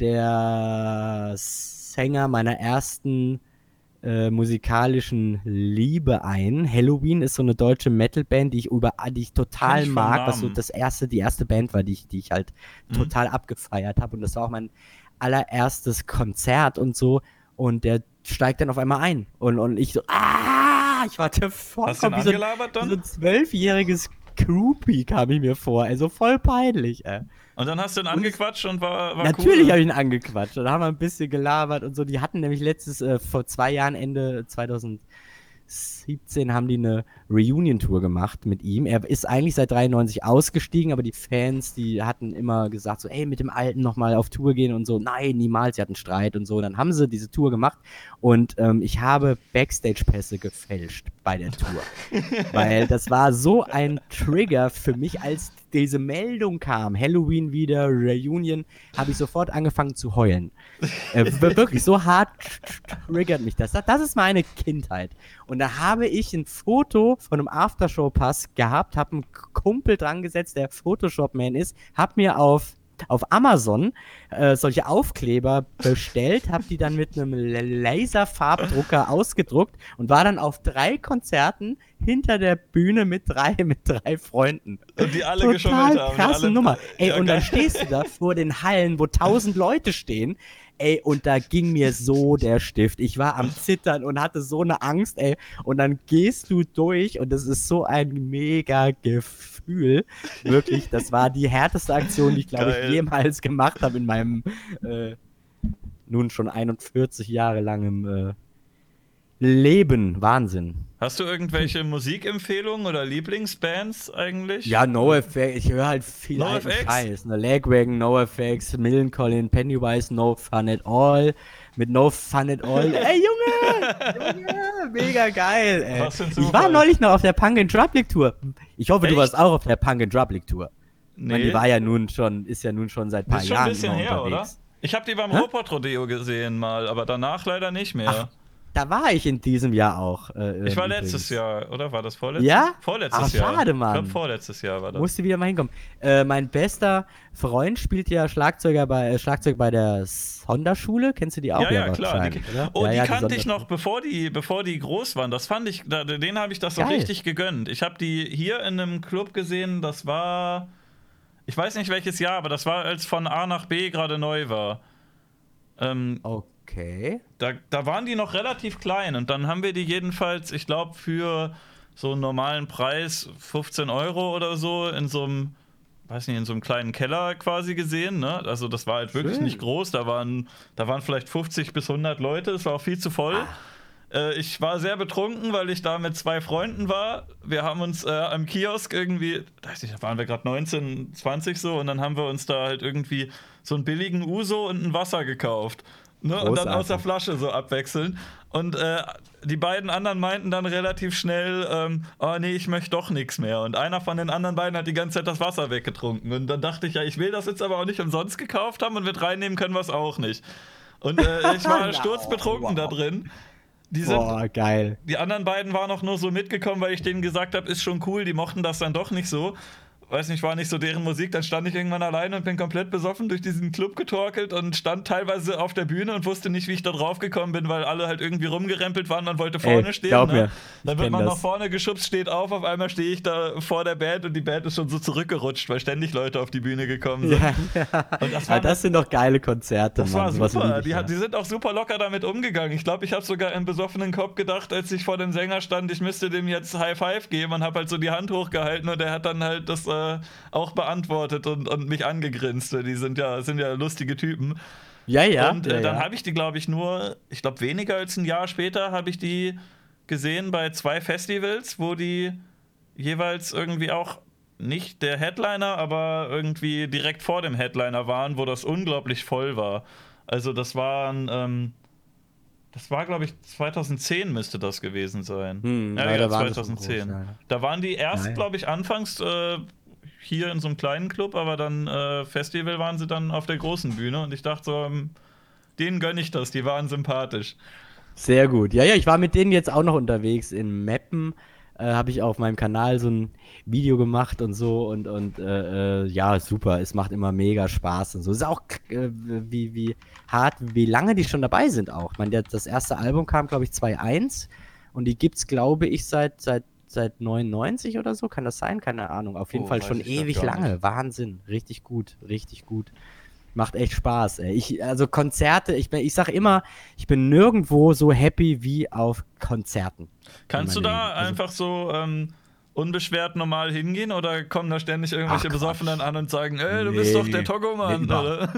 der Sänger meiner ersten äh, musikalischen Liebe ein. Halloween ist so eine deutsche Metalband, die ich über, die ich total Kenn ich vom mag, was so Namen. das erste, die erste Band war, die ich, die ich halt Mhm. total abgefeiert habe und das war auch mein allererstes Konzert und so und der steigt dann auf einmal ein und, und ich so, ah, ich war da Hast du ihn vollkommen wie so ein, angelabert wie so dann? ein zwölfjähriges Groupie kam ich mir vor, also voll peinlich, ey. Und dann hast du ihn Und es- angequatscht und war, war Natürlich cool. habe ich ihn angequatscht und da haben wir ein bisschen gelabert und so. Die hatten nämlich letztes, äh, vor zwei Jahren, Ende zweitausendsiebzehn, haben die eine Reunion-Tour gemacht mit ihm. Er ist eigentlich seit dreiundneunzig ausgestiegen, aber die Fans, die hatten immer gesagt so, ey, mit dem Alten nochmal auf Tour gehen und so. Nein, niemals, sie hatten Streit und so. Dann haben sie diese Tour gemacht und ähm, ich habe Backstage-Pässe gefälscht bei der Tour. Weil das war so ein Trigger für mich, als diese Meldung kam, Halloween wieder, Reunion, habe ich sofort angefangen zu heulen. Äh, wir- wirklich, so hart triggert mich das. Das ist meine Kindheit. Und da habe ich ein Foto von einem Aftershow-Pass gehabt, habe einen Kumpel dran gesetzt, der Photoshop-Man ist, habe mir auf auf Amazon äh, solche Aufkleber bestellt, habe die dann mit einem Laserfarbdrucker ausgedruckt und war dann auf drei Konzerten hinter der Bühne mit drei, mit drei Freunden. Und die alle geschummelt haben. die Krasse alle, Nummer. Ey, Ja, und dann geil. stehst du da vor den Hallen, wo tausend Leute stehen. Ey, und da ging mir so der Stift. Ich war am Zittern und hatte so eine Angst, ey. Und dann gehst du durch und das ist so ein mega Gefühl. Wirklich, das war die härteste Aktion, die ich, glaube Geil. ich, jemals gemacht habe in meinem äh, nun schon einundvierzig Jahre langem äh, Leben. Wahnsinn. Hast du irgendwelche Musikempfehlungen oder Lieblingsbands eigentlich? Ja, NoFX, ich höre halt viel alten NoFX? Scheiß. Ne? Lagwagon, NoFX, Millencolin, Pennywise, No Fun at All. Mit No Fun at All. Ey, Junge! Junge! Mega geil, ey. Was für ein Ich war Zufall. neulich noch auf der Punk and Drublic Tour. Ich hoffe, Echt? du warst auch auf der Punk and Drublic Tour. Ich meine, Nee. die war ja nun schon, ist ja nun schon seit ein paar Das ist schon ein Jahren bisschen immer her, oder? unterwegs. Ich habe die beim Hä? Ruhrpott-Rodeo gesehen mal, aber danach leider nicht mehr. Ach, Da war ich in diesem Jahr auch. Äh, ich war übrigens. letztes Jahr, oder? War das vorletztes? Ja? Vorletztes Ach, Jahr. schade, Mann. Ich glaube, vorletztes Jahr war das. Musste wieder mal hinkommen. Äh, mein bester Freund spielt ja Schlagzeuger bei, äh, Schlagzeug bei der Sonderschule. Kennst du die auch? ja, ja, klar. Die, wahrscheinlich, oder? oh, ja, die ja, kannte ich Sonderschule. noch, bevor die, bevor die groß waren. Das fand ich, da, den habe ich das auch Geil. richtig gegönnt. Ich habe die hier in einem Club gesehen, das war, ich weiß nicht welches Jahr, aber das war, als von A nach B gerade neu war. Ähm, Okay. da, da waren die noch relativ klein und dann haben wir die jedenfalls, ich glaube, für so einen normalen Preis fünfzehn Euro oder so in so einem, weiß nicht, in so einem kleinen Keller quasi gesehen, ne? Also das war halt wirklich Schön. nicht groß, da waren, da waren vielleicht fünfzig bis hundert Leute, es war auch viel zu voll. Äh, ich war sehr betrunken, weil ich da mit zwei Freunden war. Wir haben uns äh, am Kiosk irgendwie, weiß nicht, da waren wir gerade neunzehn, zwanzig so und dann haben wir uns da halt irgendwie so einen billigen Uso und ein Wasser gekauft. Ne? Und dann aus der Großartig. Flasche so abwechseln. Und äh, die beiden anderen meinten dann relativ schnell, ähm, oh nee, ich möchte doch nichts mehr. Und einer von den anderen beiden hat die ganze Zeit das Wasser weggetrunken. Und dann dachte ich, ja, ich will das jetzt aber auch nicht umsonst gekauft haben und mit reinnehmen können wir es auch nicht. Und äh, ich war No, sturzbetrunken da wow. drin. Die, sind, Boah, geil. die anderen beiden waren auch nur so mitgekommen, weil ich denen gesagt habe, ist schon cool. Die mochten das dann doch nicht so. Weiß nicht, war nicht so deren Musik. Dann stand ich irgendwann alleine und bin komplett besoffen durch diesen Club getorkelt und stand teilweise auf der Bühne und wusste nicht, wie ich da drauf gekommen bin, weil alle halt irgendwie rumgerempelt waren. Man wollte vorne Ey, stehen. glaub Ne? mir, Dann ich wird kenn man das. nach vorne geschubst, steht auf. Auf einmal stehe ich da vor der Band und die Band ist schon so zurückgerutscht, weil ständig Leute auf die Bühne gekommen sind. Ja, ja. Und das Ja, war das sind doch geile Konzerte, Das Mann. war Sowas super. lieb ich, Die, ja. hat, die sind auch super locker damit umgegangen. Ich glaube, ich habe sogar im besoffenen Kopf gedacht, als ich vor dem Sänger stand, ich müsste dem jetzt High Five geben und habe halt so die Hand hochgehalten und der hat dann halt das äh, auch beantwortet und, und mich angegrinst. Die sind ja, sind ja lustige Typen. Ja, ja. und äh, ja, dann ja. habe ich die, glaube ich, nur, ich glaube, weniger als ein Jahr später habe ich die gesehen bei zwei Festivals, wo die jeweils irgendwie auch nicht der Headliner, aber irgendwie direkt vor dem Headliner waren, wo das unglaublich voll war. Also das waren, ähm, das war, glaube ich, zweitausendzehn müsste das gewesen sein. Hm, ja, ja, ja, da waren sie schon zweitausendzehn. groß, ja. Da waren die erst, Ja, ja. glaube ich, anfangs, äh, hier in so einem kleinen Club, aber dann äh, Festival waren sie dann auf der großen Bühne und ich dachte so, ähm, denen gönne ich das, die waren sympathisch. Sehr gut. Ja, ja, ich war mit denen jetzt auch noch unterwegs in Meppen. Äh, habe ich auf meinem Kanal so ein Video gemacht und so und, und äh, äh, ja, super. Es macht immer mega Spaß und so. Es ist auch äh, wie, wie hart, wie lange die schon dabei sind auch. Ich meine, der, das erste Album kam, glaube ich, zweitausendeins und die gibt's, glaube ich, seit, seit, seit neunundneunzig oder so. Kann das sein? Keine Ahnung. Auf jeden Oh, Fall weiß schon ich grad ewig gar lange. nicht. Wahnsinn. Richtig gut. Richtig gut. Macht echt Spaß, ey. Ich, also Konzerte, ich, bin- ich sag immer, ich bin nirgendwo so happy wie auf Konzerten. Kannst du in meinem da Leben. Also, einfach so ähm, unbeschwert normal hingehen oder kommen da ständig irgendwelche Ach, Besoffenen Quatsch. an und sagen, ey, du bist doch der Nee. Togo-Mann, Nee, über- oder?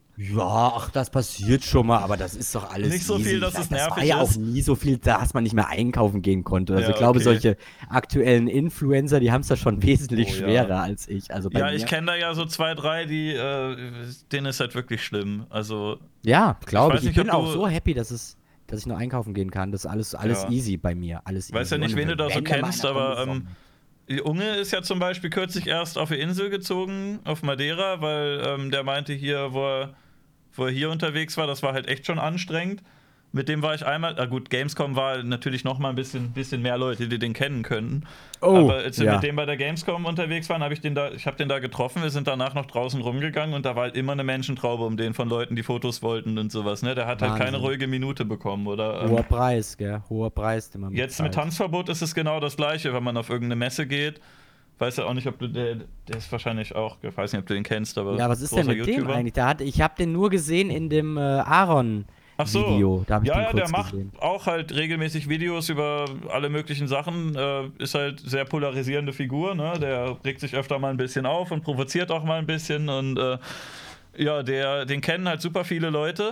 ja, ach, das passiert schon mal, aber das ist doch alles Nicht so easy. viel, dass das, es das war nervig ja auch ist. nie so viel, dass man nicht mehr einkaufen gehen konnte. Also Ja, ich glaube, okay. solche aktuellen Influencer, die haben es da schon wesentlich Oh, ja. schwerer als ich. Also bei Ja, mir. ich kenne da ja so zwei, drei, die, äh, denen ist halt wirklich schlimm. Also, Ja, glaube weiß ich. Ich nicht, bin ob auch du- so happy, dass es, dass ich nur einkaufen gehen kann. Das ist alles, alles Ja. easy bei mir. Alles ich weiß easy. ja nicht, Und wen du da so wenn da mal kennst, einer kommt, aber ist es auch ähm, nett. die Unge ist ja zum Beispiel kürzlich erst auf die Insel gezogen, auf Madeira, weil ähm, der meinte hier, wo er, wo er hier unterwegs war, das war halt echt schon anstrengend. Mit dem war ich einmal, na gut, Gamescom war natürlich noch mal ein bisschen, bisschen mehr Leute, die den kennen könnten. Oh, Aber als wir ja. mit dem bei der Gamescom unterwegs waren, habe ich den da, ich habe den da getroffen, wir sind danach noch draußen rumgegangen und da war halt immer eine Menschentraube um den von Leuten, die Fotos wollten und sowas, ne? Der hat halt keine Wahnsinn. ruhige Minute bekommen, oder? Ähm, Hoher Preis, gell? Hoher Preis, den man Jetzt mit bezahlt. Tanzverbot ist es genau das Gleiche, wenn man auf irgendeine Messe geht. Weiß ja auch nicht, ob du, der, der ist wahrscheinlich auch, ich weiß nicht, ob du den kennst, aber Ja, was ist denn großer mit dem YouTuber. eigentlich? Da hat, ich habe den nur gesehen in dem äh, Aaron-Video. Ach so. Da habe ich Ja, den ja, kurz der macht gesehen. auch halt regelmäßig Videos über alle möglichen Sachen. Äh, ist halt sehr polarisierende Figur, ne? Der regt sich öfter mal ein bisschen auf und provoziert auch mal ein bisschen. Und äh, ja, der, den kennen halt super viele Leute.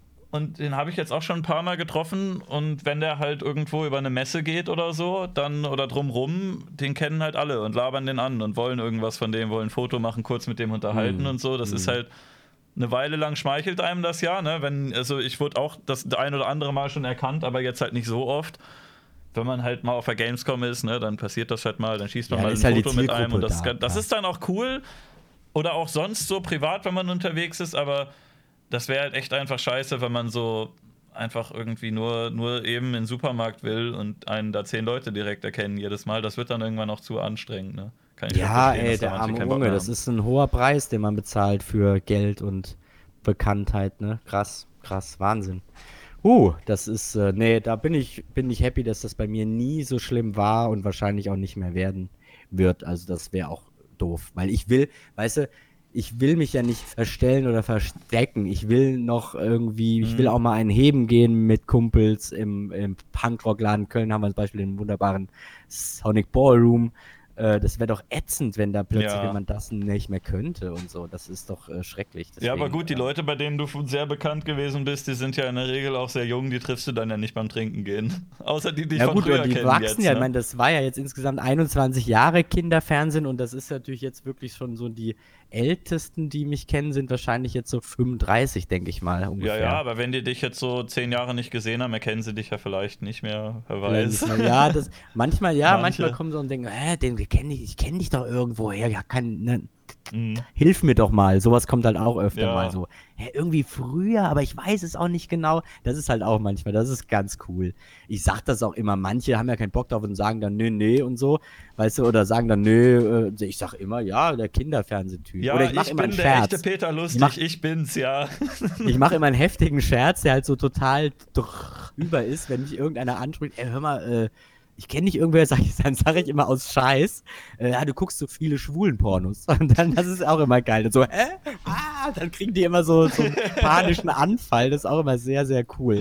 Und den habe ich jetzt auch schon ein paar Mal getroffen. Und wenn der halt irgendwo über eine Messe geht oder so, dann oder drumrum, den kennen halt alle und labern den an und wollen irgendwas von dem, wollen ein Foto machen, kurz mit dem unterhalten Mhm. und so. Das ist halt eine Weile lang schmeichelt einem das ja, ne? Wenn, also ich wurde auch das ein oder andere Mal schon erkannt, aber jetzt halt nicht so oft. Wenn man halt mal auf der Gamescom ist, ne, dann passiert das halt mal, dann schießt man Ja, mal dann ein ist halt die Foto mit einem und das, Zielgruppe da, das klar. ist dann auch cool. Oder auch sonst so privat, wenn man unterwegs ist, aber das wäre halt echt einfach scheiße, wenn man so einfach irgendwie nur, nur eben in den Supermarkt will und einen da zehn Leute direkt erkennen jedes Mal. Das wird dann irgendwann auch zu anstrengend, ne? Kann ich schon Ja, verstehen, ey, dass da der manche arme keinen Bock Junge, mehr das haben. ist ein hoher Preis, den man bezahlt für Geld und Bekanntheit, ne? Krass, krass, Wahnsinn. Uh, das ist, äh, nee, da bin ich, bin ich happy, dass das bei mir nie so schlimm war und wahrscheinlich auch nicht mehr werden wird. Also das wäre auch doof, weil ich will, weißt du, ich will mich ja nicht verstellen oder verstecken. Ich will noch irgendwie, ich will Mhm. auch mal einen heben gehen mit Kumpels im, im Punkrock-Laden Köln, haben wir zum Beispiel den wunderbaren Sonic Ballroom. Äh, das wäre doch ätzend, wenn da plötzlich, Ja. wenn man das nicht mehr könnte und so. Das ist doch äh, schrecklich. Ja, aber Deswegen, gut, die äh, Leute, bei denen du sehr bekannt gewesen bist, die sind ja in der Regel auch sehr jung, die triffst du dann ja nicht beim Trinken gehen. Außer die, die dich Ja von gut, früher und die kennen wachsen jetzt, ja, ne? ich meine, das war ja jetzt insgesamt einundzwanzig Jahre Kinderfernsehen und das ist natürlich jetzt wirklich schon so, die Ältesten, die mich kennen, sind wahrscheinlich jetzt so fünfunddreißig, denke ich mal, Ja, ungefähr. ja, aber wenn die dich jetzt so zehn Jahre nicht gesehen haben, erkennen sie dich ja vielleicht nicht mehr, wer Oder weiß. nicht mal- Ja, das, manchmal, ja, Manche. manchmal kommen sie und denken, äh, den kenn ich, ich kenne dich doch irgendwo her, ja, kann, ne, Mhm. hilf mir doch mal. Sowas kommt halt auch öfter Ja. mal so. Hä, irgendwie früher, aber ich weiß es auch nicht genau. Das ist halt auch manchmal, das ist ganz cool. Ich sag das auch immer, manche haben ja keinen Bock drauf und sagen dann, nö, nee und so, weißt du, oder sagen dann, nö, äh, ich sag immer, ja, der Kinderfernsehtyp. Ja, oder ich, ich mach immer bin einen der Scherz. echte Peter Lustig, mach- ich bin's, ja. Ich mache immer einen heftigen Scherz, der halt so total drüber ist, wenn mich irgendeiner anspricht, ey, hör mal, äh, ich kenne nicht irgendwer, sag ich, dann sage ich immer aus Scheiß, äh, ja, du guckst so viele schwulen Pornos. Und dann, das ist auch immer geil. Und so, hä? Ah, dann kriegen die immer so, so einen panischen Anfall. Das ist auch immer sehr, sehr cool.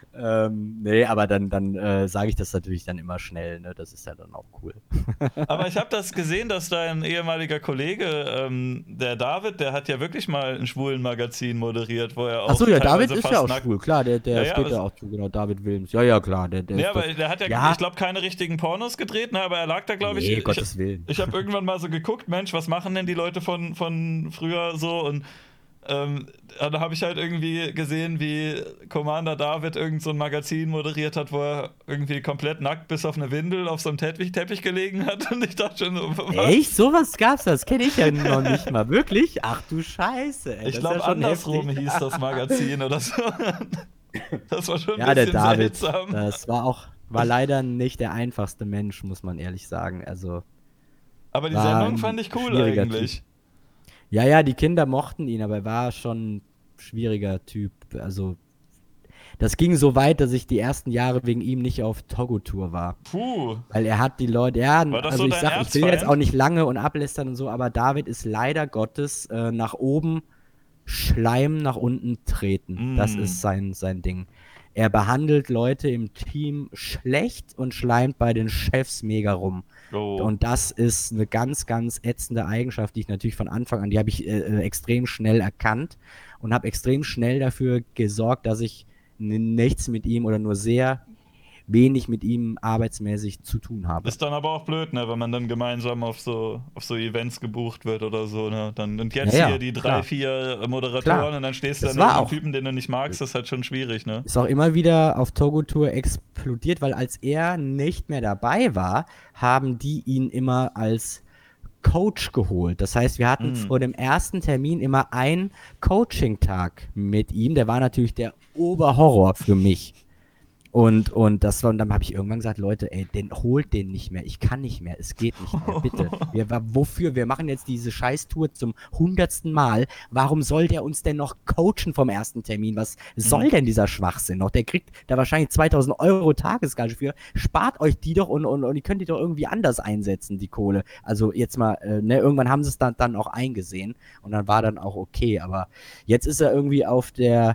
Ähm, nee, aber dann, dann äh, sage ich das natürlich dann immer schnell, ne? Das ist ja dann auch cool. Aber ich habe das gesehen, dass dein ehemaliger Kollege, ähm, der David, der hat ja wirklich mal ein schwulen Magazin moderiert, wo er auch Achso, ja, David teilweise ist fast ja auch nackt- schwul, klar, der, der Ja, ja, steht aber ja auch zu, genau, David Wilms. Ja, ja, klar, der, der Ja, ist aber doch, der hat ja, Ja. ich glaube, keine richtigen Pornos gedreht, ne, aber er lag da, glaube ich. nee, ich, Gottes Willen. Ich habe irgendwann mal so geguckt, Mensch, was machen denn die Leute von, von früher so? Und Ähm, da habe ich halt irgendwie gesehen, wie Commander David irgend so ein Magazin moderiert hat, wo er irgendwie komplett nackt bis auf eine Windel auf so einem Teppich, Teppich gelegen hat. Und ich dachte schon so, was? Echt? Sowas gab's, das kenne ich ja noch nicht mal. Wirklich? Ach du Scheiße, ey. Ich das glaube, ist ja schon andersrum heftig. hieß das Magazin oder so. Das war schon Ja, ein der bisschen David, seltsam. das war auch, war leider nicht der einfachste Mensch, muss man ehrlich sagen. Also, Aber die war Sendung ein fand ich cool schwieriger eigentlich. ja, ja, die Kinder mochten ihn, aber er war schon ein schwieriger Typ. Also, das ging so weit, dass ich die ersten Jahre wegen ihm nicht auf Togo-Tour war. Puh. Weil er hat die Leute, ja, War das also so ich dein sag, ich will jetzt Erzfeind? auch nicht lange und ablästern und so, aber David ist leider Gottes äh, nach oben Schleim nach unten treten. Das Mm. ist sein, sein Ding. Er behandelt Leute im Team schlecht und schleimt bei den Chefs mega rum. Oh. Und das ist eine ganz, ganz ätzende Eigenschaft, die ich natürlich von Anfang an, die habe ich äh, äh, extrem schnell erkannt und habe extrem schnell dafür gesorgt, dass ich n- nichts mit ihm oder nur sehr wenig mit ihm arbeitsmäßig zu tun habe. Ist dann aber auch blöd, ne, wenn man dann gemeinsam auf so, auf so Events gebucht wird oder so, ne? Dann, und jetzt Ja, ja, hier die drei, klar. vier Moderatoren Klar. und dann stehst du Das da neben war einem auch- Typen, den du nicht magst, das ist halt schon schwierig, ne? Ist auch immer wieder auf Togo-Tour explodiert, weil als er nicht mehr dabei war, haben die ihn immer als Coach geholt. Das heißt, wir hatten Mm. vor dem ersten Termin immer einen Coaching-Tag mit ihm. Der war natürlich der Oberhorror für mich. Und, und das war, und dann habe ich irgendwann gesagt, Leute, ey, den holt den nicht mehr. Ich kann nicht mehr. Es geht nicht mehr. Bitte. Wir, wa- wofür? Wir machen jetzt diese Scheißtour zum hundertsten Mal. Warum soll der uns denn noch coachen vom ersten Termin? Was soll denn dieser Schwachsinn noch? Der kriegt da wahrscheinlich zweitausend Euro Tagesgage für. Spart euch die doch und, und, und ihr könnt die doch irgendwie anders einsetzen, die Kohle. Also jetzt mal, äh, ne, irgendwann haben sie es dann, dann auch eingesehen und dann war dann auch okay. Aber jetzt ist er irgendwie auf der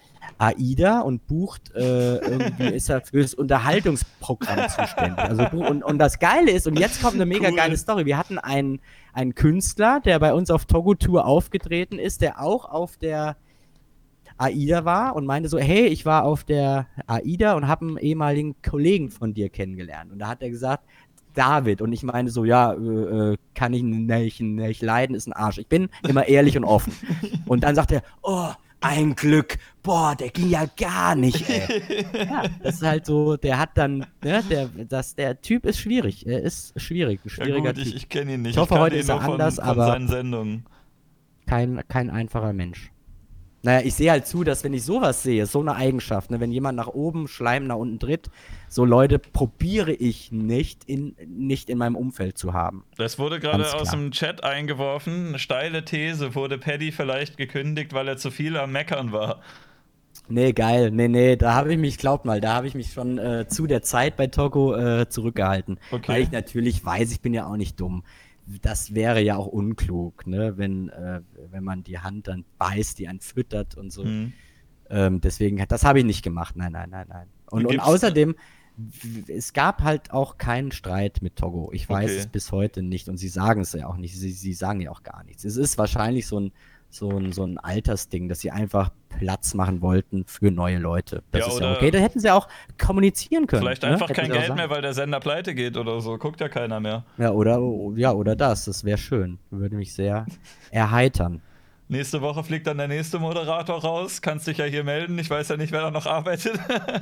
AIDA und bucht, äh, irgendwie ist er fürs Unterhaltungsprogramm zuständig. Also, bu- und, und das Geile ist, und jetzt kommt eine mega Cool. geile Story. Wir hatten einen, einen Künstler, der bei uns auf Togo-Tour aufgetreten ist, der auch auf der AIDA war und meinte so, hey, ich war auf der AIDA und habe einen ehemaligen Kollegen von dir kennengelernt. Und da hat er gesagt, David. Und ich meine so, ja, äh, äh, kann ich nicht, nicht leiden, ist ein Arsch. Ich bin immer ehrlich und offen. Und dann sagt er, oh, ein Glück. Boah, der ging ja gar nicht, ey. Ja, das ist halt so, der hat dann, ne, der, das, der Typ ist schwierig. Er ist schwierig, ein Ja schwieriger gut, ich, Typ. ich kenne ihn nicht. Ich hoffe, kannte heute ihn ist er nur von, anders, von aber- seinen Sendungen. Kein, kein einfacher Mensch. Naja, ich sehe halt zu, dass wenn ich sowas sehe, so eine Eigenschaft, ne, wenn jemand nach oben, Schleim nach unten tritt, so Leute probiere ich nicht in, nicht in meinem Umfeld zu haben. Das wurde gerade Ganz aus klar. dem Chat eingeworfen. Eine steile These, wurde Paddy vielleicht gekündigt, weil er zu viel am Meckern war. Nee, geil. Nee, nee, da habe ich mich, glaubt mal, da habe ich mich schon äh, zu der Zeit bei Togo äh, zurückgehalten. Okay. Weil ich natürlich weiß, ich bin ja auch nicht dumm. Das wäre ja auch unklug, ne, wenn, äh, wenn man die Hand dann beißt, die einen füttert und so. Hm. Ähm, deswegen, das habe ich nicht gemacht. Nein, nein, nein, nein. Und, und Gibt's- außerdem, w- es gab halt auch keinen Streit mit Togo. Ich weiß Okay. es bis heute nicht und sie sagen es ja auch nicht. Sie, sie sagen ja auch gar nichts. Es ist wahrscheinlich so ein, so ein, so ein Altersding, dass sie einfach Platz machen wollten für neue Leute. Das Ja, ist ja oder okay. Da hätten sie auch kommunizieren können. Vielleicht ne? einfach Hätten kein sie auch Geld sagen- mehr, weil der Sender pleite geht oder so. Guckt ja keiner mehr. Ja, oder, ja, oder das. Das wäre schön. Würde mich sehr erheitern. Nächste Woche fliegt dann der nächste Moderator raus. Kannst dich ja hier melden. Ich weiß ja nicht, wer da noch arbeitet.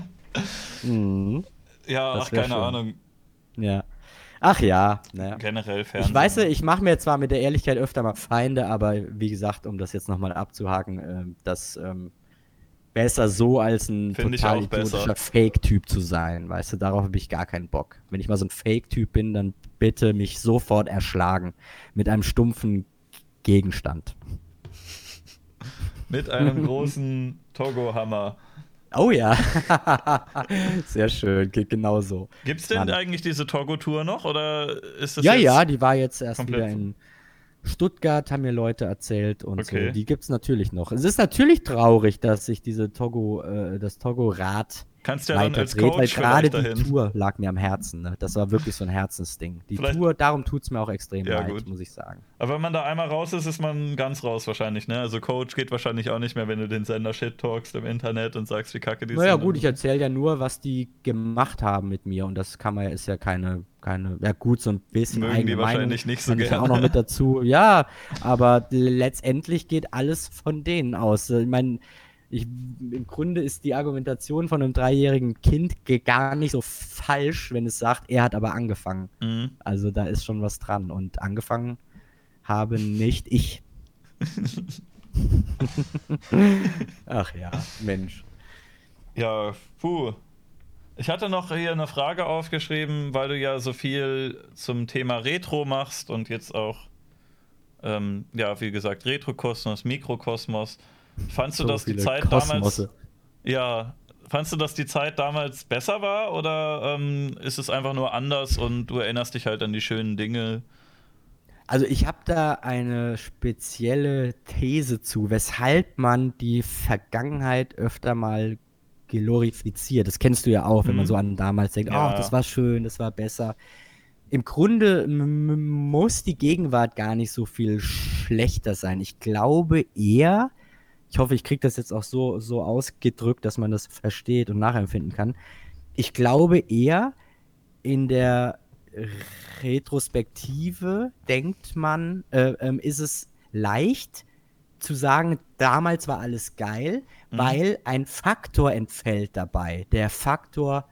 Mhm. Ja, Das ach, wär keine schön. Ahnung. Ja. Ach ja, naja. Generell Fernsehen. Ich weiß, ich mache mir zwar mit der Ehrlichkeit öfter mal Feinde, aber wie gesagt, um das jetzt nochmal abzuhaken, ähm, das ähm, besser so als ein Find ich total auch besser. idiotischer Fake-Typ zu sein, weißt du, darauf habe ich gar keinen Bock. Wenn ich mal so ein Fake-Typ bin, dann bitte mich sofort erschlagen mit einem stumpfen Gegenstand. Mit einem großen Togo-Hammer. Oh ja, sehr schön, geht genau so. Gibt's denn Mann. eigentlich diese Togo-Tour noch? Oder ist das Ja, jetzt ja, die war jetzt erst komplett- wieder in Stuttgart, haben mir Leute erzählt und Okay. so. Die gibt's natürlich noch. Es ist natürlich traurig, dass sich diese Togo, äh, das Togo-Rad Kannst ja dann als weiterdreht, weil Coach gerade vielleicht die dahin. Tour lag mir am Herzen. Ne? Das war wirklich so ein Herzensding. Die Vielleicht- Tour, darum tut es mir auch extrem Ja, leid, gut. muss ich sagen. Aber wenn man da einmal raus ist, ist man ganz raus wahrscheinlich, ne? Also Coach geht wahrscheinlich auch nicht mehr, wenn du den Sender shit talkst im Internet und sagst, wie kacke die Naja sind. gut, ich erzähle ja nur, was die gemacht haben mit mir und das kann man ja, ist ja keine, keine, ja gut, so ein bisschen Mögen eigene die wahrscheinlich Meinung, nicht so kann ich ja gerne. auch noch mit dazu. Ja, aber letztendlich geht alles von denen aus. Ich meine, ich, im Grunde ist die Argumentation von einem dreijährigen Kind ge- gar nicht so falsch, wenn es sagt, er hat aber angefangen. Mhm. Also da ist schon was dran und angefangen habe nicht ich. Ach ja, Mensch. Ja, puh. Ich hatte noch hier eine Frage aufgeschrieben, weil du ja so viel zum Thema Retro machst und jetzt auch, ähm, ja, wie gesagt, Retrokosmos, Mikrokosmos. Fandst du, So dass die viele Zeit Kosmosse. damals, ja, fandst du, dass die Zeit damals besser war oder ähm, ist es einfach nur anders und du erinnerst dich halt an die schönen Dinge? Also ich habe da eine spezielle These zu, weshalb man die Vergangenheit öfter mal glorifiziert. Das kennst du ja auch, wenn man Mhm. so an damals denkt, Ja. ach, das war schön, das war besser. Im Grunde m- m- muss die Gegenwart gar nicht so viel schlechter sein. Ich glaube eher, ich hoffe, ich kriege das jetzt auch so, so ausgedrückt, dass man das versteht und nachempfinden kann. Ich glaube eher, in der Retrospektive denkt man, äh, ähm, ist es leicht zu sagen, damals war alles geil, Mhm. weil ein Faktor entfällt dabei, der Faktor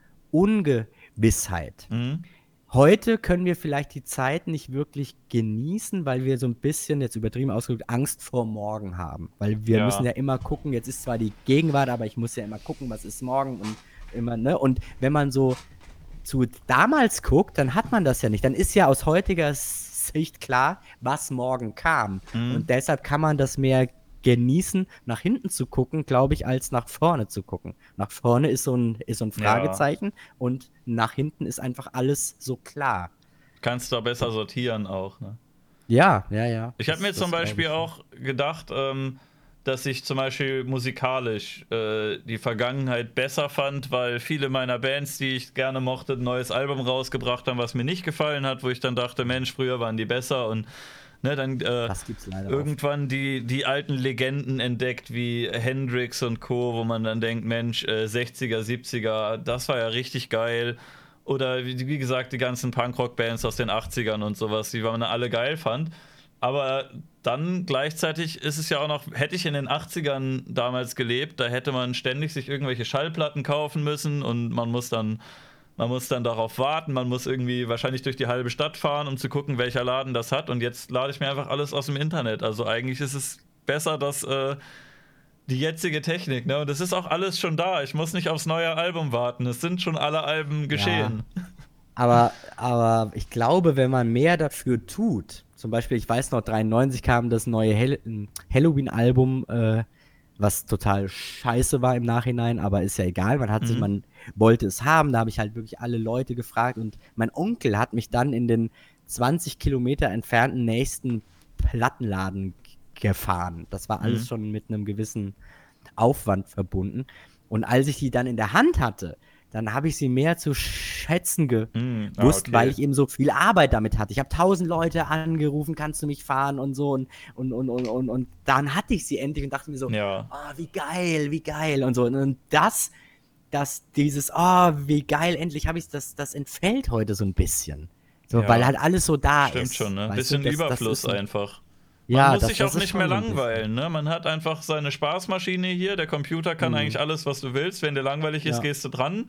Ungewissheit. Mhm. Heute können wir vielleicht die Zeit nicht wirklich genießen, weil wir so ein bisschen, jetzt übertrieben ausgedrückt, Angst vor morgen haben. Weil wir Ja. müssen ja immer gucken, jetzt ist zwar die Gegenwart, aber ich muss ja immer gucken, was ist morgen und immer, ne? Und wenn man so zu damals guckt, dann hat man das ja nicht. Dann ist ja aus heutiger Sicht klar, was morgen kam. Mhm. Und deshalb kann man das mehr genießen, nach hinten zu gucken, glaube ich, als nach vorne zu gucken. Nach vorne ist so ein, ist so ein Ja. Fragezeichen und nach hinten ist einfach alles so klar. Kannst du da besser sortieren auch, ne? Ja, ja, ja. Ich habe Das- mir das zum glaub Beispiel ich. auch gedacht, ähm, dass ich zum Beispiel musikalisch äh, die Vergangenheit besser fand, weil viele meiner Bands, die ich gerne mochte, ein neues Album rausgebracht haben, was mir nicht gefallen hat, wo ich dann dachte, Mensch, früher waren die besser und ne, dann äh, Das gibt's leider irgendwann die, die alten Legenden entdeckt, wie Hendrix und Co., wo man dann denkt, Mensch, äh, sechziger, siebziger, das war ja richtig geil. Oder wie, wie gesagt, die ganzen Punkrock-Bands aus den achtzigern und sowas, die man alle geil fand. Aber dann gleichzeitig ist es ja auch noch, hätte ich in den achtzigern damals gelebt, da hätte man ständig sich irgendwelche Schallplatten kaufen müssen und man muss dann, man muss dann darauf warten, man muss irgendwie wahrscheinlich durch die halbe Stadt fahren, um zu gucken, welcher Laden das hat. Und jetzt lade ich mir einfach alles aus dem Internet. Also eigentlich ist es besser, dass äh, die jetzige Technik, ne? Und es ist auch alles schon da. Ich muss nicht aufs neue Album warten. Es sind schon alle Alben geschehen. Aber, aber ich glaube, wenn man mehr dafür tut, zum Beispiel, ich weiß noch, dreiundneunzig kam das neue Hall- ähm, Halloween-Album, äh, was total scheiße war im Nachhinein, aber ist ja egal, man hat sich, Mhm. man wollte es haben, da habe ich halt wirklich alle Leute gefragt und mein Onkel hat mich dann in den zwanzig Kilometer entfernten nächsten Plattenladen g- gefahren. Das war alles Mhm. schon mit einem gewissen Aufwand verbunden. Und als ich die dann in der Hand hatte, dann habe ich sie mehr zu schätzen Mhm. Ah, gewusst, okay. weil ich eben so viel Arbeit damit hatte. Ich habe tausend Leute angerufen, kannst du mich fahren und so und, und, und, und, und, und dann hatte ich sie endlich und dachte mir so, Ja. oh, wie geil, wie geil und so. Und das, das, dieses, oh, wie geil, endlich habe ich das, das entfällt heute so ein bisschen. So, Ja. weil halt alles so da Stimmt ist. schon, ne? Ein weißt bisschen du, das- das Überfluss ist ein- einfach. Man Ja, muss das, sich das auch ist nicht schon mehr so ein bisschen. langweilen, ne? Man hat einfach seine Spaßmaschine hier, der Computer kann Mhm. eigentlich alles, was du willst. Wenn dir langweilig ist, Ja. gehst du dran.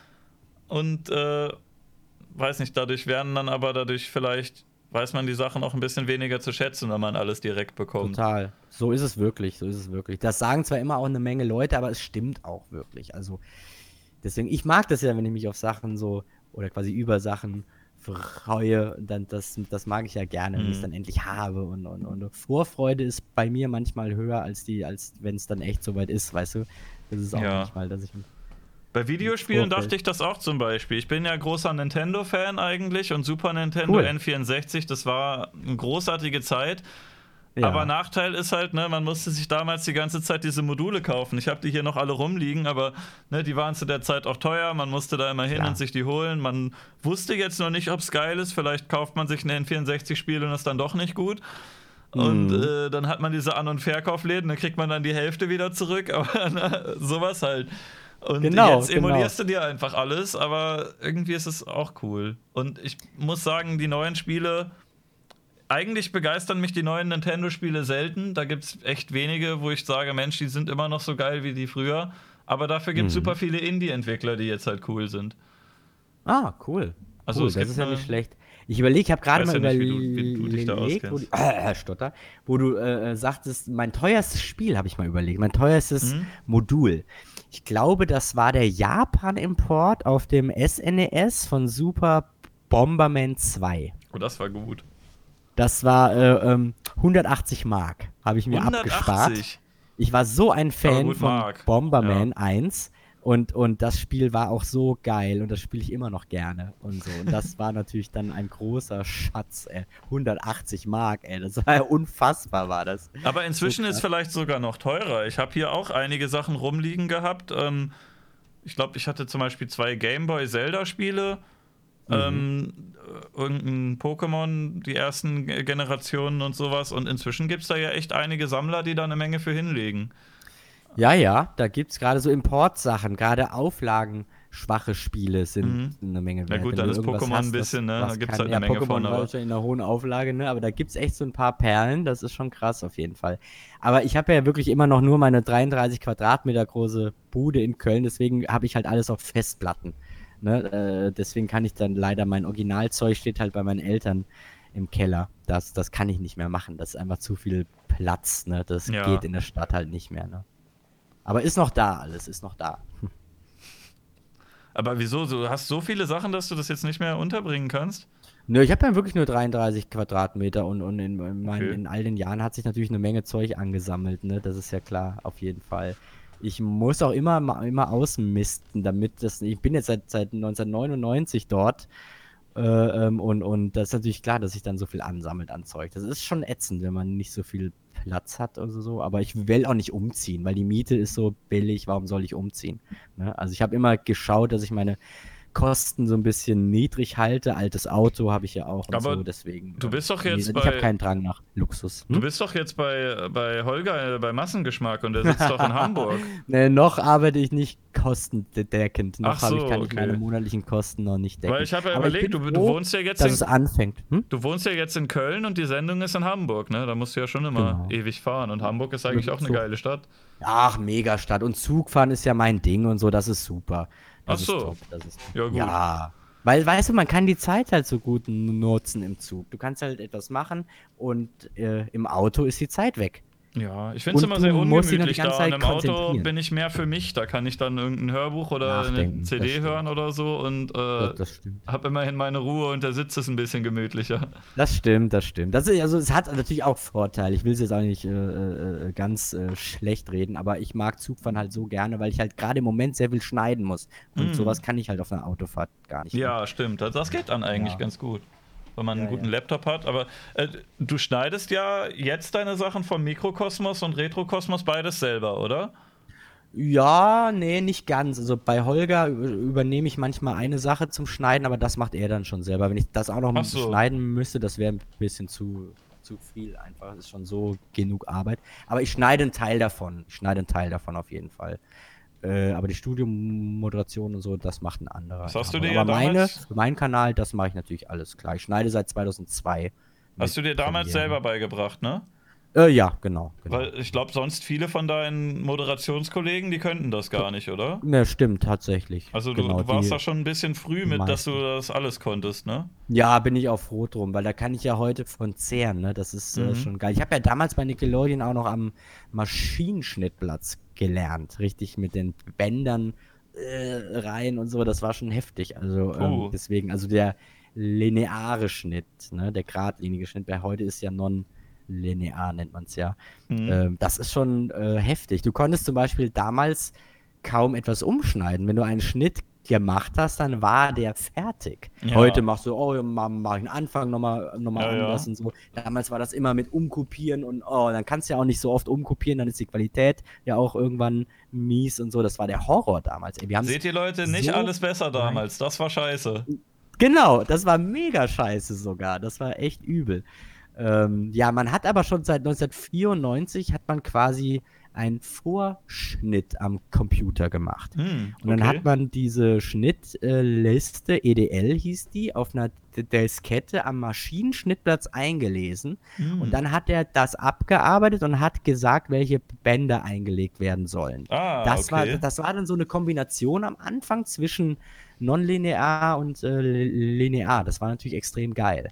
Und äh, weiß nicht, dadurch werden dann aber dadurch vielleicht, weiß man die Sachen auch ein bisschen weniger zu schätzen, wenn man alles direkt bekommt. Total. So ist es wirklich, so ist es wirklich. Das sagen zwar immer auch eine Menge Leute, aber es stimmt auch wirklich. Also deswegen, ich mag das ja, wenn ich mich auf Sachen so oder quasi über Sachen freue, dann das, das mag ich ja gerne, wenn ich es Mhm. dann endlich habe und, und, und Vorfreude ist bei mir manchmal höher als die, als wenn es dann echt soweit ist, weißt du? Das ist auch Ja. manchmal, dass ich Bei Videospielen Vorfeld. dachte ich das auch zum Beispiel. Ich bin ja großer Nintendo-Fan eigentlich und Super Nintendo Cool. N vierundsechzig, das war eine großartige Zeit. Ja. Aber Nachteil ist halt, ne, man musste sich damals die ganze Zeit diese Module kaufen. Ich habe die hier noch alle rumliegen, aber ne, die waren zu der Zeit auch teuer. Man musste da immer hin Klar. und sich die holen. Man wusste jetzt noch nicht, ob es geil ist. Vielleicht kauft man sich ein N vierundsechzig-Spiel und ist dann doch nicht gut. Und Mhm. äh, dann hat man diese An- und Verkaufläden, dann kriegt man dann die Hälfte wieder zurück. Aber na, sowas halt. Und Genau, jetzt genau. emulierst du dir einfach alles, aber irgendwie ist es auch cool. Und ich muss sagen, die neuen Spiele, eigentlich begeistern mich die neuen Nintendo-Spiele selten. Da gibt es echt wenige, wo ich sage, Mensch, die sind immer noch so geil wie die früher. Aber dafür gibt es Mhm. super viele Indie-Entwickler, die jetzt halt cool sind. Ah, cool. Also cool, es das gibt ist ja eine- nicht schlecht. Ich überlege, ich habe gerade Weiß mal ja nicht, wie du- wie du dich da überlegt, wo, auskennst. die, äh, Stotter, wo du äh, äh, sagtest, mein teuerstes Spiel, habe ich mal überlegt, mein teuerstes Mhm. Modul. Ich glaube, das war der Japan-Import auf dem S N E S von Super Bomberman zwei. Oh, das war gut. Das war äh, ähm, hundertachtzig Mark, habe ich mir abgespart. hundertachtzig. Ich war so ein Aber Fan gut, von Mark. Bomberman eins und, und das Spiel war auch so geil und das spiele ich immer noch gerne und so. Und das war natürlich dann ein großer Schatz, ey. hundertachtzig Mark, ey. Das war ja unfassbar, war das. Aber inzwischen So ist krass. vielleicht sogar noch teurer. Ich habe hier auch einige Sachen rumliegen gehabt. Ähm, ich glaube, ich hatte zum Beispiel zwei Gameboy-Zelda-Spiele. Mhm. Ähm, äh, irgendein Pokémon, die ersten Ge- Generationen und sowas. Und inzwischen gibt es da ja echt einige Sammler, die da eine Menge für hinlegen. Ja, ja, da gibt es gerade so Importsachen, gerade auflagenschwache Spiele sind eine Menge Na wert. gut, Wenn dann du ist irgendwas Pokémon ein bisschen, ne? was Da gibt's kann- halt eine ja, Menge Pokémon von, war aber- wahrscheinlich in einer hohen Auflage, ne? Aber da gibt es echt so ein paar Perlen, das ist schon krass auf jeden Fall. Aber ich habe ja wirklich immer noch nur meine dreiunddreißig Quadratmeter große Bude in Köln, deswegen habe ich halt alles auf Festplatten. Ne? Äh, deswegen kann ich dann leider, mein Originalzeug steht halt bei meinen Eltern im Keller. Das, das kann ich nicht mehr machen. Das ist einfach zu viel Platz. Ne? Das Ja. geht in der Stadt halt nicht mehr. Ne? Aber ist noch da alles, ist noch da. Aber wieso? Du hast so viele Sachen, dass du das jetzt nicht mehr unterbringen kannst? Nö, ich habe ja wirklich nur dreiunddreißig Quadratmeter und, und in, in, meinen, Okay. in all den Jahren hat sich natürlich eine Menge Zeug angesammelt, ne? Das ist ja klar, auf jeden Fall. Ich muss auch immer, ma- immer ausmisten, damit das. Ich bin jetzt seit, seit neunzehnhundertneunundneunzig dort. Äh, ähm, und, und das ist natürlich klar, dass sich dann so viel ansammelt an Zeug. Das ist schon ätzend, wenn man nicht so viel Platz hat oder so. Aber ich will auch nicht umziehen, weil die Miete ist so billig. Warum soll ich umziehen? Ne? Also ich habe immer geschaut, dass ich meine Kosten so ein bisschen niedrig halte. Altes Auto habe ich ja auch und Aber so, deswegen. du bist doch äh, jetzt Ich bei- habe keinen Drang nach Luxus. Du Hm? bist doch jetzt bei, bei Holger, äh, bei Massengeschmack und der sitzt doch in Hamburg. Ne, noch arbeite ich nicht kostendeckend. Noch Ach habe ich, so, kann ich okay. meine monatlichen Kosten noch nicht decken. Weil ich habe ja Aber überlegt, bin du, du froh, wohnst ja jetzt dass in, es anfängt. Hm? du wohnst ja jetzt in Köln und die Sendung ist in Hamburg, ne? Da musst du ja schon immer Genau. ewig fahren. Und Hamburg ist eigentlich Mit auch eine Zug. geile Stadt. Ach, Megastadt. Und Zugfahren ist ja mein Ding und so, das ist super. Das Ach so. Ist top. Das ist top. Ja, gut. Ja. Weil, weißt du, man kann die Zeit halt so gut n- nutzen im Zug. Du kannst halt etwas machen und äh, im Auto ist die Zeit weg. Ja, ich finde es Und immer du sehr musst dich noch ungemütlich die da. ganze Und Zeit im Auto konzentrieren. bin ich mehr für mich. Da kann ich dann irgendein Hörbuch oder eine Nachdenken, C das D stimmt. hören oder so und äh, Das, das stimmt. hab immerhin meine Ruhe und der Sitz ist ein bisschen gemütlicher. Das stimmt, das stimmt. Das ist, also es hat natürlich auch Vorteile. Ich will es jetzt auch nicht äh, äh, ganz äh, schlecht reden, aber ich mag Zugfahren halt so gerne, weil ich halt gerade im Moment sehr viel schneiden muss. Und Mm. sowas kann ich halt auf einer Autofahrt gar nicht. Ja, stimmt. Das, das geht dann eigentlich Ja. ganz gut, wenn man einen Ja, guten ja. Laptop hat. Aber äh, du schneidest ja jetzt deine Sachen vom Mikrokosmos und Retrokosmos beides selber, oder? Ja, nee, nicht ganz. Also bei Holger ü- übernehme ich manchmal eine Sache zum Schneiden, aber das macht er dann schon selber. Wenn ich das auch noch Ach so. schneiden müsste, das wäre ein bisschen zu, zu viel einfach. Das ist schon so genug Arbeit. Aber ich schneide einen Teil davon. Ich schneide einen Teil davon auf jeden Fall. Äh, aber die Studiomoderation und so, das macht ein anderer. Das hast du aber dir ja aber meine, damals- für meinen Kanal, das mache ich natürlich alles klar. Ich schneide seit zweitausendzwei. Hast du mit dir damals Premiere. selber beigebracht, ne? Äh, ja, genau. genau. Weil ich glaube, sonst viele von deinen Moderationskollegen, die könnten das gar nicht, oder? Ja, stimmt, tatsächlich. Also du, Genau, du warst die- da schon ein bisschen früh mit, dass du meisten. das alles konntest, ne? Ja, bin ich auch froh drum, weil da kann ich ja heute von zehren, ne? Das ist äh, Mhm. schon geil. Ich habe ja damals bei Nickelodeon auch noch am Maschinenschnittplatz gelernt, richtig mit den Bändern äh, rein und so. Das war schon heftig. Also Puh. ähm, deswegen, also der lineare Schnitt, ne? Der geradlinige Schnitt, bei heute ist ja non-linear, nennt man es ja. Mhm. Ähm, das ist schon äh, heftig. Du konntest zum Beispiel damals kaum etwas umschneiden. Wenn du einen Schnitt gemacht hast, dann war der fertig. Ja. Heute machst du, oh, mach, mach ich einen Anfang nochmal noch mal Ja, anders ja. und so. Damals war das immer mit umkopieren und oh, dann kannst du ja auch nicht so oft umkopieren, dann ist die Qualität ja auch irgendwann mies und so. Das war der Horror damals. Ey, wir haben's Seht ihr Leute, nicht so alles besser damals. Das war scheiße. Genau, das war mega scheiße sogar. Das war echt übel. Ähm, ja, man hat aber schon seit neunzehnhundertvierundneunzig hat man quasi einen Vorschnitt am Computer gemacht. Hm, Und dann okay. hat man diese Schnittliste, E D L hieß die, auf einer D- Diskette am Maschinenschnittplatz eingelesen. Hm. Und dann hat er das abgearbeitet und hat gesagt, welche Bänder eingelegt werden sollen. Ah, Das, okay. war, das war dann so eine Kombination am Anfang zwischen nonlinear und äh, linear. Das war natürlich extrem geil.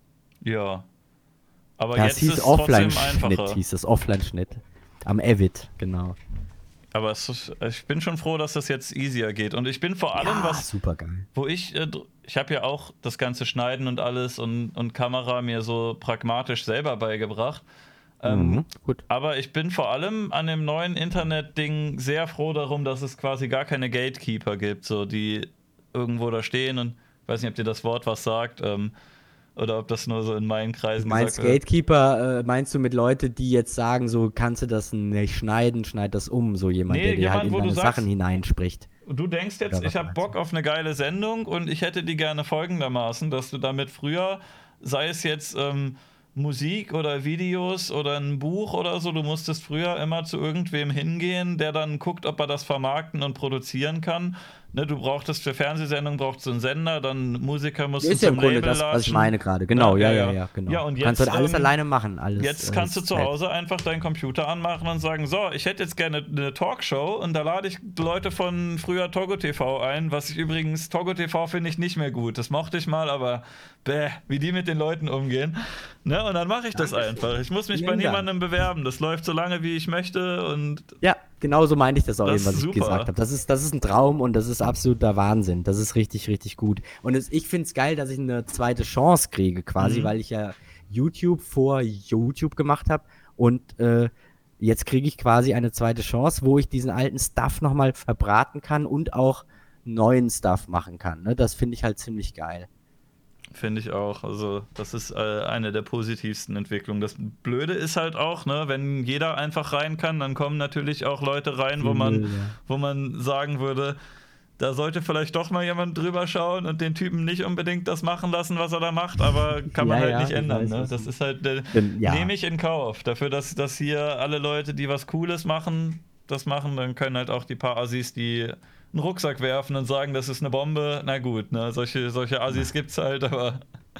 Ja. Aber Das jetzt hieß ist es trotzdem Offline-Schnitt, einfacher. hieß es, Offline-Schnitt. Am Avid, genau. Aber es ist, ich bin schon froh, dass das jetzt easier geht. Und ich bin vor allem, Ja, was, super geil. wo ich, äh, dr- ich habe ja auch das ganze Schneiden und alles und, und Kamera mir so pragmatisch selber beigebracht. Ähm, Mhm, gut. Aber ich bin vor allem an dem neuen Internet-Ding sehr froh darum, dass es quasi gar keine Gatekeeper gibt, so die irgendwo da stehen und ich weiß nicht, ob dir das Wort was sagt, ähm, oder ob das nur so in meinen Du Kreisen meinst gesagt wird. Gatekeeper, äh, meinst du mit Leute, die jetzt sagen, so kannst du das nicht schneiden, schneid das um, so jemand, Nee, der dir halt jemand, in wo du deine sagst- Sachen hineinspricht. Du denkst jetzt, Oder was ich habe meinst Bock du? auf eine geile Sendung und ich hätte die gerne folgendermaßen, dass du damit früher, sei es jetzt ähm, Musik oder Videos oder ein Buch oder so, du musstest früher immer zu irgendwem hingehen, der dann guckt, ob er das vermarkten und produzieren kann. Ne, du brauchtest für Fernsehsendungen brauchst du einen Sender, dann Musiker mussten Ist ja zum im Grunde Label das, was ich latschen. meine gerade. Genau, Ja, ja, ja, ja, ja. ja, genau. Ja, und du kannst jetzt, halt alles ähm, alleine machen. Alles, Jetzt äh, kannst du zu selbst. Hause einfach deinen Computer anmachen und sagen, so, ich hätte jetzt gerne eine Talkshow und da lade ich Leute von früher Togo T V ein, was ich übrigens, Togo T V finde ich nicht mehr gut. Das mochte ich mal, aber bäh, wie die mit den Leuten umgehen. Ne? Und dann mache ich das einfach. Ich muss mich Vielen bei Dank. niemandem bewerben. Das läuft so lange, wie ich möchte und Ja, genau so meinte ich das auch Das eben, was ist ich super. gesagt habe. Das ist, das ist ein Traum und das ist absoluter Wahnsinn. Das ist richtig, richtig gut. Und es, ich finde es geil, dass ich eine zweite Chance kriege, quasi, Mhm. weil ich ja YouTube vor YouTube gemacht habe. Und äh, jetzt kriege ich quasi eine zweite Chance, wo ich diesen alten Stuff nochmal verbraten kann und auch neuen Stuff machen kann. Ne? Das finde ich halt ziemlich geil. finde ich auch. Also, das ist äh, eine der positivsten Entwicklungen. Das Blöde ist halt auch, ne, wenn jeder einfach rein kann, dann kommen natürlich auch Leute rein, wo Viel man, Müll, ja. wo man sagen würde, da sollte vielleicht doch mal jemand drüber schauen und den Typen nicht unbedingt das machen lassen, was er da macht, aber kann man Ja, halt ja, nicht ich ändern. weiß, Ne? was Das du- ist halt, der, Ähm, ja. nehme ich in Kauf. Dafür, dass, dass hier alle Leute, die was Cooles machen, das machen, dann können halt auch die paar Assis, die einen Rucksack werfen und sagen, das ist eine Bombe. Na gut, ne? solche, solche Assis gibt's halt, aber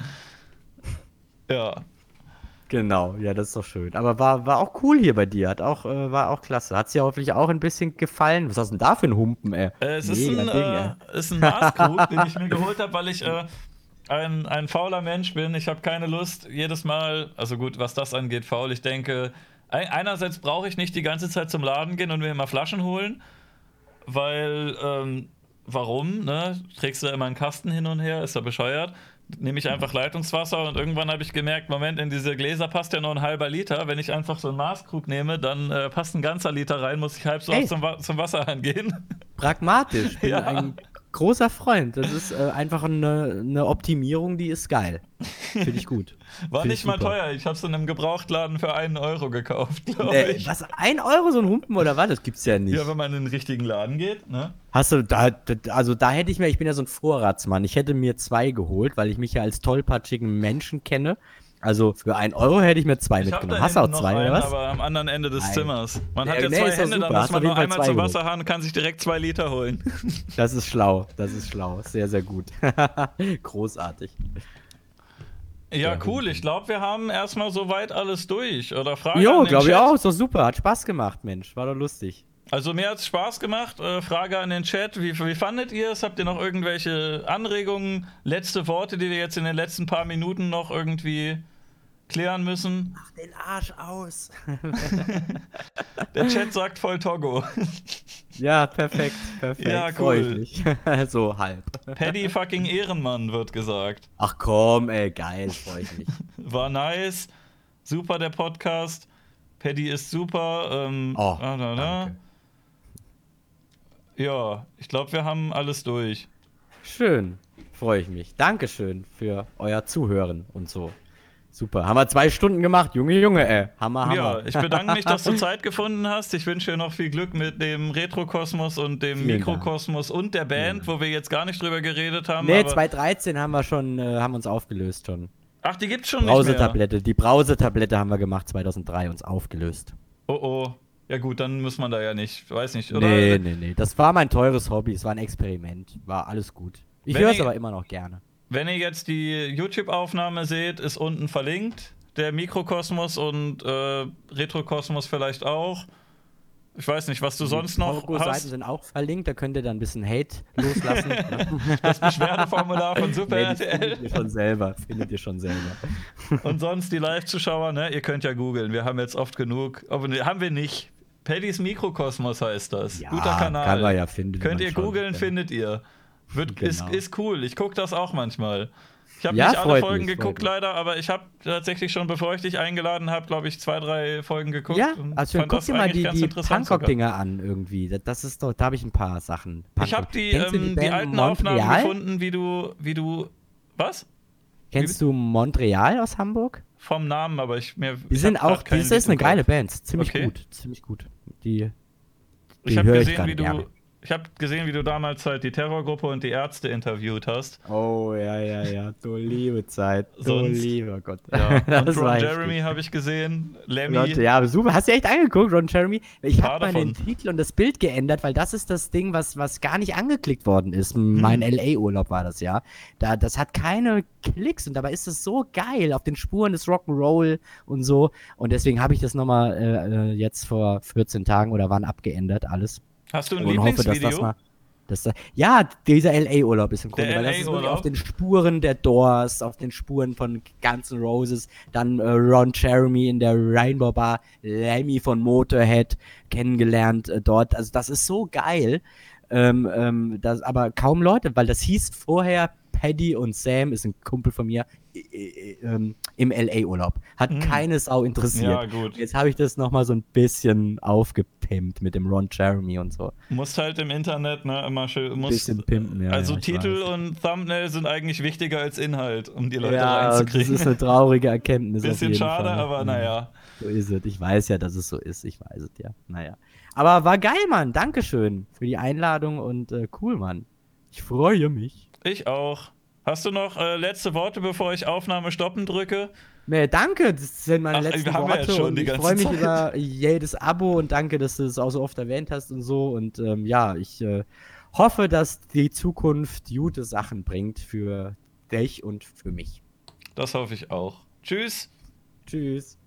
ja. Genau, ja, das ist doch schön. Aber war, war auch cool hier bei dir, hat auch, äh, war auch klasse. Hat dir hoffentlich auch ein bisschen gefallen. Was hast du denn da für ein Humpen, ey? Äh, es Mega ist ein, Ding, äh, ist ein Maßkrug, den ich mir geholt habe, weil ich äh, ein, ein fauler Mensch bin. Ich habe keine Lust, jedes Mal, also gut, was das angeht, faul. Ich denke, ein, einerseits brauche ich nicht die ganze Zeit zum Laden gehen und mir immer Flaschen holen, weil, ähm, warum, ne? Trägst du immer einen Kasten hin und her, ist ja bescheuert. Nehme ich einfach Leitungswasser und irgendwann habe ich gemerkt, Moment, in diese Gläser passt ja nur ein halber Liter. Wenn ich einfach so einen Maßkrug nehme, dann äh, passt ein ganzer Liter rein, muss ich halb so Ey. oft zum, Wa- zum Wasserhahn gehen. Pragmatisch. Bin Ja. ein großer Freund. Das ist äh, einfach eine, eine Optimierung, die ist geil. Finde ich gut. War Find nicht ich mal super. teuer. Ich habe es in einem Gebrauchtladen für einen Euro gekauft, glaube Äh, ich. was, ein Euro so ein Humpen oder was? Das gibt's ja nicht. Ja, wenn man in den richtigen Laden geht, ne? Hast du, da, da- also da hätte ich mir, ich bin ja so ein Vorratsmann, ich hätte mir zwei geholt, weil ich mich ja als tollpatschigen Menschen kenne. Also für einen Euro hätte ich mir zwei Ich habe mitgenommen. da Hast du auch hinten noch zwei, einen, oder was? aber am anderen Ende des Nein. Zimmers. Man hat Ja, ja nee, zwei ist doch Hände, dann super. muss Hast man auf nur jeden Fall einmal zwei zum geholt. Wasserhahn und kann sich direkt zwei Liter holen. Das ist schlau, das ist schlau. Sehr, sehr gut. Großartig. Ja, Der cool. Hund. Ich glaube, wir haben erstmal soweit alles durch. Oder Fragen Jo, an den glaube ich Chat? auch. Ist doch super. Hat Spaß gemacht, Mensch. War doch lustig. Also mir hat es Spaß gemacht. Äh, Frage an den Chat. Wie, wie fandet ihr es? Habt ihr noch irgendwelche Anregungen, letzte Worte, die wir jetzt in den letzten paar Minuten noch irgendwie klären müssen? Mach den Arsch aus. Der Chat sagt voll Togo. Ja, perfekt. Perfekt. Ja, Freu cool. ich mich. So halb. Paddy fucking Ehrenmann wird gesagt. Ach komm, ey, geil. Freu ich mich. War nice. Super der Podcast. Paddy ist super. Ähm, Oh, da, da, da. danke. Ja, ich glaube, wir haben alles durch. Schön, freue ich mich. Dankeschön für euer Zuhören und so. Super, haben wir zwei Stunden gemacht, Junge, Junge, ey. Hammer, Hammer. Ja, ich bedanke mich, dass du Zeit gefunden hast. Ich wünsche dir noch viel Glück mit dem Retrokosmos und dem Vielen Mikrokosmos und der Band, Ja. wo wir jetzt gar nicht drüber geredet haben. Nee, aber zwanzig dreizehn haben wir schon, äh, haben uns aufgelöst schon. Ach, die gibt's schon nicht mehr. Brausetablette, die Brausetablette haben wir gemacht, zweitausenddrei, uns aufgelöst. Oh oh. Ja gut, dann muss man da ja nicht, weiß nicht, oder? Nee, nee, nee, das war mein teures Hobby, es war ein Experiment, war alles gut. Ich Wenn höre es ich- aber immer noch gerne. Wenn ihr jetzt die YouTube-Aufnahme seht, ist unten verlinkt. Der Mikrokosmos und äh, Retrokosmos vielleicht auch. Ich weiß nicht, was du sonst noch Seiten hast. sind auch verlinkt, da könnt ihr dann ein bisschen Hate loslassen. Das Beschwerdeformular von Super Nee, das R T findet L. ihr schon selber, findet ihr schon selber. Und sonst die Live-Zuschauer, ne? Ihr könnt ja googeln. Wir haben jetzt oft genug. Aber ne, haben wir nicht. Paddys Mikrokosmos heißt das. Ja, Guter Kanal. kann man ja finden. Könnt man ihr schon, googeln, ja. findet ihr. Wird, ist, Genau. ist cool. Ich gucke das auch manchmal. Ich habe Ja, nicht alle freut Folgen mich, geguckt, freut mich. leider, aber ich habe tatsächlich schon, bevor ich dich eingeladen habe, glaube ich, zwei, drei Folgen geguckt. Ja, und also fand guck das dir mal eigentlich die, ganz die interessant sogar. Punkrock-Dinger an irgendwie. Das, das ist doch, da habe ich ein paar Sachen. Ich habe Punkrock. die, Kennst du ähm, die Band alten Aufnahmen Montreal? gefunden, wie du, wie du, was? Kennst du Montreal aus Hamburg? Vom Namen, aber ich mir. Die ich sind hab grad auch, kein das Lied ist eine im Kopf. geile Band, ziemlich Okay. gut, ziemlich gut. Die, Ich die habe höre ich gesehen, gerade wie du, gerne. ich habe gesehen, wie du damals halt die Terrorgruppe und die Ärzte interviewt hast. Oh, ja, ja, ja, du liebe Zeit, du Sonst- lieber Gott. Ja. Und Das Ron war Jeremy heftig. habe ich gesehen, Lemmy. Gott, ja, super. Hast du echt angeguckt, Ron Jeremy? Ich Paar habe mal den davon. Titel und das Bild geändert, weil das ist das Ding, was, was gar nicht angeklickt worden ist. Hm. Mein L A-Urlaub war das, ja. Da, das hat keine Klicks und dabei ist es so geil auf den Spuren des Rock'n'Roll und so. Und deswegen habe ich das nochmal äh, äh, jetzt vor vierzehn Tagen oder wann abgeändert, alles. Hast du ein Und hoffe, dass das Lieblingsvideo? mal. Dass da, ja, dieser L A-Urlaub ist im Grunde, Der weil das ist wirklich L A-Urlaub? auf den Spuren der Doors, auf den Spuren von Guns N' Roses, dann äh, Ron Jeremy in der Rainbow Bar, Lemmy von Motorhead kennengelernt äh, dort. Also das ist so geil. Ähm, ähm, das, aber kaum Leute, weil das hieß vorher, Paddy und Sam ist ein Kumpel von mir äh, äh, ähm, im L A-Urlaub. Hat Mhm. keine Sau interessiert. Ja, gut. Jetzt habe ich das nochmal so ein bisschen aufgepimpt mit dem Ron Jeremy und so. Musst halt im Internet, ne, immer schön. Musst, Bisschen pimpen, ja. also ja, ich Titel weiß. und Thumbnail sind eigentlich wichtiger als Inhalt, um die Leute Ja, das reinzukriegen. ist eine traurige Erkenntnis. auf Bisschen jeden schade, Fall. aber Mhm. naja. So ist es. Ich weiß ja, dass es so ist. Ich weiß es ja. Naja. Aber war geil, Mann. Dankeschön für die Einladung und äh, cool, Mann. Ich freue mich. Ich auch. Hast du noch äh, letzte Worte, bevor ich Aufnahme stoppen drücke? Nee, danke. Das sind meine Ach, letzten wir haben ja Worte. jetzt schon und die ich ganze freue mich Zeit. über jedes Abo und danke, dass du es auch so oft erwähnt hast und so. Und ähm, ja, ich äh, hoffe, dass die Zukunft gute Sachen bringt für dich und für mich. Das hoffe ich auch. Tschüss. Tschüss.